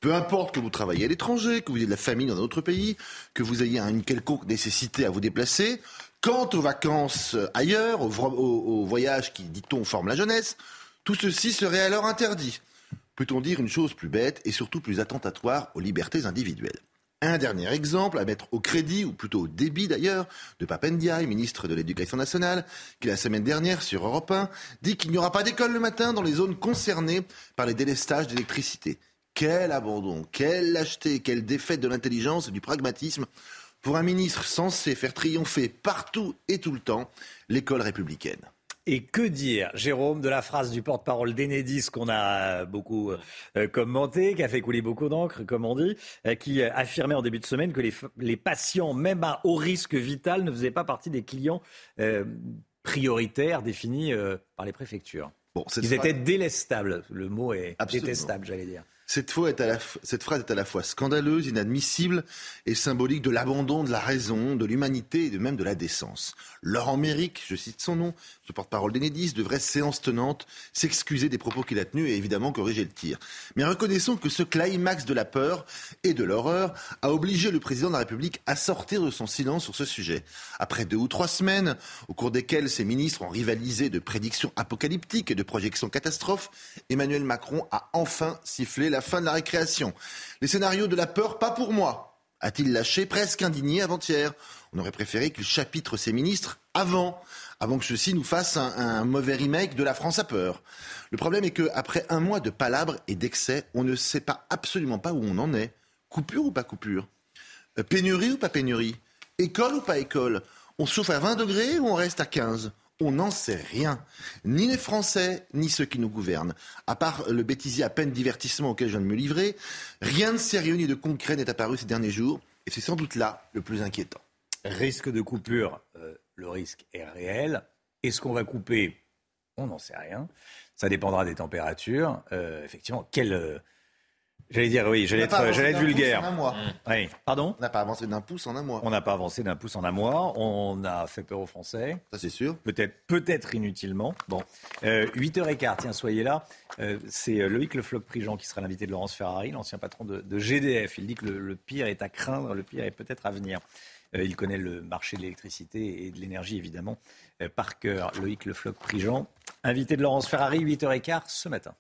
Peu importe que vous travaillez à l'étranger, que vous ayez de la famille dans un autre pays, que vous ayez une quelconque nécessité à vous déplacer. Quant aux vacances ailleurs, aux, vo- aux, aux voyages qui, dit-on, forment la jeunesse, tout ceci serait alors interdit. Peut-on dire une chose plus bête et surtout plus attentatoire aux libertés individuelles ? Un dernier exemple à mettre au crédit, ou plutôt au débit d'ailleurs, de Pape Ndiaye, ministre de l'Éducation nationale, qui la semaine dernière sur Europe un dit qu'il n'y aura pas d'école le matin dans les zones concernées par les délestages d'électricité. Quel abandon, quelle lâcheté, quelle défaite de l'intelligence et du pragmatisme pour un ministre censé faire triompher partout et tout le temps l'école républicaine. Et que dire, Jérôme, de la phrase du porte-parole d'Enedis qu'on a beaucoup euh, commenté, qui a fait couler beaucoup d'encre, comme on dit, euh, qui affirmait en début de semaine que les, les patients, même à haut risque vital, ne faisaient pas partie des clients euh, prioritaires définis euh, par les préfectures. Bon, Ils phrase... étaient délestables. Le mot est Absolument. détestable, j'allais dire. Cette, fois est à la, cette phrase est à la fois scandaleuse, inadmissible et symbolique de l'abandon de la raison, de l'humanité et de même de la décence. Laurent Méric, je cite son nom, ce porte-parole d'Enedis, devrait, séance tenante, s'excuser des propos qu'il a tenus et évidemment corriger le tir. Mais reconnaissons que ce climax de la peur et de l'horreur a obligé le président de la République à sortir de son silence sur ce sujet. Après deux ou trois semaines, au cours desquelles ses ministres ont rivalisé de prédictions apocalyptiques et de projections catastrophes, Emmanuel Macron a enfin sifflé la fin de la récréation. Les scénarios de la peur, pas pour moi, a-t-il lâché presque indigné avant-hier. On aurait préféré qu'il chapitre ses ministres avant, avant que ceux-ci nous fassent un, un mauvais remake de La France a peur. Le problème est qu'après un mois de palabres et d'excès, on ne sait pas absolument pas où on en est. Coupure ou pas coupure ? euh, Pénurie ou pas pénurie ? École ou pas école ? On se chauffe à vingt degrés ou on reste à quinze ? On n'en sait rien. Ni les Français, ni ceux qui nous gouvernent. À part le bêtisier à peine divertissement auquel je viens de me livrer, rien de sérieux ni de concret n'est apparu ces derniers jours. Et c'est sans doute là le plus inquiétant. Risque de coupure, euh, le risque est réel. Est-ce qu'on va couper ? On n'en sait rien. Ça dépendra des températures. Euh, effectivement, quel... Euh, j'allais dire, oui, j'allais être, j'allais être vulgaire. Mmh. Oui. Pardon ? On n'a pas avancé d'un pouce en un mois. On n'a pas avancé d'un pouce en un mois. On a fait peur aux Français. Ça, c'est sûr. Peut-être, peut-être inutilement. Bon. Euh, huit heures quinze, tiens, soyez là. Euh, c'est Loïc Le Floch-Prigent qui sera l'invité de Laurence Ferrari, l'ancien patron de, de G D F. Il dit que le, le pire est à craindre, le pire est peut-être à venir. Euh, il connaît le marché de l'électricité et de l'énergie, évidemment, euh, par cœur. Loïc Le Floch-Prigent, invité de Laurence Ferrari, huit heures quinze ce matin.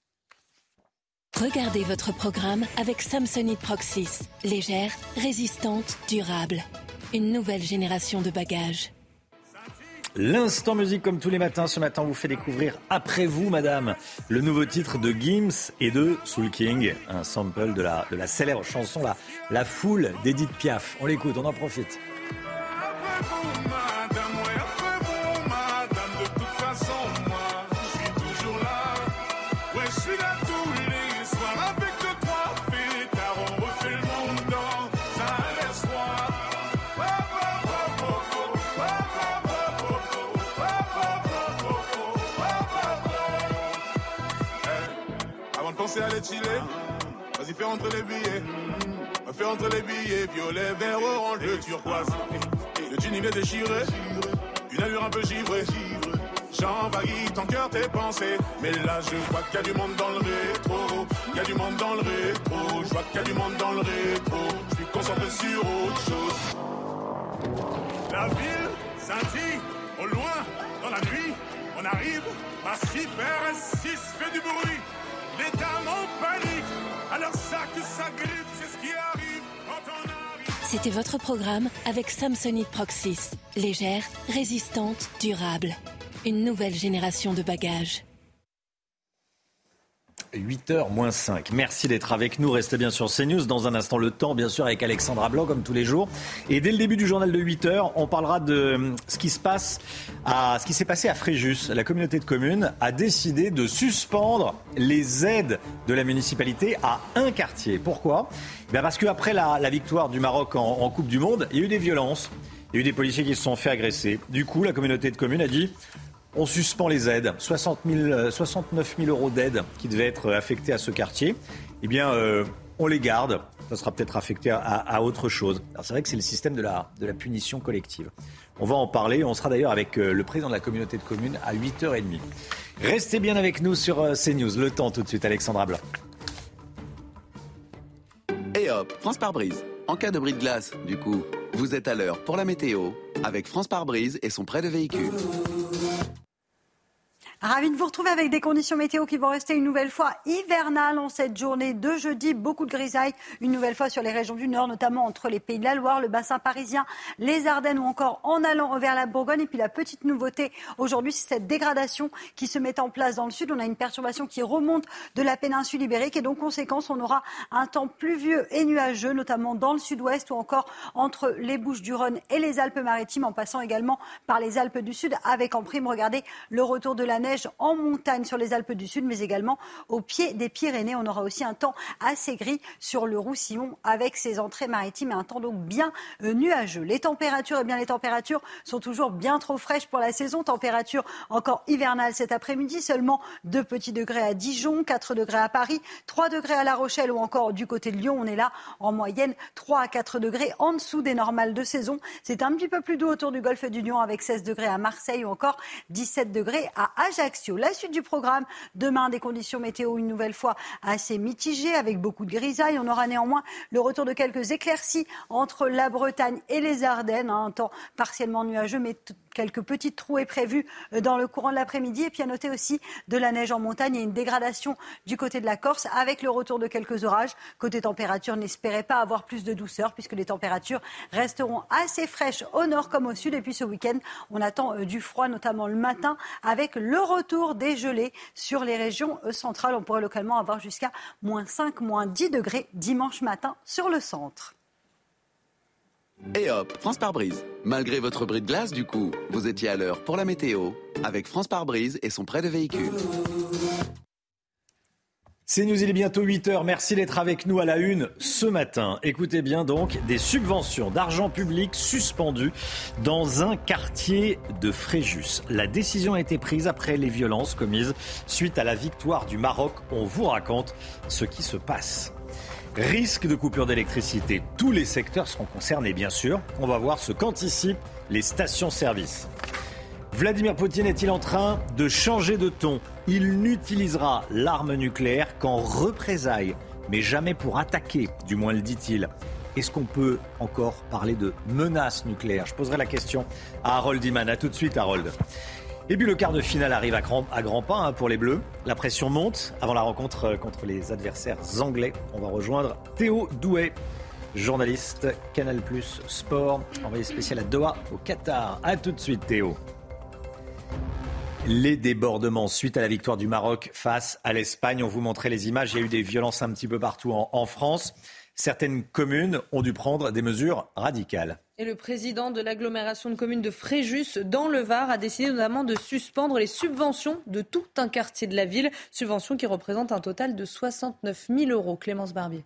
Regardez votre programme avec Samsonite Proxys. Légère, résistante, durable. Une nouvelle génération de bagages. L'instant musique comme tous les matins. Ce matin, on vous fait découvrir Après vous, madame, le nouveau titre de Gims et de Soul King. Un sample de la, de la célèbre chanson La, la Foule d'Edith Piaf. On l'écoute, on en profite. Penser à les chiller, vas-y fais entre les billets, fais entre les billets, violet, vert, orange, le turquoise, le jean il est déchiré, une allure un peu givrée, j'envahis ton cœur, tes pensées, mais là je vois qu'il y a du monde dans le rétro, il y a du monde dans le rétro, je vois qu'il y a du monde dans le rétro, je suis concentré sur autre chose. La ville scintille, au loin, dans la nuit, on arrive, massif, R S six fait du bruit. Les dames en panique, alors ça que ça grippe, c'est ce qui arrive quand on arrive. C'était votre programme avec Samsonite Proxys. Légère, résistante, durable. Une nouvelle génération de bagages. huit heures moins cinq. Merci d'être avec nous. Restez bien sur CNews. Dans un instant, le temps, bien sûr, avec Alexandra Blanc, comme tous les jours. Et dès le début du journal de huit heures, on parlera de ce qui se passe à, ce qui s'est passé à Fréjus. La communauté de communes a décidé de suspendre les aides de la municipalité à un quartier. Pourquoi ? Bien parce qu'après la, la victoire du Maroc en, en Coupe du Monde, il y a eu des violences. Il y a eu des policiers qui se sont fait agresser. Du coup, la communauté de communes a dit... On suspend les aides, soixante mille, soixante-neuf mille euros d'aides qui devaient être affectés à ce quartier. Eh bien, euh, on les garde. Ça sera peut-être affecté à, à autre chose. Alors, c'est vrai que c'est le système de la, de la punition collective. On va en parler. On sera d'ailleurs avec le président de la communauté de communes à huit heures trente. Restez bien avec nous sur CNews. Le temps tout de suite, Alexandra Blanc. Et hop, France Pare-Brise. En cas de bris de glace, du coup, vous êtes à l'heure pour la météo avec France Pare-Brise et son prêt de véhicule. Ravi de vous retrouver avec des conditions météo qui vont rester une nouvelle fois hivernales en cette journée de jeudi. Beaucoup de grisailles, une nouvelle fois sur les régions du Nord, notamment entre les Pays de la Loire, le bassin parisien, les Ardennes ou encore en allant vers la Bourgogne. Et puis la petite nouveauté aujourd'hui, c'est cette dégradation qui se met en place dans le sud. On a une perturbation qui remonte de la péninsule ibérique et donc conséquence, on aura un temps pluvieux et nuageux, notamment dans le sud-ouest ou encore entre les Bouches-du-Rhône et les Alpes-Maritimes, en passant également par les Alpes du Sud avec en prime, regardez, le retour de la neige en montagne sur les Alpes du Sud, mais également au pied des Pyrénées. On aura aussi un temps assez gris sur le Roussillon avec ses entrées maritimes et un temps donc bien euh, nuageux. Les températures, eh bien les températures sont toujours bien trop fraîches pour la saison. Température encore hivernale cet après-midi, seulement deux petits degrés à Dijon, quatre degrés à Paris, trois degrés à La Rochelle ou encore du côté de Lyon. On est là en moyenne trois à quatre degrés en dessous des normales de saison. C'est un petit peu plus doux autour du golfe du Lion avec seize degrés à Marseille ou encore dix-sept degrés à Ajaccio. La suite du programme, demain des conditions météo une nouvelle fois assez mitigées avec beaucoup de grisailles. On aura néanmoins le retour de quelques éclaircies entre la Bretagne et les Ardennes, hein, un temps partiellement nuageux mais t- quelques petites trouées prévues dans le courant de l'après-midi. Et puis à noter aussi de la neige en montagne et une dégradation du côté de la Corse avec le retour de quelques orages. Côté température, n'espérez pas avoir plus de douceur puisque les températures resteront assez fraîches au nord comme au sud. Et puis ce week-end, on attend du froid, notamment le matin, avec le retour des gelées sur les régions centrales. On pourrait localement avoir jusqu'à moins cinq, moins dix degrés dimanche matin sur le centre. Et hop, France Pare-Brise. Malgré votre bris de glace, du coup, vous étiez à l'heure pour la météo avec France Pare-Brise et son prêt de véhicule. C'est nous, il est bientôt huit heures. Merci d'être avec nous à la une ce matin. Écoutez bien donc, des subventions d'argent public suspendues dans un quartier de Fréjus. La décision a été prise après les violences commises suite à la victoire du Maroc. On vous raconte ce qui se passe. Risque de coupure d'électricité. Tous les secteurs seront concernés, bien sûr. On va voir ce qu'anticipent les stations-service. Vladimir Poutine est-il en train de changer de ton ? Il n'utilisera l'arme nucléaire qu'en représailles, mais jamais pour attaquer, du moins le dit-il. Est-ce qu'on peut encore parler de menace nucléaire ? Je poserai la question à Harold Iman. A tout de suite, Harold. Et puis le quart de finale arrive à, grand, à grands pas hein, pour les Bleus. La pression monte avant la rencontre contre les adversaires anglais. On va rejoindre Théo Douet, journaliste Canal plus Sport, envoyé spécial à Doha au Qatar. A tout de suite, Théo. Les débordements suite à la victoire du Maroc face à l'Espagne. On vous montrait les images. Il y a eu des violences un petit peu partout en, en France. Certaines communes ont dû prendre des mesures radicales. Et le président de l'agglomération de communes de Fréjus, dans le Var, a décidé notamment de suspendre les subventions de tout un quartier de la ville. Subventions qui représentent un total de soixante-neuf mille euros. Clémence Barbier.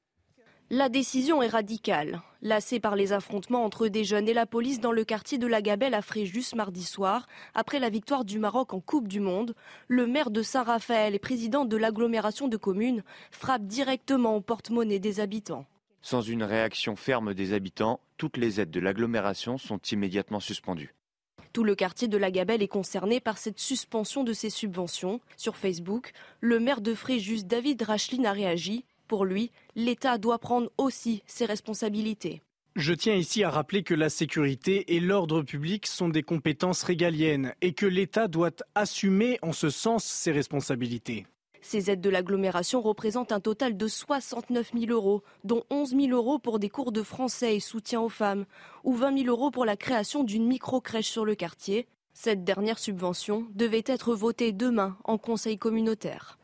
La décision est radicale. Lassée par les affrontements entre des jeunes et la police dans le quartier de la Gabelle à Fréjus mardi soir, après la victoire du Maroc en Coupe du Monde, le maire de Saint-Raphaël et président de l'agglomération de communes frappe directement au porte-monnaie des habitants. Sans une réaction ferme des habitants, toutes les aides de l'agglomération sont immédiatement suspendues. Tout le quartier de la Gabelle est concerné par cette suspension de ses subventions. Sur Facebook, le maire de Fréjus, David Rachlin, a réagi. Pour lui, l'État doit prendre aussi ses responsabilités. Je tiens ici à rappeler que la sécurité et l'ordre public sont des compétences régaliennes et que l'État doit assumer en ce sens ses responsabilités. Ces aides de l'agglomération représentent un total de soixante-neuf mille euros, dont onze mille euros pour des cours de français et soutien aux femmes, ou vingt mille euros pour la création d'une micro-crèche sur le quartier. Cette dernière subvention devait être votée demain en conseil communautaire.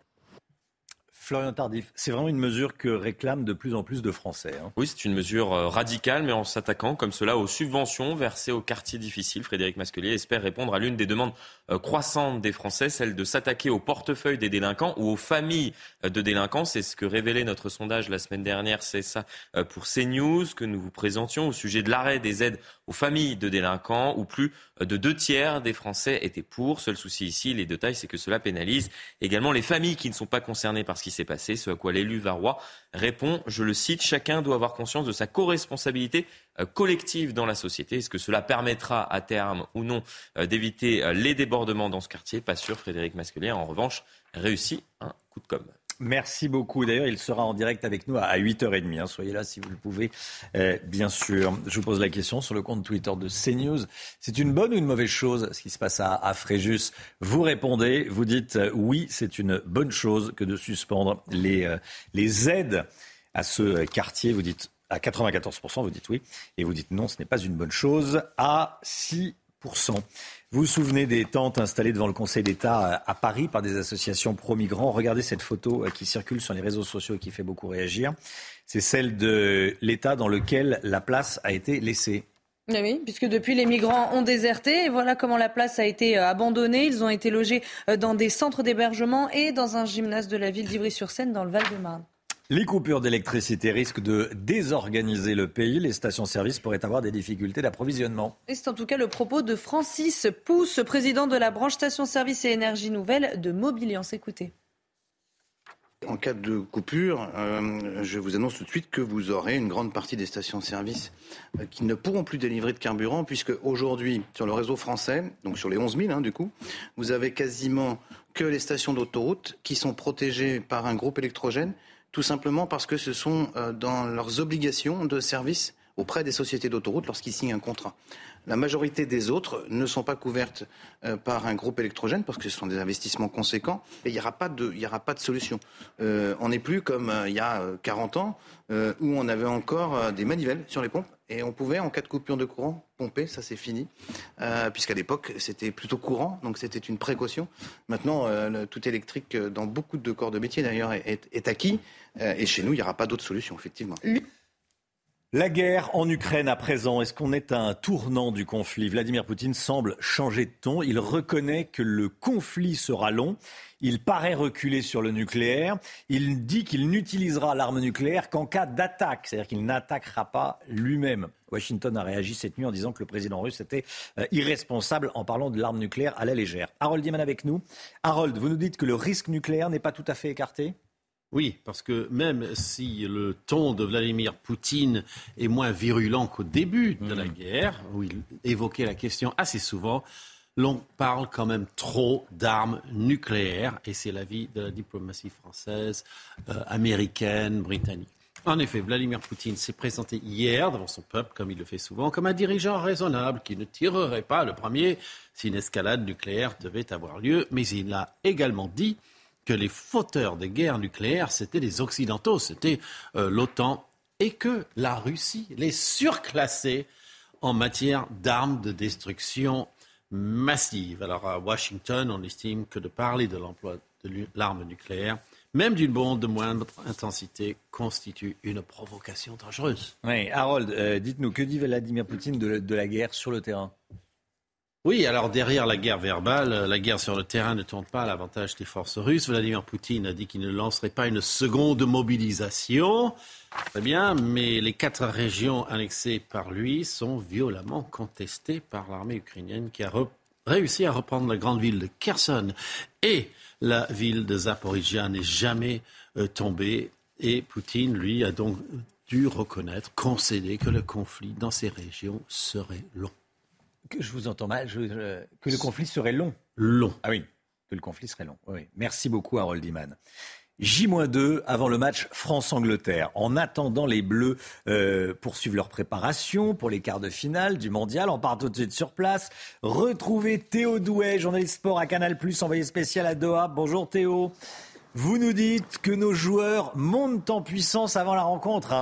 Florian Tardif, c'est vraiment une mesure que réclament de plus en plus de Français. Hein. Oui, c'est une mesure radicale, mais en s'attaquant comme cela aux subventions versées aux quartiers difficiles. Frédéric Masquelier espère répondre à l'une des demandes croissantes des Français, celle de s'attaquer au portefeuille des délinquants ou aux familles de délinquants. C'est ce que révélait notre sondage la semaine dernière, c'est ça pour CNews, que nous vous présentions au sujet de l'arrêt des aides aux familles de délinquants, où plus de deux tiers des Français étaient pour. Seul souci ici, les détails, c'est que cela pénalise également les familles qui ne sont pas concernées par ce qui s'est passé, ce à quoi l'élu varois répond, je le cite, « Chacun doit avoir conscience de sa co-responsabilité collective dans la société. Est-ce que cela permettra à terme ou non d'éviter les débordements dans ce quartier ? Pas sûr. Frédéric Masquelier, en revanche, réussit un coup de com'. Merci beaucoup. D'ailleurs, il sera en direct avec nous à huit heures trente. Hein. Soyez là si vous le pouvez, euh, bien sûr. Je vous pose la question sur le compte Twitter de CNews. C'est une bonne ou une mauvaise chose ce qui se passe à, à Fréjus? Vous répondez, vous dites euh, oui, c'est une bonne chose que de suspendre les, euh, les aides à ce quartier. Vous dites à quatre-vingt-quatorze pour cent, vous dites oui. Et vous dites non, ce n'est pas une bonne chose à six pour cent. Vous vous souvenez des tentes installées devant le Conseil d'État à Paris par des associations pro-migrants? Regardez cette photo qui circule sur les réseaux sociaux et qui fait beaucoup réagir. C'est celle de l'État dans lequel la place a été laissée. Oui, puisque depuis, les migrants ont déserté et voilà comment la place a été abandonnée. Ils ont été logés dans des centres d'hébergement et dans un gymnase de la ville d'Ivry-sur-Seine dans le Val-de-Marne. Les coupures d'électricité risquent de désorganiser le pays. Les stations-service pourraient avoir des difficultés d'approvisionnement. Et c'est en tout cas le propos de Francis Pousse, président de la branche stations-service et énergie nouvelle de Mobiliance. Écoutez. En cas de coupure, euh, je vous annonce tout de suite que vous aurez une grande partie des stations-service euh, qui ne pourront plus délivrer de carburant, puisque aujourd'hui, sur le réseau français, donc sur les onze mille hein, du coup, vous avez quasiment que les stations d'autoroute qui sont protégées par un groupe électrogène, tout simplement parce que ce sont euh, dans leurs obligations de service auprès des sociétés d'autoroute lorsqu'ils signent un contrat. La majorité des autres ne sont pas couvertes euh, par un groupe électrogène parce que ce sont des investissements conséquents et il n'y aura pas de, il y aura pas de solution. Euh, on n'est plus comme euh, il y a euh, quarante ans euh, où on avait encore euh, des manivelles sur les pompes et on pouvait, en cas de coupure de courant, pomper, ça c'est fini, euh, puisqu'à l'époque c'était plutôt courant, donc c'était une précaution. Maintenant, euh, le tout électrique dans beaucoup de corps de métier d'ailleurs est, est, est acquis euh, et chez nous il n'y aura pas d'autre solution effectivement. La guerre en Ukraine à présent, est-ce qu'on est à un tournant du conflit? Vladimir Poutine semble changer de ton. Il reconnaît que le conflit sera long. Il paraît reculer sur le nucléaire. Il dit qu'il n'utilisera l'arme nucléaire qu'en cas d'attaque, c'est-à-dire qu'il n'attaquera pas lui-même. Washington a réagi cette nuit en disant que le président russe était euh, irresponsable en parlant de l'arme nucléaire à la légère. Harold Iman avec nous. Harold, vous nous dites que le risque nucléaire n'est pas tout à fait écarté? Oui, parce que même si le ton de Vladimir Poutine est moins virulent qu'au début de la guerre, où il évoquait la question assez souvent, l'on parle quand même trop d'armes nucléaires, et c'est l'avis de la diplomatie française, euh, américaine, britannique. En effet, Vladimir Poutine s'est présenté hier devant son peuple, comme il le fait souvent, comme un dirigeant raisonnable qui ne tirerait pas le premier si une escalade nucléaire devait avoir lieu, mais il a également dit que les fauteurs des guerres nucléaires, c'était les Occidentaux, c'était euh, l'OTAN, et que la Russie les surclassait en matière d'armes de destruction massive. Alors à Washington, on estime que de parler de l'emploi de l'arme nucléaire, même d'une bombe de moindre intensité, constitue une provocation dangereuse. Oui, Harold, euh, dites-nous, que dit Vladimir Poutine de, de la guerre sur le terrain ? Oui, alors derrière la guerre verbale, la guerre sur le terrain ne tourne pas à l'avantage des forces russes. Vladimir Poutine a dit qu'il ne lancerait pas une seconde mobilisation. Très bien, mais les quatre régions annexées par lui sont violemment contestées par l'armée ukrainienne qui a re- réussi à reprendre la grande ville de Kherson. Et la ville de Zaporizhia n'est jamais euh, tombée. Et Poutine, lui, a donc dû reconnaître, concéder que le conflit dans ces régions serait long. Que je vous entends mal, je, je, que le conflit serait long. Long. Ah oui, que le conflit serait long. Oui. Merci beaucoup, Harold Iman. J deux avant le match France-Angleterre. En attendant, les Bleus euh, poursuivent leur préparation pour les quarts de finale du Mondial. On part tout de suite sur place. Retrouvez Théo Douet, journaliste sport à Canal plus, envoyé spécial à Doha. Bonjour Théo. Vous nous dites que nos joueurs montent en puissance avant la rencontre, hein ?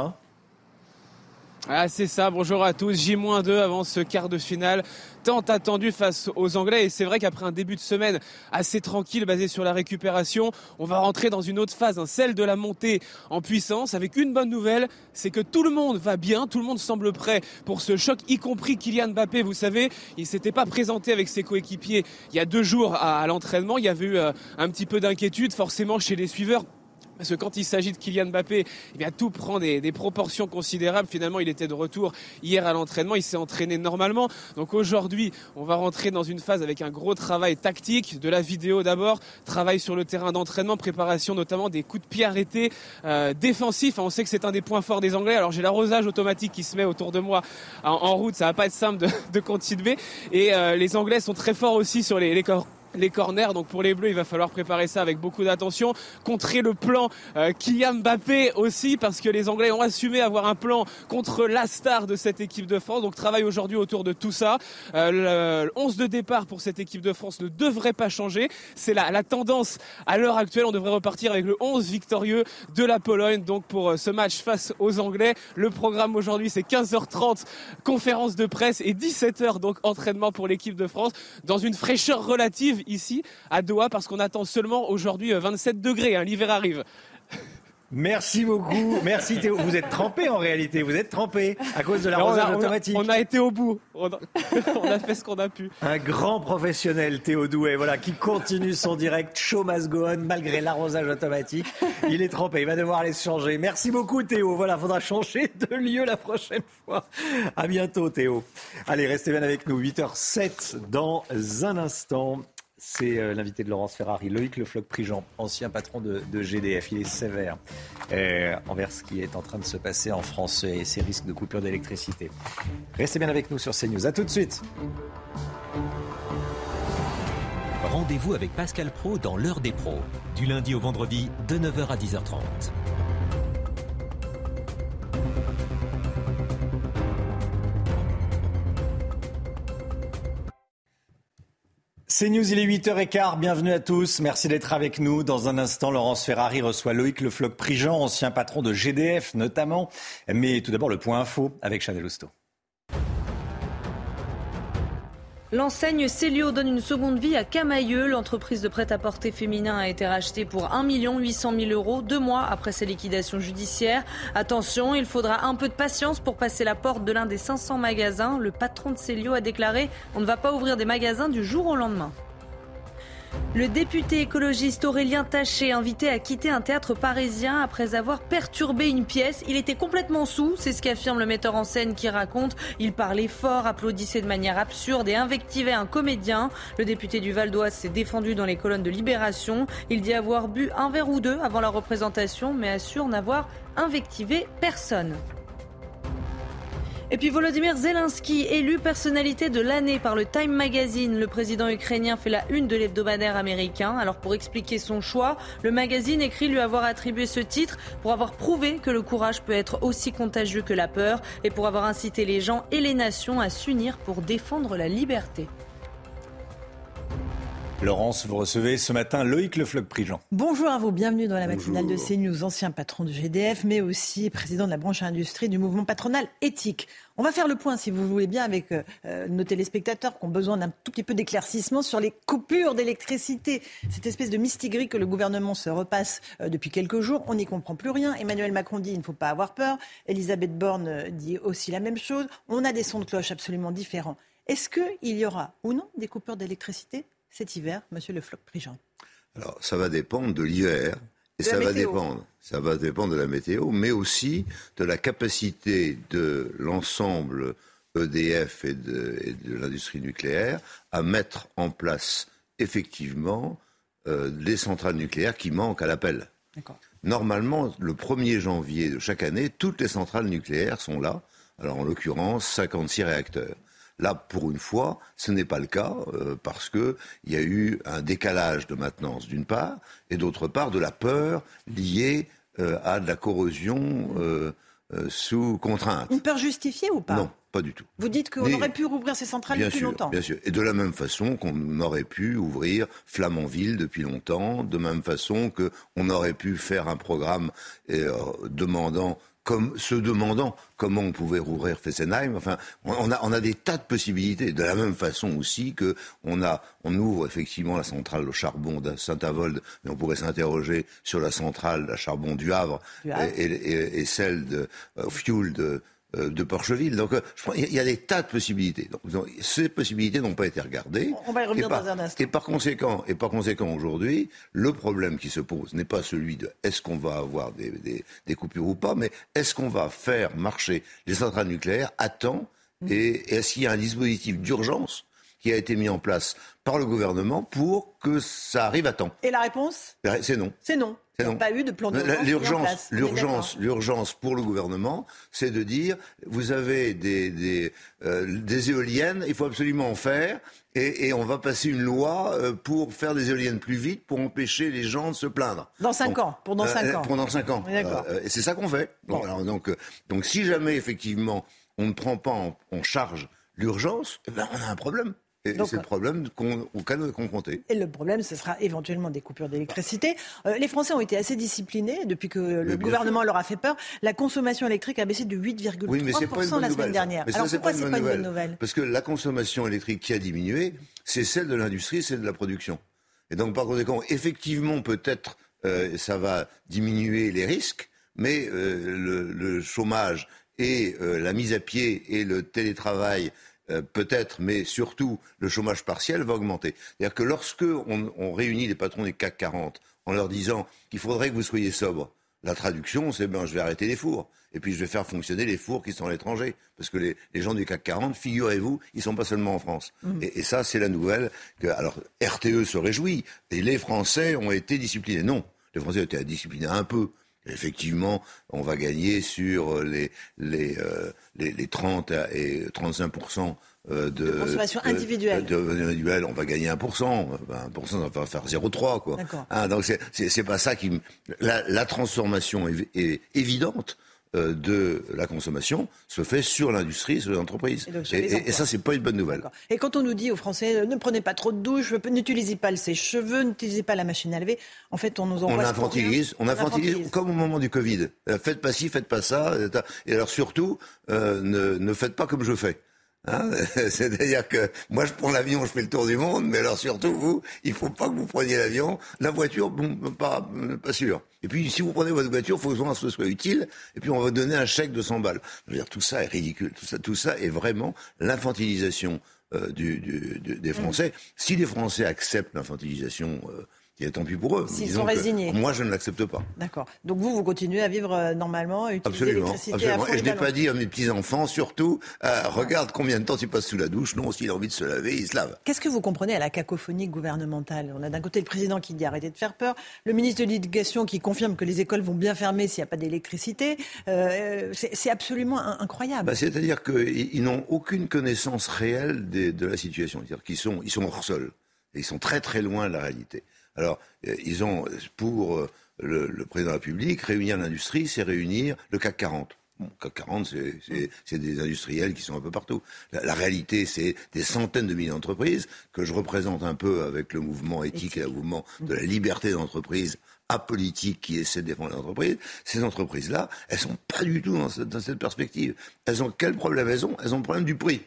Ah, c'est ça, bonjour à tous, J deux avant ce quart de finale tant attendu face aux Anglais, et c'est vrai qu'après un début de semaine assez tranquille basé sur la récupération, on va rentrer dans une autre phase, hein, celle de la montée en puissance, avec une bonne nouvelle, c'est que tout le monde va bien, tout le monde semble prêt pour ce choc, y compris Kylian Mbappé. Vous savez, il s'était pas présenté avec ses coéquipiers il y a deux jours à, à l'entraînement, il y avait eu euh, un petit peu d'inquiétude forcément chez les suiveurs. Parce que quand il s'agit de Kylian Mbappé, eh bien, tout prend des, des proportions considérables. Finalement, il était de retour hier à l'entraînement. Il s'est entraîné normalement. Donc aujourd'hui, on va rentrer dans une phase avec un gros travail tactique, de la vidéo d'abord, travail sur le terrain d'entraînement, préparation notamment des coups de pied arrêtés, euh, défensifs. On sait que c'est un des points forts des Anglais. Alors j'ai l'arrosage automatique qui se met autour de moi en, en route. Ça va pas être simple de, de continuer. Et euh, les Anglais sont très forts aussi sur les, les corps. les corners. Donc pour les Bleus, il va falloir préparer ça avec beaucoup d'attention. Contrer le plan euh, Kylian Mbappé aussi, parce que les Anglais ont assumé avoir un plan contre la star de cette équipe de France. Donc travail aujourd'hui autour de tout ça. Euh, le onze de départ pour cette équipe de France ne devrait pas changer. C'est la, la tendance à l'heure actuelle. On devrait repartir avec le onze victorieux de la Pologne. Donc pour ce match face aux Anglais, le programme aujourd'hui c'est quinze heures trente, conférence de presse, et dix-sept heures donc entraînement pour l'équipe de France, dans une fraîcheur relative ici à Doha, parce qu'on attend seulement aujourd'hui vingt-sept degrés, hein, l'hiver arrive. Merci beaucoup. Merci Théo. Vous êtes trempé en réalité. Vous êtes trempé à cause de l'arrosage automatique. On a été au bout. On a, on a fait ce qu'on a pu. Un grand professionnel, Théo Douet, voilà, qui continue son direct show must go on malgré l'arrosage automatique. Il est trempé. Il va devoir aller se changer. Merci beaucoup Théo. Voilà, faudra changer de lieu la prochaine fois. À bientôt Théo. Allez, restez bien avec nous. huit heures sept dans un instant. C'est euh, l'invité de Laurence Ferrari, Loïc Le Floch-Prigent, ancien patron de, de G D F. Il est sévère euh, envers ce qui est en train de se passer en France et ses risques de coupure d'électricité. Restez bien avec nous sur CNews. À tout de suite. Rendez-vous avec Pascal Praud dans l'heure des pros, du lundi au vendredi de neuf heures à dix heures trente. C'est News, il est huit heures quinze, bienvenue à tous, merci d'être avec nous. Dans un instant, Laurence Ferrari reçoit Loïc Le Floch-Prigent, ancien patron de G D F notamment. Mais tout d'abord, le point info avec Chanel Housteau. L'enseigne Célio donne une seconde vie à Camailleux. L'entreprise de prêt-à-porter féminin a été rachetée pour un million huit cent mille euros, deux mois après ses liquidations judiciaires. Attention, il faudra un peu de patience pour passer la porte de l'un des cinq cents magasins. Le patron de Célio a déclaré « On ne va pas ouvrir des magasins du jour au lendemain ». Le député écologiste Aurélien Taché, invité à quitter un théâtre parisien après avoir perturbé une pièce. Il était complètement saoul, c'est ce qu'affirme le metteur en scène qui raconte. Il parlait fort, applaudissait de manière absurde et invectivait un comédien. Le député du Val d'Oise s'est défendu dans les colonnes de Libération. Il dit avoir bu un verre ou deux avant la représentation, mais assure n'avoir invectivé personne. Et puis Volodymyr Zelensky, élu personnalité de l'année par le Time Magazine. Le président ukrainien fait la une de l'hebdomadaire américain. Alors pour expliquer son choix, le magazine écrit lui avoir attribué ce titre pour avoir prouvé que le courage peut être aussi contagieux que la peur et pour avoir incité les gens et les nations à s'unir pour défendre la liberté. Laurence, vous recevez ce matin Loïc Le Floch-Prigent. Bonjour à vous, bienvenue dans la matinale de CNews, ancien patron de G D F, mais aussi président de la branche industrie du mouvement patronal éthique. On va faire le point, si vous voulez bien, avec euh, nos téléspectateurs qui ont besoin d'un tout petit peu d'éclaircissement sur les coupures d'électricité. Cette espèce de mistigris que le gouvernement se repasse euh, depuis quelques jours, on n'y comprend plus rien. Emmanuel Macron dit il ne faut pas avoir peur. Elisabeth Borne euh, dit aussi la même chose. On a des sons de cloche absolument différents. Est-ce qu'il y aura ou non des coupures d'électricité cet hiver, monsieur Le Floch-Prigent? Alors, ça va dépendre de l'hiver et ça va dépendre, ça va dépendre de la météo, mais aussi de la capacité de l'ensemble E D F et de, et de l'industrie nucléaire à mettre en place effectivement euh, les centrales nucléaires qui manquent à l'appel. D'accord. Normalement, le premier janvier de chaque année, toutes les centrales nucléaires sont là. Alors, en l'occurrence, cinquante-six réacteurs. Là, pour une fois, ce n'est pas le cas euh, parce qu'il y a eu un décalage de maintenance d'une part et d'autre part de la peur liée euh, à de la corrosion euh, euh, sous contrainte. Une peur justifiée ou pas? Non, pas du tout. Vous dites qu'on Mais, aurait pu rouvrir ces centrales bien depuis sûr, longtemps. Bien sûr. Et de la même façon qu'on aurait pu ouvrir Flamanville depuis longtemps, de même façon qu'on aurait pu faire un programme euh, demandant... comme se demandant comment on pouvait rouvrir Fessenheim. Enfin, on a, on a des tas de possibilités. De la même façon aussi que on a, on ouvre effectivement la centrale au charbon de Saint-Avold, mais on pourrait s'interroger sur la centrale à charbon du Havre, du Havre. Et, et, et celle de euh, fuel de de Porcheville. Donc, euh, je pense, il y a des tas de possibilités. Donc, donc, ces possibilités n'ont pas été regardées. On va y revenir par, dans un instant. Et par conséquent, et par conséquent, aujourd'hui, le problème qui se pose n'est pas celui de est-ce qu'on va avoir des, des, des coupures ou pas, mais est-ce qu'on va faire marcher les centrales nucléaires à temps mmh. et, et est-ce qu'il y a un dispositif d'urgence qui a été mis en place par le gouvernement pour que ça arrive à temps? Et la réponse? C'est non. C'est non. Il n'y a pas eu de plan d'urgence. L'urgence, l'urgence, l'urgence pour le gouvernement, c'est de dire vous avez des, des, euh, des éoliennes, il faut absolument en faire, et, et on va passer une loi euh, pour faire des éoliennes plus vite, pour empêcher les gens de se plaindre. Dans cinq ans, pour dans cinq euh, ans. Pour dans cinq ans. D'accord. Euh, et c'est ça qu'on fait. Bon. Bon, alors, donc, euh, donc si jamais effectivement on ne prend pas en, en charge l'urgence, eh ben, on a un problème. Et donc, c'est le problème qu'on, auquel on est confronté. Et le problème, ce sera éventuellement des coupures d'électricité. Euh, les Français ont été assez disciplinés depuis que le mais gouvernement leur a fait peur. La consommation électrique a baissé de huit virgule trois pour cent oui, la nouvelle, semaine dernière. Mais Alors ça, pourquoi c'est c'est pas, pas une, une bonne bonne nouvelle ? Parce que la consommation électrique qui a diminué, c'est celle de l'industrie, c'est de la production. Et donc par conséquent, effectivement, peut-être euh, ça va diminuer les risques, mais euh, le, le chômage et euh, la mise à pied et le télétravail, Euh, peut-être, mais surtout, le chômage partiel va augmenter. C'est-à-dire que lorsque on, on réunit les patrons du C A C quarante en leur disant qu'il faudrait que vous soyez sobres, la traduction, c'est ben, je vais arrêter les fours. Et puis je vais faire fonctionner les fours qui sont à l'étranger. Parce que les, les gens du C A C quarante, figurez-vous, ils ne sont pas seulement en France. Mmh. Et, et ça, c'est la nouvelle. Que, alors, R T E se réjouit. Et les Français ont été disciplinés. Non, les Français ont été disciplinés un peu. Effectivement, on va gagner sur les, les, euh, les, les trente et trente-cinq pour cent de, de consommation individuelle. De, de, individuelle, on va gagner un pour cent. un pour cent, ça va faire zéro virgule trois, quoi. Hein, donc c'est, c'est, c'est pas ça qui... La, la transformation est, est évidente euh, de la consommation se fait sur l'industrie, sur les entreprises. Et, et, et, et ça, c'est pas une bonne nouvelle. D'accord. Et quand on nous dit aux Français, ne prenez pas trop de douche, n'utilisez pas le sèche-cheveux, n'utilisez pas la machine à laver, en fait, on nous on envoie infantilise, on, on infantilise, infantilise, comme au moment du Covid. Euh, faites pas ci, faites pas ça. Et alors surtout, euh, ne, ne faites pas comme je fais. Hein, c'est-à-dire que moi je prends l'avion, je fais le tour du monde, mais alors surtout vous, il faut pas que vous preniez l'avion, la voiture, bon, pas, pas sûr. Et puis si vous prenez votre voiture, il faut que ce soit utile, et puis on va donner un chèque de cent balles. Je veux dire, tout ça est ridicule, tout ça, tout ça est vraiment l'infantilisation euh, du, du, du, des Français. Mmh. Si les Français acceptent l'infantilisation, euh, et tant pis pour eux. S'ils sont résignés. Moi, je ne l'accepte pas. D'accord. Donc vous, vous continuez à vivre euh, normalement, à utiliser absolument, l'électricité absolument. à fond. Et je n'ai pas dit à mes petits-enfants, surtout, euh, regarde combien de temps tu passes sous la douche. Non, s'il a envie de se laver, il se lave. Qu'est-ce que vous comprenez à la cacophonie gouvernementale ? On a d'un côté le président qui dit arrêtez de faire peur, le ministre de l'Éducation qui confirme que les écoles vont bien fermer s'il n'y a pas d'électricité. Euh, c'est, c'est absolument incroyable. Bah, c'est-à-dire qu'ils n'ont aucune connaissance réelle de, de la situation. C'est-à-dire qu'ils sont, ils sont hors sol. Et ils sont très très loin de la réalité. Alors, ils ont, pour le, le président de la République, réunir l'industrie, c'est réunir le C A C quarante. Bon, le C A C quarante, c'est, c'est, c'est des industriels qui sont un peu partout. La, la réalité, c'est des centaines de milliers d'entreprises que je représente un peu avec le mouvement éthique et le mouvement de la liberté d'entreprise apolitique qui essaie de défendre l'entreprise. Ces entreprises-là, elles sont pas du tout dans cette, dans cette perspective. Elles ont quel problème elles ont ? Elles ont le problème du prix.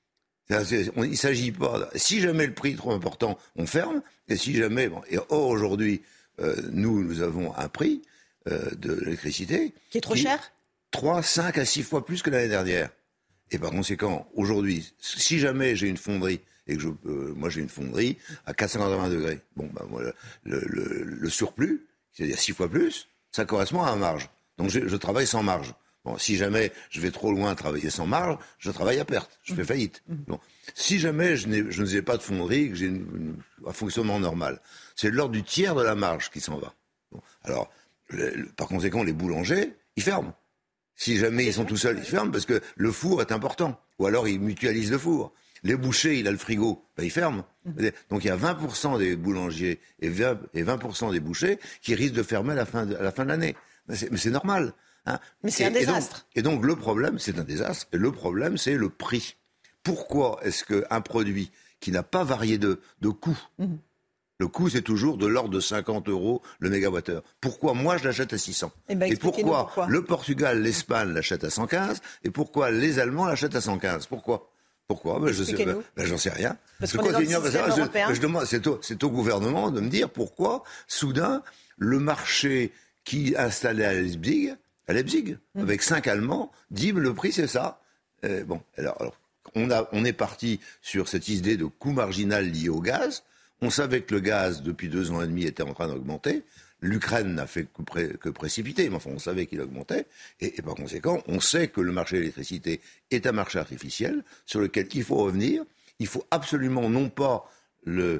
Il ne s'agit pas... Si jamais le prix est trop important, on ferme. Et si jamais... Bon, et or, aujourd'hui, euh, nous, nous avons un prix euh, de l'électricité... Qui est trop qui, cher ? trois, cinq à six fois plus que l'année dernière. Et par conséquent, aujourd'hui, si jamais j'ai une fonderie, et que je, euh, moi j'ai une fonderie à quatre cent quatre-vingts degrés, bon, ben, moi, le, le, le surplus, c'est-à-dire six fois plus, ça correspond à un marge. Donc je, je travaille sans marge. Bon, si jamais je vais trop loin travailler sans marge, je travaille à perte, je fais faillite. Bon. Si jamais je, n'ai, je ne faisais pas de fonderie, que j'ai une, une, un fonctionnement normal, c'est de l'ordre du tiers de la marge qui s'en va. Bon. Alors, le, le, par conséquent, les boulangers, ils ferment. Si jamais ils sont tout seuls, ils ferment parce que le four est important. Ou alors ils mutualisent le four. Les bouchers, il a le frigo, ben ils ferment. Donc il y a vingt pour cent des boulangers et vingt, et vingt pour cent des bouchers qui risquent de fermer à la fin de, à la fin de l'année. Mais c'est, mais c'est normal. Hein. Mais c'est et, un désastre. Et donc, et donc le problème, c'est un désastre. Et le problème, c'est le prix. Pourquoi est-ce qu'un produit qui n'a pas varié de, de coût, mmh. le coût c'est toujours de l'ordre de cinquante euros le mégawattheure. Pourquoi moi je l'achète à six cents ? Et, ben, et pourquoi, pourquoi le Portugal, l'Espagne l'achètent à cent quinze et pourquoi les Allemands l'achètent à cent quinze ? Pourquoi ? Pourquoi ben, je sais, ben, ben, j'en sais rien. Parce je qu'on continue, est dans le système je, européen. je demande, c'est au, c'est au gouvernement de me dire pourquoi soudain le marché qui installé à Leipzig, à Leipzig, mmh. avec cinq Allemands, dit le prix c'est ça. Euh, bon, alors, alors on, a, on est parti sur cette idée de coût marginal lié au gaz. On savait que le gaz, depuis deux ans et demi, était en train d'augmenter. L'Ukraine n'a fait que, pré, que précipiter, mais enfin, on savait qu'il augmentait. Et, et par conséquent, on sait que le marché de l'électricité est un marché artificiel sur lequel il faut revenir. Il faut absolument non pas le,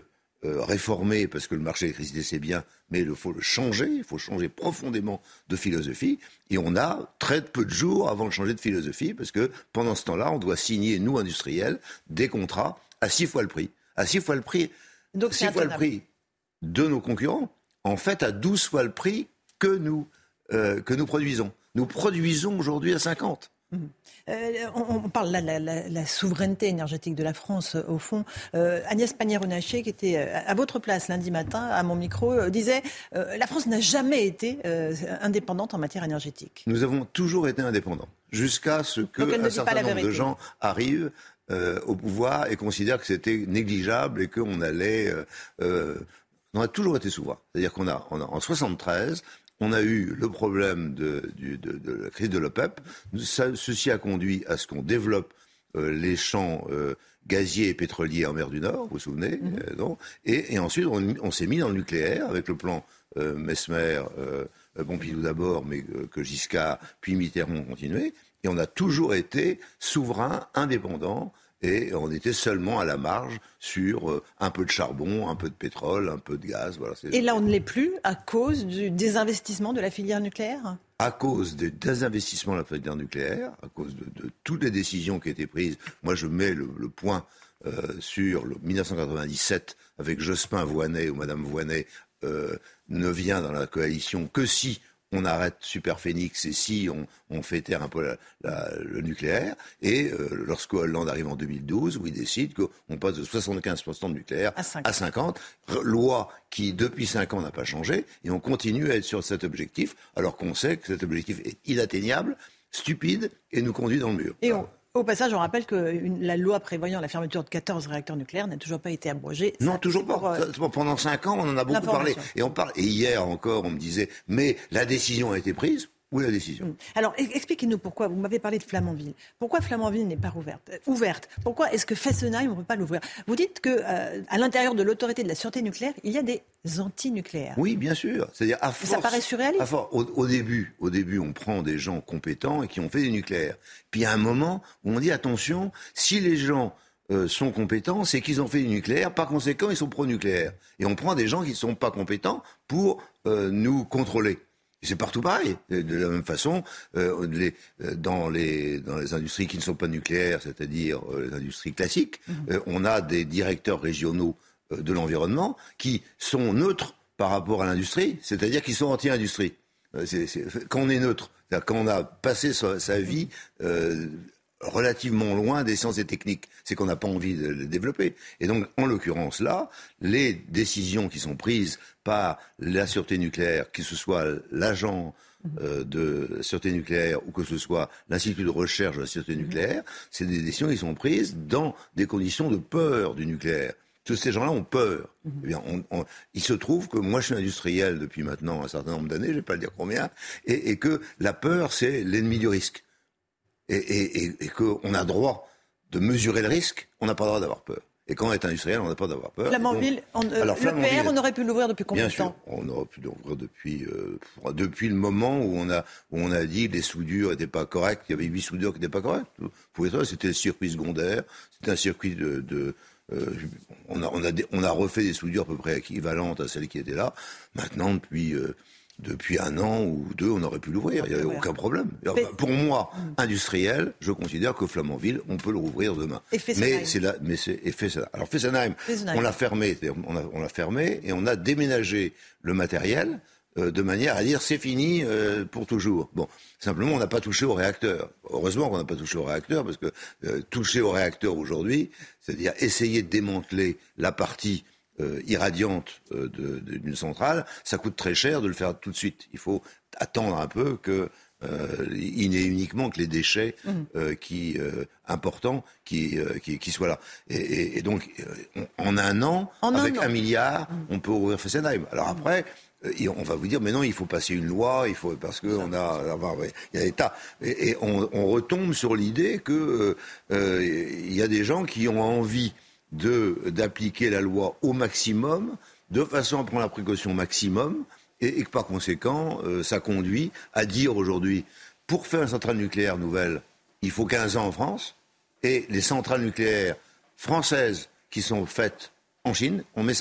euh, réformer, parce que le marché de l'électricité c'est bien, mais il faut le changer, il faut changer profondément de philosophie. Et on a très peu de jours avant de changer de philosophie, parce que pendant ce temps-là, on doit signer, nous industriels, des contrats à six fois le prix. À six fois le prix, Donc, six fois le prix de nos concurrents, en fait à douze fois le prix que nous, euh, que nous produisons. Nous produisons aujourd'hui à cinquante. Mmh. Euh, on, on parle là de la, la, la souveraineté énergétique de la France, euh, au fond. Euh, Agnès Pannier-Runacher, qui était euh, à votre place lundi matin, à mon micro, euh, disait euh, la France n'a jamais été euh, indépendante en matière énergétique. Nous avons toujours été indépendants, jusqu'à ce qu'un certain nombre de gens arrivent euh, au pouvoir et considèrent que c'était négligeable et qu'on allait... Euh, euh, on a toujours été souverain. C'est-à-dire qu'on a, on a en soixante-treize... On a eu le problème de, de, de, de la crise de l'OPEP. Ça, ceci a conduit à ce qu'on développe euh, les champs euh, gaziers et pétroliers en mer du Nord, vous vous souvenez, mmh. euh, non et, et ensuite, on, on s'est mis dans le nucléaire avec le plan euh, Mesmer, euh, Pompidou d'abord, mais euh, que Giscard, puis Mitterrand ont continué. Et on a toujours été souverain, indépendant. Et on était seulement à la marge sur euh, un peu de charbon, un peu de pétrole, un peu de gaz. Voilà, et là, on ne l'est plus à cause du désinvestissement de la filière nucléaire ? À cause des désinvestissements de la filière nucléaire, à cause de, de toutes les décisions qui étaient prises. Moi, je mets le, le point euh, sur le dix-neuf cent quatre-vingt-dix-sept avec Jospin Voynet, où Madame Voynet euh, ne vient dans la coalition que si... on arrête Superphénix et si on, on fait taire un peu la, la, le nucléaire. Et euh, lorsque Hollande arrive en deux mille douze, où il décide qu'on passe de soixante-quinze pour cent de nucléaire à cinquante. À cinquante, loi qui depuis cinq ans n'a pas changé, et on continue à être sur cet objectif, alors qu'on sait que cet objectif est inatteignable, stupide, et nous conduit dans le mur. Et on... Au passage, on rappelle que une, la loi prévoyant la fermeture de quatorze réacteurs nucléaires n'a toujours pas été abrogée. Non, ça, toujours pas. Pour, euh, Pendant cinq ans, on en a beaucoup parlé. Et, on parle, et hier encore, on me disait, mais la décision a été prise. Où est la décision ? Alors, expliquez-nous pourquoi. Vous m'avez parlé de Flamanville. Pourquoi Flamanville n'est pas ouverte, ouverte ? Pourquoi est-ce que Fessenheim, on ne peut pas l'ouvrir ? Vous dites qu'à euh, l'intérieur de l'autorité de la sûreté nucléaire, il y a des anti-nucléaires. Oui, bien sûr. C'est-à-dire, à force, ça paraît surréaliste. À force, au, au, début, au début, on prend des gens compétents et qui ont fait des nucléaires. Puis il y a un moment où on dit, attention, si les gens... Euh, sont compétents, c'est qu'ils ont fait du nucléaire, par conséquent, ils sont pro-nucléaires. Et on prend des gens qui ne sont pas compétents pour euh, nous contrôler. Et c'est partout pareil. De la même façon, euh, les, dans, les, dans les industries qui ne sont pas nucléaires, c'est-à-dire euh, les industries classiques, mmh. euh, on a des directeurs régionaux euh, de l'environnement qui sont neutres par rapport à l'industrie, c'est-à-dire qu'ils sont anti-industrie. Euh, c'est, c'est, quand on est neutre, c'est-à-dire quand on a passé sa, sa vie... Euh, relativement loin des sciences et techniques. C'est qu'on n'a pas envie de les développer. Et donc, en l'occurrence là, les décisions qui sont prises par la sûreté nucléaire, que ce soit l'agent euh, de sûreté nucléaire ou que ce soit l'Institut de recherche de la sûreté nucléaire, c'est des décisions qui sont prises dans des conditions de peur du nucléaire. Tous ces gens-là ont peur. Mm-hmm. Eh bien, on, on, il se trouve que moi, je suis industriel depuis maintenant un certain nombre d'années, je ne vais pas le dire combien, et, et que la peur, c'est l'ennemi du risque. Et, et, et, et qu'on a droit de mesurer le risque, on n'a pas le droit d'avoir peur. Et quand on est industriel, on n'a pas d'avoir peur. Flamanville, on, euh, alors, le P R, on aurait pu l'ouvrir depuis combien de temps ? Bien sûr, on aurait pu l'ouvrir depuis, euh, depuis le moment où on a, où on a dit que les soudures n'étaient pas correctes. Il y avait huit soudures qui n'étaient pas correctes. Vous pouvez savoir, c'était le circuit secondaire, c'était un circuit de... de euh, on, a, on, a, on a refait des soudures à peu près équivalentes à celles qui étaient là. Maintenant, depuis... Euh, Depuis un an ou deux, on aurait pu l'ouvrir. Il n'y avait aucun problème. Alors, pour moi, industriel, je considère que Flamanville, on peut le rouvrir demain. Et mais c'est là, mais c'est et Fessenheim. Alors Fessenheim, on l'a fermé, on, a, on l'a fermé et on a déménagé le matériel euh, de manière à dire c'est fini euh, pour toujours. Bon, simplement, on n'a pas touché au réacteur. Heureusement qu'on n'a pas touché au réacteur parce que euh, toucher au réacteur aujourd'hui, c'est-à-dire essayer de démanteler la partie Euh, irradiante euh, de, de, d'une centrale, ça coûte très cher de le faire tout de suite. Il faut attendre un peu que euh, il n'est uniquement que les déchets euh, qui euh, importants qui, euh, qui qui soient là. Et, et, et donc euh, on, en un an, en avec un, an. un milliard, mmh. on peut ouvrir Fessenheim. Alors après. Et on va vous dire, mais non, il faut passer une loi, il faut parce que on a, il y a des tas, et, et on, on retombe sur l'idée que euh, il y a des gens qui ont envie de d'appliquer la loi au maximum, de façon à prendre la précaution maximum, et, et que par conséquent, euh, ça conduit à dire aujourd'hui, pour faire une centrale nucléaire nouvelle, il faut quinze ans en France, et les centrales nucléaires françaises qui sont faites en Chine, on met cinq ans.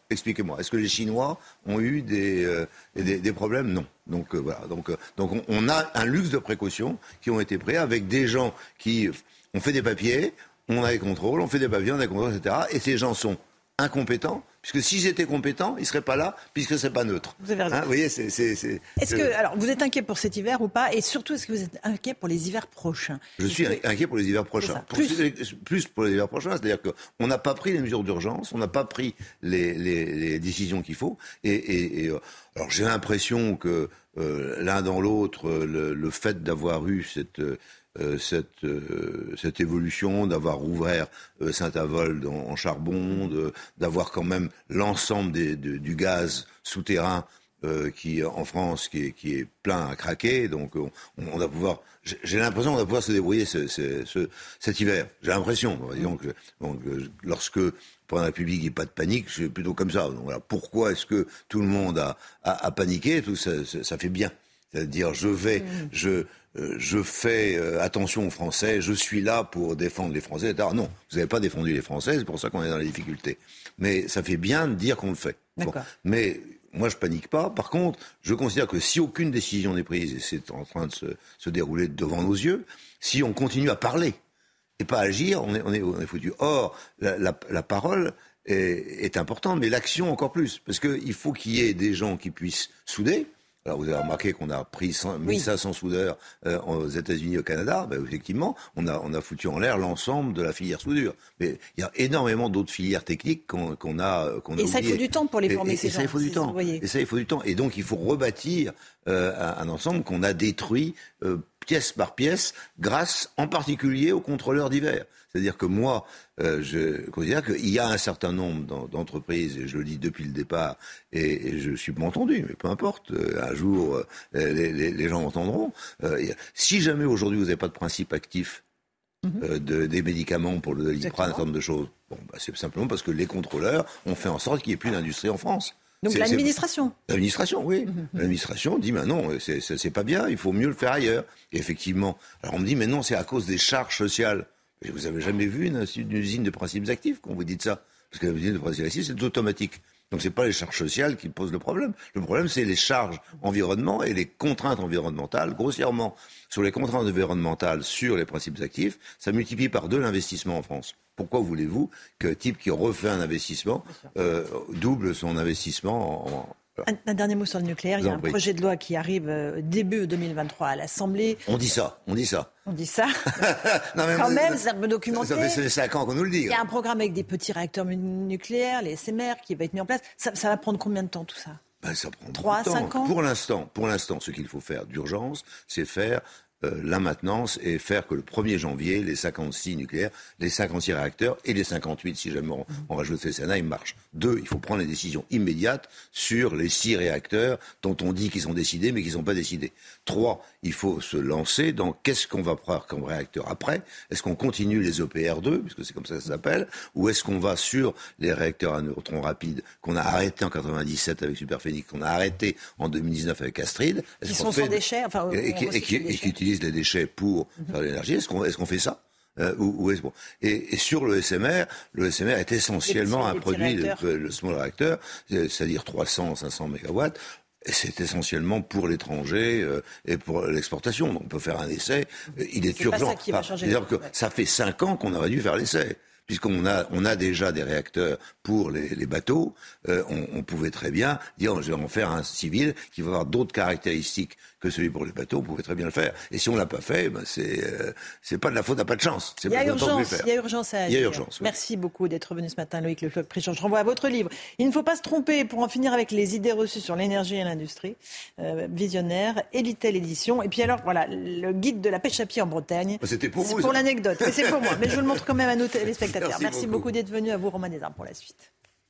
Expliquez-moi. Est-ce que les Chinois ont eu des, euh, des, des problèmes? Non. Donc euh, voilà. Donc, euh, donc on, on a un luxe de précautions qui ont été pris avec des gens qui ont fait des papiers, on a des contrôles, on fait des papiers, on a des contrôles, et cetera. Et ces gens sont incompétents, puisque s'ils étaient compétents, ils ne seraient pas là, puisque c'est pas neutre. Vous avez raison. Hein, vous voyez, c'est, c'est, c'est, est-ce que, alors, vous êtes inquiet pour cet hiver ou pas? Et surtout, est-ce que vous êtes inquiet pour les hivers prochains? Je suis que... inquiet pour les hivers prochains. Pour plus. plus pour les hivers prochains, c'est-à-dire qu'on n'a pas pris les mesures d'urgence, on n'a pas pris les, les, les décisions qu'il faut. Et, et, et alors, j'ai l'impression que euh, l'un dans l'autre, le, le fait d'avoir eu cette... Euh, cette, euh, cette évolution, d'avoir ouvert euh, Saint-Avold en, en charbon, de, d'avoir quand même l'ensemble des, de, du gaz souterrain euh, qui en France qui est, qui est plein à craquer. Donc on, on va pouvoir, j'ai, j'ai l'impression qu'on va pouvoir se débrouiller ce, ce, ce, cet hiver. J'ai l'impression. Donc, donc lorsque pendant la République, il n'y a pas de panique, je suis plutôt comme ça. Donc, voilà. Pourquoi est-ce que tout le monde a, a, a paniqué? Tout ça, ça, ça fait bien. C'est-à-dire, je vais, mmh. je, euh, je fais euh, attention aux Français, je suis là pour défendre les Français, et cetera. Non, vous n'avez pas défendu les Français, c'est pour ça qu'on est dans les difficultés. Mais ça fait bien de dire qu'on le fait. Bon. Mais moi, je panique pas. Par contre, je considère que si aucune décision n'est prise, et c'est en train de se, se dérouler devant nos yeux, si on continue à parler et pas à agir, on est, on est, on est foutu. Or, la, la, la parole est, est importante, mais l'action encore plus. Parce qu'il faut qu'il y ait des gens qui puissent souder. Alors vous avez remarqué qu'on a pris mille cinq cents soudeurs euh, aux États-Unis et au Canada. Ben, effectivement, on a, on a foutu en l'air l'ensemble de la filière soudure. Mais il y a énormément d'autres filières techniques qu'on, qu'on a qu'on a Et ça, il faut du temps pour les former, et, ces et gens. Ça, il faut du temps. Et ça, il faut du temps. Et donc, il faut rebâtir euh, un, un ensemble qu'on a détruit euh, pièce par pièce, grâce en particulier aux contrôleurs divers. C'est-à-dire que moi, euh, je considère qu'il y a un certain nombre d'entreprises, et je le dis depuis le départ, et, et je suis pas entendu, mais peu importe, euh, un jour, euh, les, les, les gens entendront. Euh, si jamais aujourd'hui vous n'avez pas de principe actif euh, de, des médicaments pour le Doliprane, un certain nombre de choses, bon, bah, c'est simplement parce que les contrôleurs ont fait en sorte qu'il n'y ait plus d'industrie en France. Donc c'est, l'administration c'est... L'administration, oui. Mmh. L'administration dit, mais non, c'est, c'est, c'est pas bien, il faut mieux le faire ailleurs. Et effectivement, alors on me dit, mais non, c'est à cause des charges sociales. Mais vous avez jamais vu une, une usine de principes actifs quand vous dites ça? Parce que l'usine de principes actifs, c'est automatique. Donc c'est pas les charges sociales qui posent le problème. Le problème, c'est les charges environnementales et les contraintes environnementales. Grossièrement, sur les contraintes environnementales, sur les principes actifs, ça multiplie par deux l'investissement en France. Pourquoi voulez-vous qu'un type qui refait un investissement euh, double son investissement en, en Un, un dernier mot sur le nucléaire. Il y a un prie. projet de loi qui arrive euh, début deux mille vingt-trois à l'Assemblée. On dit ça, on dit ça. On dit ça. non, mais Quand moi, même, c'est un peu documenté. Ça fait cinq ans qu'on nous le dit. Il y a un programme avec des petits réacteurs nucléaires, les S M R, qui va être mis en place. Ça, ça va prendre combien de temps tout ça? Ben, ça prend trois à cinq ans. Pour l'instant, pour l'instant, ce qu'il faut faire d'urgence, c'est faire euh, la maintenance et faire que le premier janvier, les cinquante-six nucléaires, les cinquante-six réacteurs et les cinquante-huit, si jamais on, mmh. on rajoute les Fessenheim, marchent. Deux, il faut prendre les décisions immédiates sur les six réacteurs dont on dit qu'ils sont décidés mais qu'ils ne sont pas décidés. Trois, il faut se lancer dans qu'est-ce qu'on va prendre comme réacteur après. Est-ce qu'on continue les E P R deux, puisque c'est comme ça que ça s'appelle, ou est-ce qu'on va sur les réacteurs à neutrons rapides qu'on a arrêtés en quatre-vingt-dix-sept avec Superphénix, qu'on a arrêté en deux mille dix-neuf avec Astrid? Est-ce qui sont sans déchets, enfin, et, et, et, qui, et qui utilisent les déchets pour mm-hmm. faire l'énergie. Est-ce qu'on, est-ce qu'on fait ça? Euh, ou, ou est-ce bon. et, et sur le S M R, le S M R est essentiellement un produit, le, le small reactor, c'est-à-dire trois cents, cinq cents mégawatts. Et c'est essentiellement pour l'étranger euh, et pour l'exportation. Donc on peut faire un essai. Il est c'est urgent. Pas ça qui va changer c'est-à-dire que ça fait cinq ans qu'on aurait dû faire l'essai. Puisqu'on a, on a déjà des réacteurs pour les, les bateaux, euh, on, on pouvait très bien dire, je vais en faire un civil qui va avoir d'autres caractéristiques que celui pour les bateaux, on pouvait très bien le faire. Et si on l'a pas fait, ben c'est, euh, c'est pas de la faute à pas de chance. C'est il y a pas urgence, il y a urgence à agir. Il y a urgence. Oui. Merci beaucoup d'être venu ce matin, Loïc Le Floch-Prigent. Je renvoie à votre livre. Il ne faut pas se tromper pour en finir avec les idées reçues sur l'énergie et l'industrie. Euh, visionnaire, Elitel Édition. Et puis alors, voilà, le guide de la pêche à pied en Bretagne. C'était pour vous. C'est pour ça. L'anecdote. Mais c'est pour moi. Mais je vous le montre quand même à nos téléspectateurs. Merci, Merci beaucoup. beaucoup d'être venu. À vous, Romain Desarmes, pour la suite.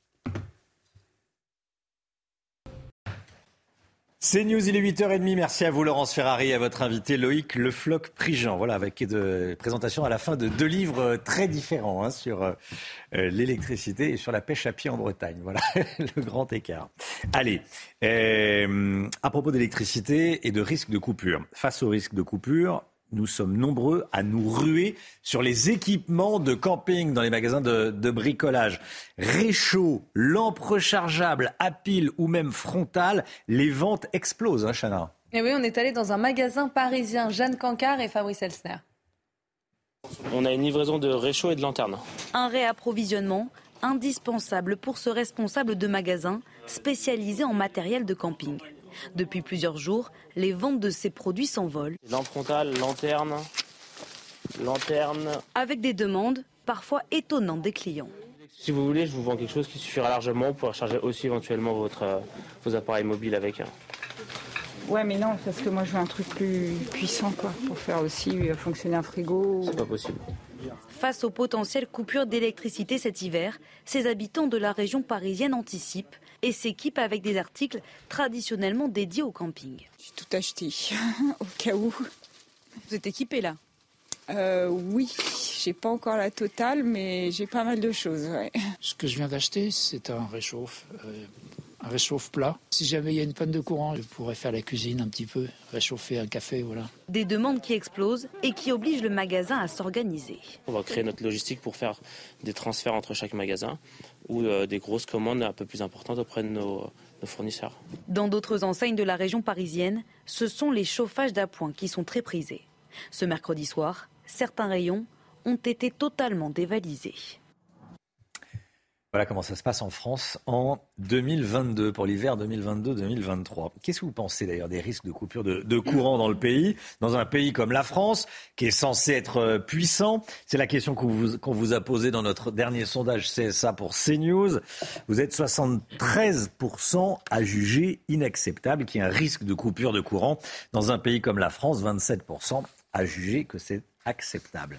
C'est News, il est huit heures trente. Merci à vous, Laurence Ferrari, et à votre invité Loïc Le Floch-Prigent. Voilà, avec de présentation à la fin de deux livres très différents hein, sur euh, l'électricité et sur la pêche à pied en Bretagne. Voilà, le grand écart. Allez, euh, à propos d'électricité et de risque de coupure. Face au risque de coupure, nous sommes nombreux à nous ruer sur les équipements de camping dans les magasins de, de bricolage. Réchaud, lampes rechargeables à pile ou même frontales, les ventes explosent, hein, Chana. Et oui, on est allé dans un magasin parisien, Jeanne Cancard et Fabrice Elsner. On a une livraison de réchaud et de lanternes. Un réapprovisionnement indispensable pour ce responsable de magasin spécialisé en matériel de camping. Depuis plusieurs jours, les ventes de ces produits s'envolent. Lampe frontale, lanterne, lanterne. Avec des demandes parfois étonnantes des clients. Si vous voulez, je vous vends quelque chose qui suffira largement pour recharger aussi éventuellement votre, euh, vos appareils mobiles avec. Ouais, mais non, parce que moi je veux un truc plus puissant, quoi, pour faire aussi fonctionner un frigo. C'est pas possible. Face aux potentielles coupures d'électricité cet hiver, ces habitants de la région parisienne anticipent et s'équipent avec des articles traditionnellement dédiés au camping. J'ai tout acheté, au cas où. Vous êtes équipés là ? euh, Oui, j'ai pas encore la totale, mais j'ai pas mal de choses. Ouais. Ce que je viens d'acheter, c'est un réchauffe. Euh... Un réchauffe plat. Si jamais il y a une panne de courant, je pourrais faire la cuisine un petit peu, réchauffer un café, voilà. Des demandes qui explosent et qui obligent le magasin à s'organiser. On va créer notre logistique pour faire des transferts entre chaque magasin ou euh, des grosses commandes un peu plus importantes auprès de nos, nos fournisseurs. Dans d'autres enseignes de la région parisienne, ce sont les chauffages d'appoint qui sont très prisés. Ce mercredi soir, certains rayons ont été totalement dévalisés. Voilà comment ça se passe en France en deux mille vingt-deux, pour l'hiver deux mille vingt-deux deux mille vingt-trois. Qu'est-ce que vous pensez d'ailleurs des risques de coupure de, de courant dans le pays, dans un pays comme la France, qui est censé être puissant? C'est la question qu'on vous, qu'on vous a posée dans notre dernier sondage C S A pour CNews. Vous êtes soixante-treize pour cent à juger inacceptable qu'il y ait un risque de coupure de courant dans un pays comme la France, vingt-sept pour cent à juger que c'est acceptable.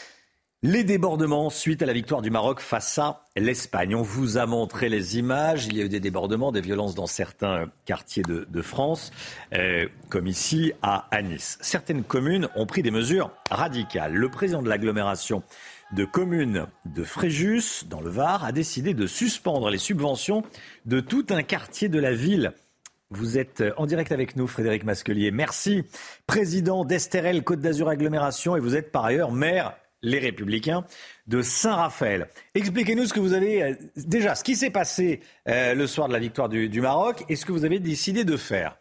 Les débordements suite à la victoire du Maroc face à l'Espagne. On vous a montré les images. Il y a eu des débordements, des violences dans certains quartiers de, de France, euh, comme ici à, à Nice. Certaines communes ont pris des mesures radicales. Le président de l'agglomération de communes de Fréjus, dans le Var, a décidé de suspendre les subventions de tout un quartier de la ville. Vous êtes en direct avec nous, Frédéric Masquelier. Merci, président d'Estérel Côte d'Azur Agglomération, et vous êtes par ailleurs maire, les Républicains, de Saint-Raphaël. Expliquez-nous ce que vous avez, euh, déjà, ce qui s'est passé euh, le soir de la victoire du, du Maroc et ce que vous avez décidé de faire.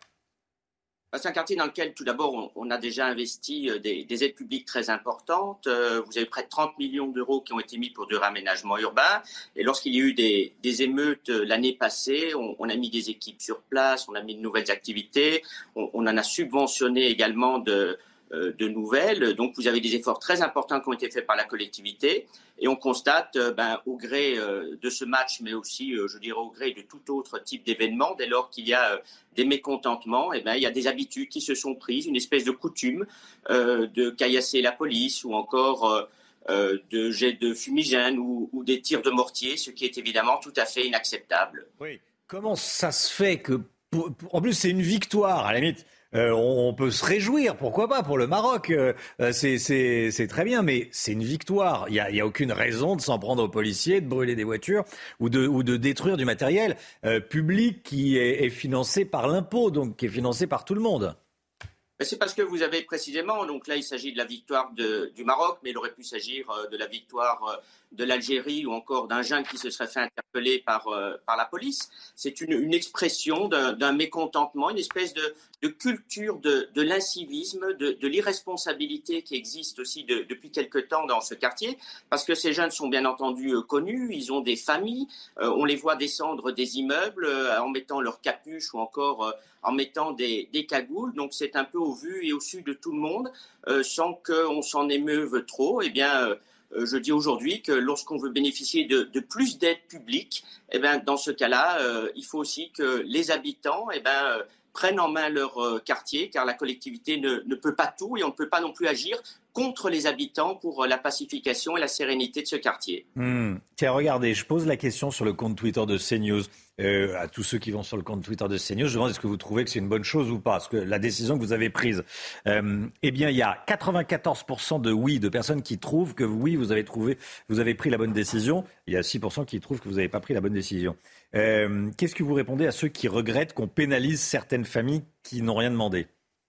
C'est un quartier dans lequel, tout d'abord, on, on a déjà investi euh, des, des aides publiques très importantes. Euh, vous avez près de trente millions d'euros qui ont été mis pour du réaménagement urbain. Et lorsqu'il y a eu des, des émeutes euh, l'année passée, on, on a mis des équipes sur place, on a mis de nouvelles activités, on, on en a subventionné également de... de nouvelles. Donc, vous avez des efforts très importants qui ont été faits par la collectivité. Et on constate, euh, ben, au gré euh, de ce match, mais aussi, euh, je dirais, au gré de tout autre type d'événement, dès lors qu'il y a euh, des mécontentements, eh ben, il y a des habitudes qui se sont prises, une espèce de coutume euh, de caillasser la police ou encore euh, euh, de jets de fumigène ou, ou des tirs de mortier, ce qui est évidemment tout à fait inacceptable. Oui. Comment ça se fait que... Pour, pour, en plus, c'est une victoire, à la limite. Euh, on, on peut se réjouir, pourquoi pas, pour le Maroc, euh, c'est, c'est, c'est très bien, mais c'est une victoire. Il n'y a, y a aucune raison de s'en prendre aux policiers, de brûler des voitures ou de, ou de détruire du matériel euh, public qui est, est financé par l'impôt, donc qui est financé par tout le monde. C'est parce que vous avez précisément, donc là il s'agit de la victoire de, du Maroc, mais il aurait pu s'agir de la victoire de l'Algérie ou encore d'un jeune qui se serait fait interpeller par, euh, par la police. C'est une, une expression d'un, d'un mécontentement, une espèce de, de culture de, de l'incivisme, de, de l'irresponsabilité qui existe aussi de, depuis quelque temps dans ce quartier, parce que ces jeunes sont bien entendu euh, connus, ils ont des familles, euh, on les voit descendre des immeubles euh, en mettant leur capuche ou encore euh, en mettant des, des cagoules, donc c'est un peu au vu et au su de tout le monde, euh, sans qu'on s'en émeuve trop. Eh bien, euh, je dis aujourd'hui que lorsqu'on veut bénéficier de, de plus d'aides publiques, eh bien, dans ce cas-là, euh, il faut aussi que les habitants eh bien, euh, prennent en main leur euh, quartier, car la collectivité ne, ne peut pas tout et on ne peut pas non plus agir contre les habitants pour la pacification et la sérénité de ce quartier. Mmh. Tiens, regardez, je pose la question sur le compte Twitter de CNews, euh, à tous ceux qui vont sur le compte Twitter de CNews, je demande est-ce que vous trouvez que c'est une bonne chose ou pas, parce que la décision que vous avez prise, euh, eh bien, il y a quatre-vingt-quatorze pour cent de oui, de personnes qui trouvent que oui, vous avez trouvé, vous avez pris la bonne décision. Il y a six pour cent qui trouvent que vous n'avez pas pris la bonne décision. Euh, qu'est-ce que vous répondez à ceux qui regrettent qu'on pénalise certaines familles qui n'ont rien demandé ?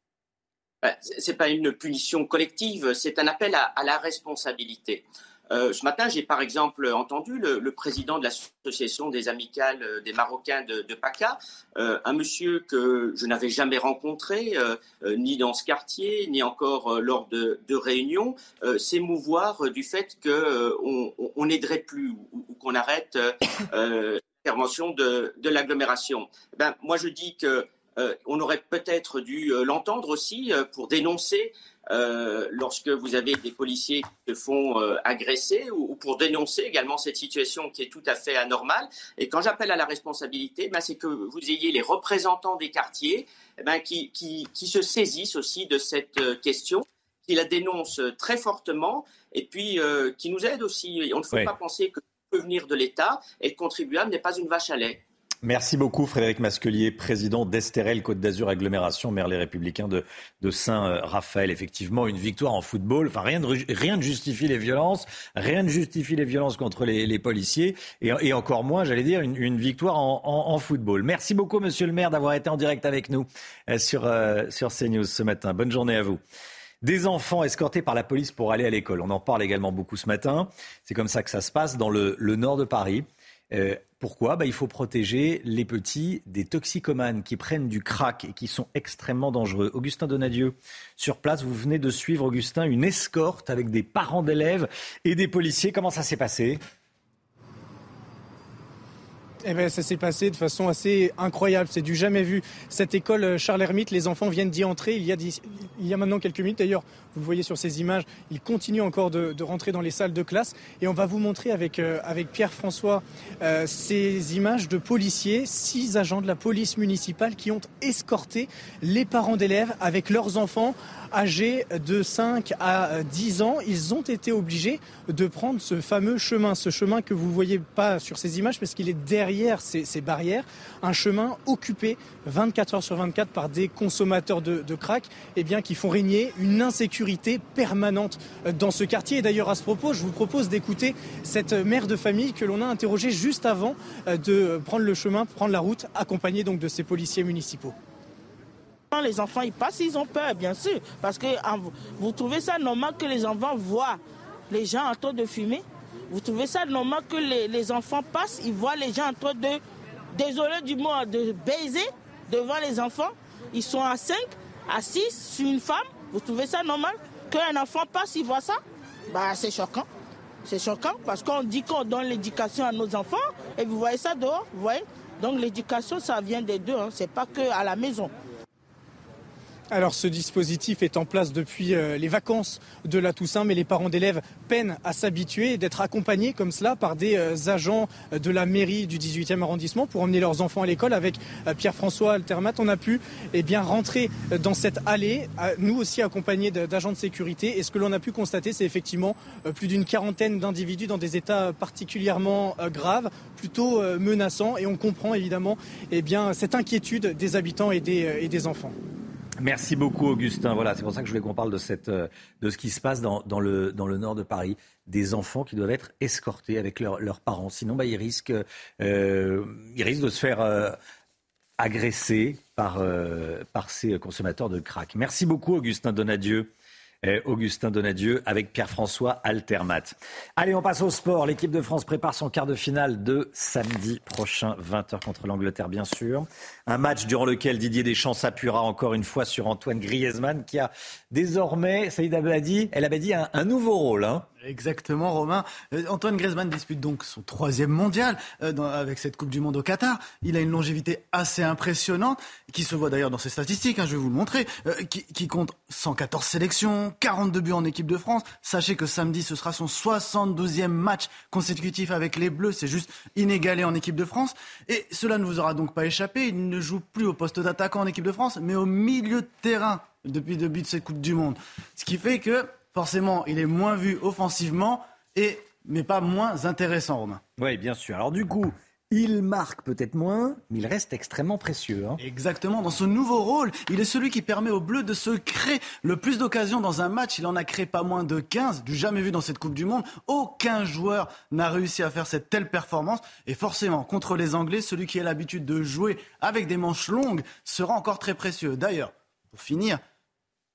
Ben, c'est pas une punition collective, c'est un appel à, à la responsabilité. Euh, ce matin, j'ai par exemple entendu le, le président de l'association des amicales des Marocains de, de PACA, euh, un monsieur que je n'avais jamais rencontré, euh, euh, ni dans ce quartier, ni encore euh, lors de, de réunions, euh, s'émouvoir euh, du fait qu'on euh, on n'aiderait plus ou, ou qu'on arrête euh, l'intervention de, de l'agglomération. Ben, moi, je dis que euh, on aurait peut-être dû euh, l'entendre aussi euh, pour dénoncer Euh, lorsque vous avez des policiers qui se font euh, agresser ou, ou pour dénoncer également cette situation qui est tout à fait anormale. Et quand j'appelle à la responsabilité, ben, c'est que vous ayez les représentants des quartiers ben, qui, qui, qui se saisissent aussi de cette euh, question, qui la dénoncent très fortement et puis euh, qui nous aident aussi. Et on ne faut oui. pas penser que tout peut venir de l'État et le contribuable n'est pas une vache à lait. Merci beaucoup Frédéric Masquelier, président d'Estérel Côte d'Azur Agglomération, maire Les Républicains de, de Saint-Raphaël. Effectivement, une victoire en football. Enfin, rien, de, rien ne justifie les violences, rien ne justifie les violences contre les, les policiers et, et encore moins, j'allais dire, une, une victoire en, en, en football. Merci beaucoup, monsieur le maire, d'avoir été en direct avec nous euh, sur, euh, sur CNews ce matin. Bonne journée à vous. Des enfants escortés par la police pour aller à l'école. On en parle également beaucoup ce matin. C'est comme ça que ça se passe dans le, le nord de Paris. Euh, pourquoi bah, il faut protéger les petits des toxicomanes qui prennent du crack et qui sont extrêmement dangereux. Augustin Donadieu, sur place, vous venez de suivre, Augustin, une escorte avec des parents d'élèves et des policiers. Comment ça s'est passé ? Eh bien, ça s'est passé de façon assez incroyable, c'est du jamais vu. Cette école Charles Hermite, les enfants viennent d'y entrer il y a, dix, il y a maintenant quelques minutes. D'ailleurs, vous le voyez sur ces images, ils continuent encore de, de rentrer dans les salles de classe. Et on va vous montrer avec, euh, avec Pierre-François euh, ces images de policiers, six agents de la police municipale qui ont escorté les parents d'élèves avec leurs enfants âgés de cinq à dix ans. Ils ont été obligés de prendre ce fameux chemin, ce chemin que vous ne voyez pas sur ces images parce qu'il est derrière ces, ces barrières, un chemin occupé vingt-quatre heures sur vingt-quatre par des consommateurs de, de crack eh bien, qui font régner une insécurité permanente dans ce quartier. Et d'ailleurs, à ce propos, je vous propose d'écouter cette mère de famille que l'on a interrogée juste avant de prendre le chemin, prendre la route, accompagnée donc de ces policiers municipaux. Les enfants, ils passent, ils ont peur, bien sûr. Parce que vous trouvez ça normal que les enfants voient les gens en train de fumer? Vous trouvez ça normal que les, les enfants passent, ils voient les gens en train de, désolé du mot, de baiser devant les enfants? Ils sont à cinq, à six sur une femme. Vous trouvez ça normal qu'un enfant passe, il voit ça? Bah, c'est choquant. C'est choquant parce qu'on dit qu'on donne l'éducation à nos enfants et vous voyez ça dehors, vous voyez? Donc l'éducation, ça vient des deux, hein. C'est pas qu'à la maison. Alors ce dispositif est en place depuis euh, les vacances de la Toussaint, mais les parents d'élèves peinent à s'habituer et d'être accompagnés comme cela par des euh, agents de la mairie du dix-huitième arrondissement pour emmener leurs enfants à l'école. Avec euh, Pierre-François Altermat, on a pu eh bien, rentrer dans cette allée, euh, nous aussi accompagnés d'agents de sécurité. Et ce que l'on a pu constater, c'est effectivement euh, plus d'une quarantaine d'individus dans des états particulièrement euh, graves, plutôt euh, menaçants. Et on comprend évidemment eh bien, cette inquiétude des habitants et des, euh, et des enfants. Merci beaucoup Augustin. Voilà, c'est pour ça que je voulais qu'on parle de, cette, de ce qui se passe dans, dans, le, dans le nord de Paris. Des enfants qui doivent être escortés avec leur, leurs parents. Sinon, bah, ils, risquent, euh, ils risquent de se faire euh, agresser par, euh, par ces consommateurs de crack. Merci beaucoup Augustin Donadieu. Euh, Augustin Donadieu avec Pierre-François Altermat. Allez, on passe au sport. L'équipe de France prépare son quart de finale de samedi prochain, vingt heures contre l'Angleterre, bien sûr. Un match durant lequel Didier Deschamps s'appuiera encore une fois sur Antoine Griezmann, qui a désormais, Saïd Abadi, El Abadi, un, un nouveau rôle. Hein. Exactement, Romain. Euh, Antoine Griezmann dispute donc son troisième mondial euh, dans, avec cette Coupe du Monde au Qatar. Il a une longévité assez impressionnante, qui se voit d'ailleurs dans ses statistiques, hein, je vais vous le montrer, euh, qui, qui compte cent quatorze sélections, quarante-deux buts en équipe de France. Sachez que samedi, ce sera son soixante-douzième match consécutif avec les Bleus. C'est juste inégalé en équipe de France. Et cela ne vous aura donc pas échappé. Il ne joue plus au poste d'attaquant en équipe de France, mais au milieu de terrain depuis le début de cette Coupe du Monde. Ce qui fait que forcément, il est moins vu offensivement, et, mais pas moins intéressant, Romain. Oui, bien sûr. Alors du coup, il marque peut-être moins, mais il reste extrêmement précieux. Hein. Exactement. Dans ce nouveau rôle, il est celui qui permet aux Bleus de se créer le plus d'occasions dans un match. Il en a créé pas moins de quinze, du jamais vu dans cette Coupe du Monde. Aucun joueur n'a réussi à faire cette telle performance. Et forcément, contre les Anglais, celui qui a l'habitude de jouer avec des manches longues sera encore très précieux. D'ailleurs, pour finir,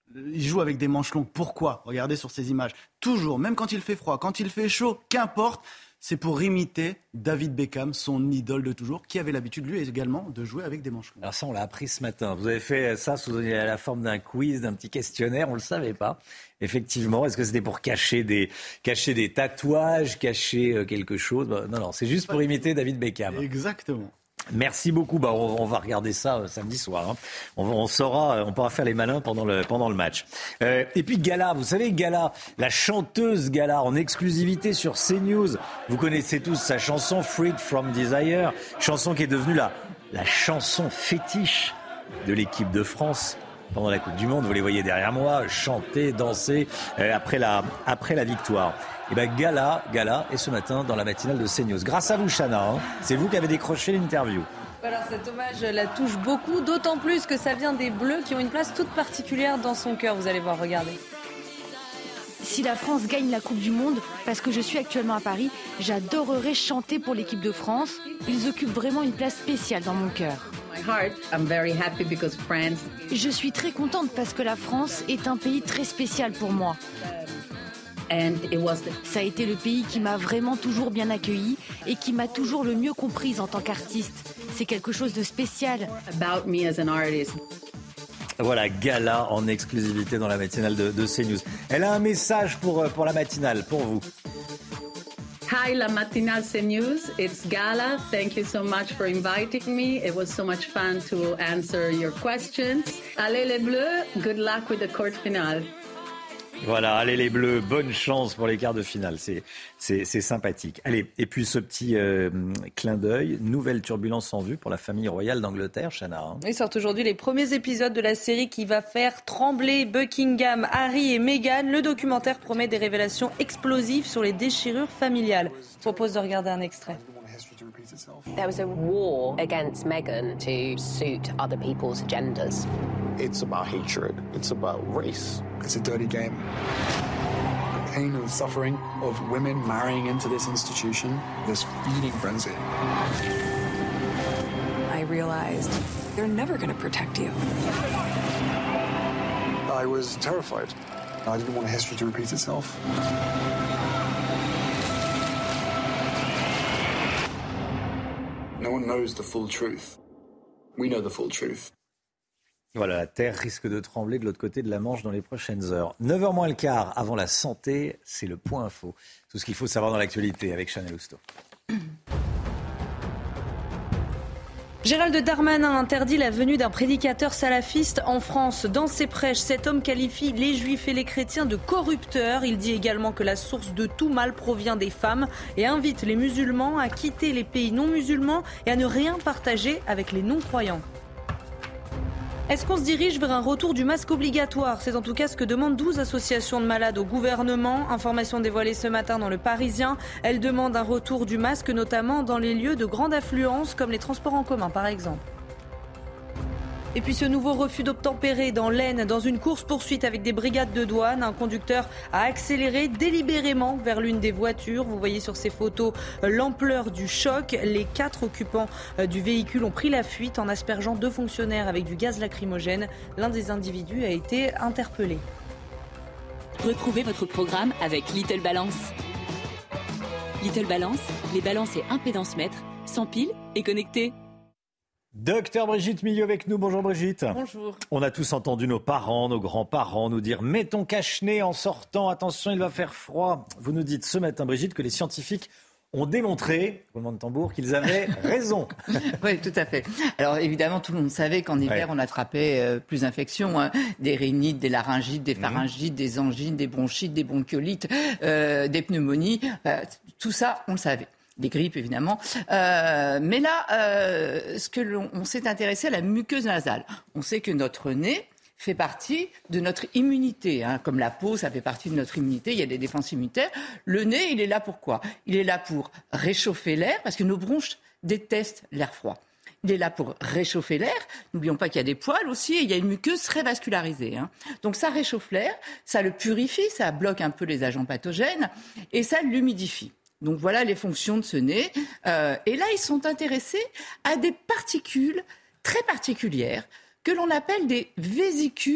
Il joue avec des manches longues. Pourquoi ? Regardez sur ces images. Toujours, même quand il fait froid, quand il fait chaud, qu'importe, c'est pour imiter David Beckham, son idole de toujours, qui avait l'habitude, lui également, de jouer avec des manches longues. Alors ça, on l'a appris ce matin. Vous avez fait ça sous la forme d'un quiz, d'un petit questionnaire, on ne le savait pas. Effectivement, est-ce que c'était pour cacher des, cacher des tatouages, cacher quelque chose ? Non, non, c'est juste pour imiter David Beckham. Exactement. Merci beaucoup. Bah, on, on va regarder ça euh, samedi soir. Hein. On, on saura, on pourra faire les malins pendant le, pendant le match. Euh, et puis Gala, vous savez Gala, la chanteuse Gala en exclusivité sur CNews. Vous connaissez tous sa chanson Freed from Desire, chanson qui est devenue la, la chanson fétiche de l'équipe de France pendant la Coupe du Monde. Vous les voyez derrière moi, chanter, danser euh, après la, après la victoire. Et bien Gala, Gala est ce matin dans la matinale de CNews. Grâce à vous, Chana, hein, c'est vous qui avez décroché l'interview. Alors cet hommage la touche beaucoup, d'autant plus que ça vient des Bleus qui ont une place toute particulière dans son cœur. Vous allez voir, regardez. Si la France gagne la Coupe du Monde, parce que je suis actuellement à Paris, j'adorerais chanter pour l'équipe de France. Ils occupent vraiment une place spéciale dans mon cœur. Je suis très contente parce que la France est un pays très spécial pour moi. Ça a été le pays qui m'a vraiment toujours bien accueillie et qui m'a toujours le mieux comprise en tant qu'artiste. C'est quelque chose de spécial. Voilà, Gala en exclusivité dans la matinale de, de CNews. Elle a un message pour, pour la matinale, pour vous. Hi, la matinale CNews. It's Gala. Thank you so much for inviting me. It was so much fun to answer your questions. Allez les Bleus, good luck with the quart finale. Voilà, allez les Bleus, bonne chance pour les quarts de finale, c'est, c'est, c'est sympathique. Allez, et puis ce petit euh, clin d'œil, nouvelle turbulence en vue pour la famille royale d'Angleterre, Chana. Hein. Ils sortent aujourd'hui les premiers épisodes de la série qui va faire trembler Buckingham, Harry et Meghan. Le documentaire promet des révélations explosives sur les déchirures familiales. Je propose de regarder un extrait. There was a war against Meghan to suit other people's agendas. It's about hatred. It's about race. It's a dirty game. The pain and suffering of women marrying into this institution, this feeding frenzy. I realized they're never going to protect you. I was terrified. I didn't want history to repeat itself. No one knows the full truth. We know the full truth. Voilà, la terre risque de trembler de l'autre côté de la Manche dans les prochaines heures. neuf heures moins le quart, avant la santé, c'est le point info. Tout ce qu'il faut savoir dans l'actualité avec Chanel Housteau. Gérald Darmanin interdit la venue d'un prédicateur salafiste en France. Dans ses prêches, cet homme qualifie les juifs et les chrétiens de corrupteurs. Il dit également que la source de tout mal provient des femmes et invite les musulmans à quitter les pays non musulmans et à ne rien partager avec les non-croyants. Est-ce qu'on se dirige vers un retour du masque obligatoire ? C'est en tout cas ce que demandent douze associations de malades au gouvernement. Information dévoilée ce matin dans Le Parisien. Elles demandent un retour du masque, notamment dans les lieux de grande affluence, comme les transports en commun par exemple. Et puis ce nouveau refus d'obtempérer dans l'Aisne, dans une course-poursuite avec des brigades de douane. Un conducteur a accéléré délibérément vers l'une des voitures. Vous voyez sur ces photos l'ampleur du choc. Les quatre occupants du véhicule ont pris la fuite en aspergeant deux fonctionnaires avec du gaz lacrymogène. L'un des individus a été interpellé. Retrouvez votre programme avec Little Balance. Little Balance, les balances et impédance mètres, sans pile et connectés. Docteur Brigitte Millot avec nous. Bonjour Brigitte. Bonjour. On a tous entendu nos parents, nos grands-parents nous dire « Mets ton cache-nez en sortant, attention, il va faire froid ». Vous nous dites ce matin, Brigitte, que les scientifiques ont démontré, roulement de tambour, qu'ils avaient raison. Oui, tout à fait. Alors évidemment, tout le monde savait qu'en hiver, ouais. on attrapait euh, plus d'infections, hein, des rhinites, des laryngites, des pharyngites, mmh. des angines, des bronchites, des bronchiolites, euh, des pneumonies. Euh, tout ça, on le savait. Des grippes, évidemment. Euh, mais là, euh, ce que l'on on s'est intéressé à la muqueuse nasale. On sait que notre nez fait partie de notre immunité. Hein. Comme la peau, ça fait partie de notre immunité. Il y a des défenses immunitaires. Le nez, il est là pour quoi ? Il est là pour réchauffer l'air, parce que nos bronches détestent l'air froid. Il est là pour réchauffer l'air. N'oublions pas qu'il y a des poils aussi et il y a une muqueuse très vascularisée. Hein. Donc ça réchauffe l'air, ça le purifie, ça bloque un peu les agents pathogènes et ça l'humidifie. Donc voilà les fonctions de ce nez. Euh, et là, ils sont intéressés à des particules très particulières que l'on appelle des vésicules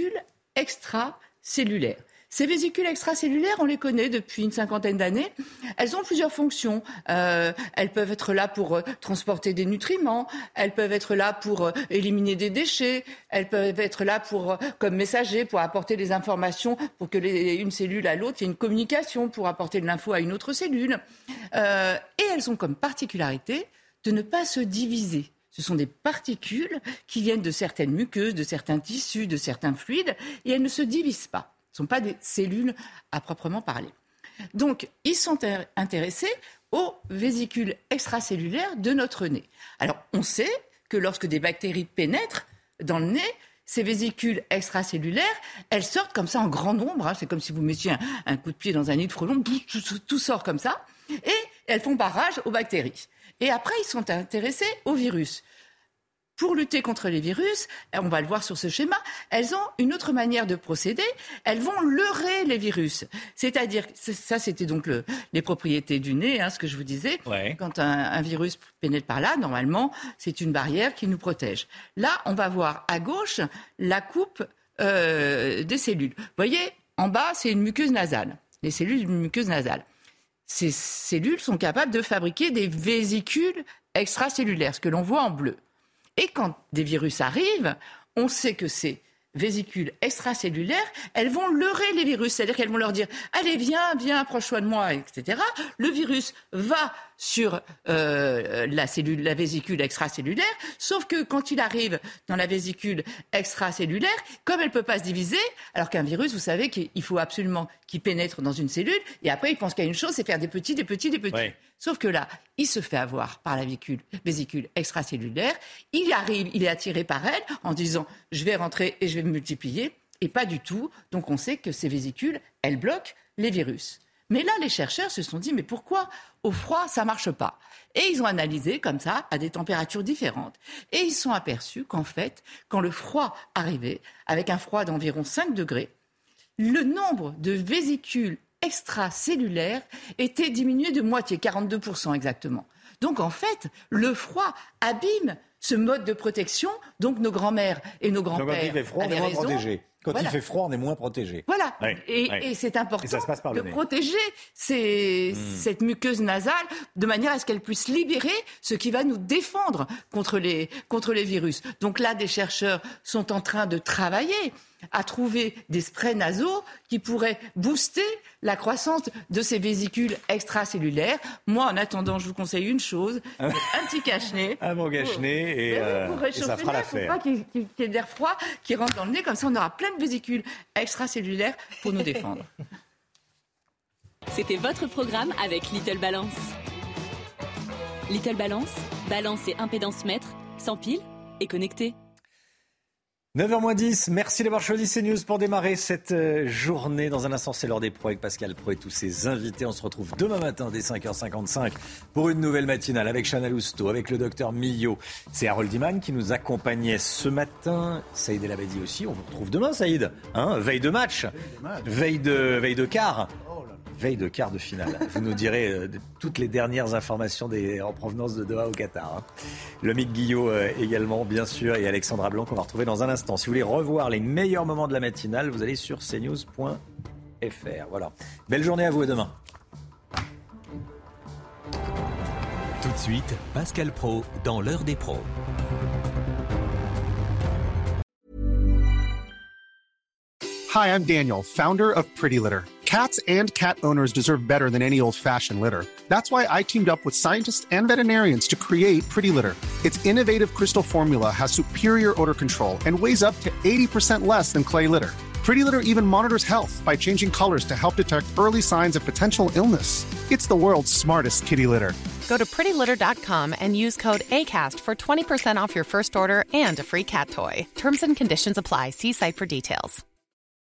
extracellulaires. Ces vésicules extracellulaires, on les connaît depuis une cinquantaine d'années. Elles ont plusieurs fonctions. Euh, elles peuvent être là pour euh, transporter des nutriments. Elles peuvent être là pour euh, éliminer des déchets. Elles peuvent être là pour, euh, comme messagers, pour apporter des informations, pour que les, une cellule à l'autre, il y ait une communication, pour apporter de l'info à une autre cellule. Euh, et elles ont comme particularité de ne pas se diviser. Ce sont des particules qui viennent de certaines muqueuses, de certains tissus, de certains fluides, et elles ne se divisent pas. Ce ne sont pas des cellules à proprement parler. Donc, ils sont intéressés aux vésicules extracellulaires de notre nez. Alors, on sait que lorsque des bactéries pénètrent dans le nez, ces vésicules extracellulaires, elles sortent comme ça en grand nombre. Hein. C'est comme si vous mettiez un, un coup de pied dans un nid de frelons, tout, tout, tout sort comme ça. Et elles font barrage aux bactéries. Et après, ils sont intéressés aux virus. Pour lutter contre les virus, on va le voir sur ce schéma, elles ont une autre manière de procéder. Elles vont leurrer les virus. C'est-à-dire, ça c'était donc le, les propriétés du nez, hein, ce que je vous disais. Ouais. Quand un, un virus pénètre par là, normalement, c'est une barrière qui nous protège. Là, on va voir à gauche la coupe euh, des cellules. Vous voyez, en bas, c'est une muqueuse nasale. Les cellules d'une muqueuse nasale. Ces cellules sont capables de fabriquer des vésicules extracellulaires, ce que l'on voit en bleu. Et quand des virus arrivent, on sait que ces vésicules extracellulaires, elles vont leurrer les virus. C'est-à-dire qu'elles vont leur dire « Allez, viens, viens, approche-toi de moi, et cetera » Le virus va sur euh, la cellule, la vésicule extracellulaire, sauf que quand il arrive dans la vésicule extracellulaire, comme elle ne peut pas se diviser, alors qu'un virus, vous savez qu'il faut absolument qu'il pénètre dans une cellule, et après il pense qu'à une chose, c'est faire des petits, des petits, des petits. Ouais. Sauf que là, il se fait avoir par la vésicule, vésicule extracellulaire, il arrive, il est attiré par elle en disant « je vais rentrer et je vais me multiplier », et pas du tout. Donc on sait que ces vésicules, elles bloquent les virus. Mais là, les chercheurs se sont dit, mais pourquoi au froid, ça ne marche pas ? Et ils ont analysé comme ça, à des températures différentes. Et ils se sont aperçus qu'en fait, quand le froid arrivait, avec un froid d'environ cinq degrés, le nombre de vésicules extracellulaires était diminué de moitié, quarante-deux pour cent exactement. Donc en fait, le froid abîme ce mode de protection. Donc nos grands-mères et nos grands-pères Donc, quand il fait froid, on est moins protégé. Quand voilà. il fait froid, on est moins protégé. Voilà. Ouais, et, ouais. et c'est important et ça se passe par de protéger ces, mmh. cette muqueuse nasale de manière à ce qu'elle puisse libérer ce qui va nous défendre contre les, contre les virus. Donc là, des chercheurs sont en train de travailler à trouver des sprays nasaux qui pourraient booster la croissance de ces vésicules extracellulaires. Moi, en attendant, je vous conseille une chose, un petit cache-nez. Un bon cache-nez et, euh, et ça fera l'affaire. Pour pas qu'il y ait d'air froid qui rentre dans le nez, comme ça on aura plein de vésicules extracellulaires pour nous défendre. C'était votre programme avec Little Balance. Little Balance, balance et impédance mètre, sans pile et connecté. neuf heures moins dix, merci d'avoir choisi CNews pour démarrer cette journée. Dans un instant, c'est l'heure des pros avec Pascal Pro et tous ses invités. On se retrouve demain matin dès cinq heures cinquante-cinq pour une nouvelle matinale avec Chana Lousteau, avec le docteur Millot. C'est Harold Iman qui nous accompagnait ce matin. Saïd El Abadi aussi. On vous retrouve demain, Saïd. Hein, veille de match, veille de, veille de quart. Veille de quart de finale. Vous nous direz euh, toutes les dernières informations des, en provenance de Doha au Qatar. Hein. Lomique Guillot euh, également, bien sûr, et Alexandra Blanc qu'on va retrouver dans un instant. Si vous voulez revoir les meilleurs moments de la matinale, vous allez sur c news point f r. Voilà. Belle journée à vous et demain. Tout de suite, Pascal Pro dans l'heure des pros. Hi, I'm Daniel, founder of Pretty Litter. Cats and cat owners deserve better than any old-fashioned litter. That's why I teamed up with scientists and veterinarians to create Pretty Litter. Its innovative crystal formula has superior odor control and weighs up to eighty percent less than clay litter. Pretty Litter even monitors health by changing colors to help detect early signs of potential illness. It's the world's smartest kitty litter. Go to pretty litter dot com and use code ACAST for twenty percent off your first order and a free cat toy. Terms and conditions apply. See site for details.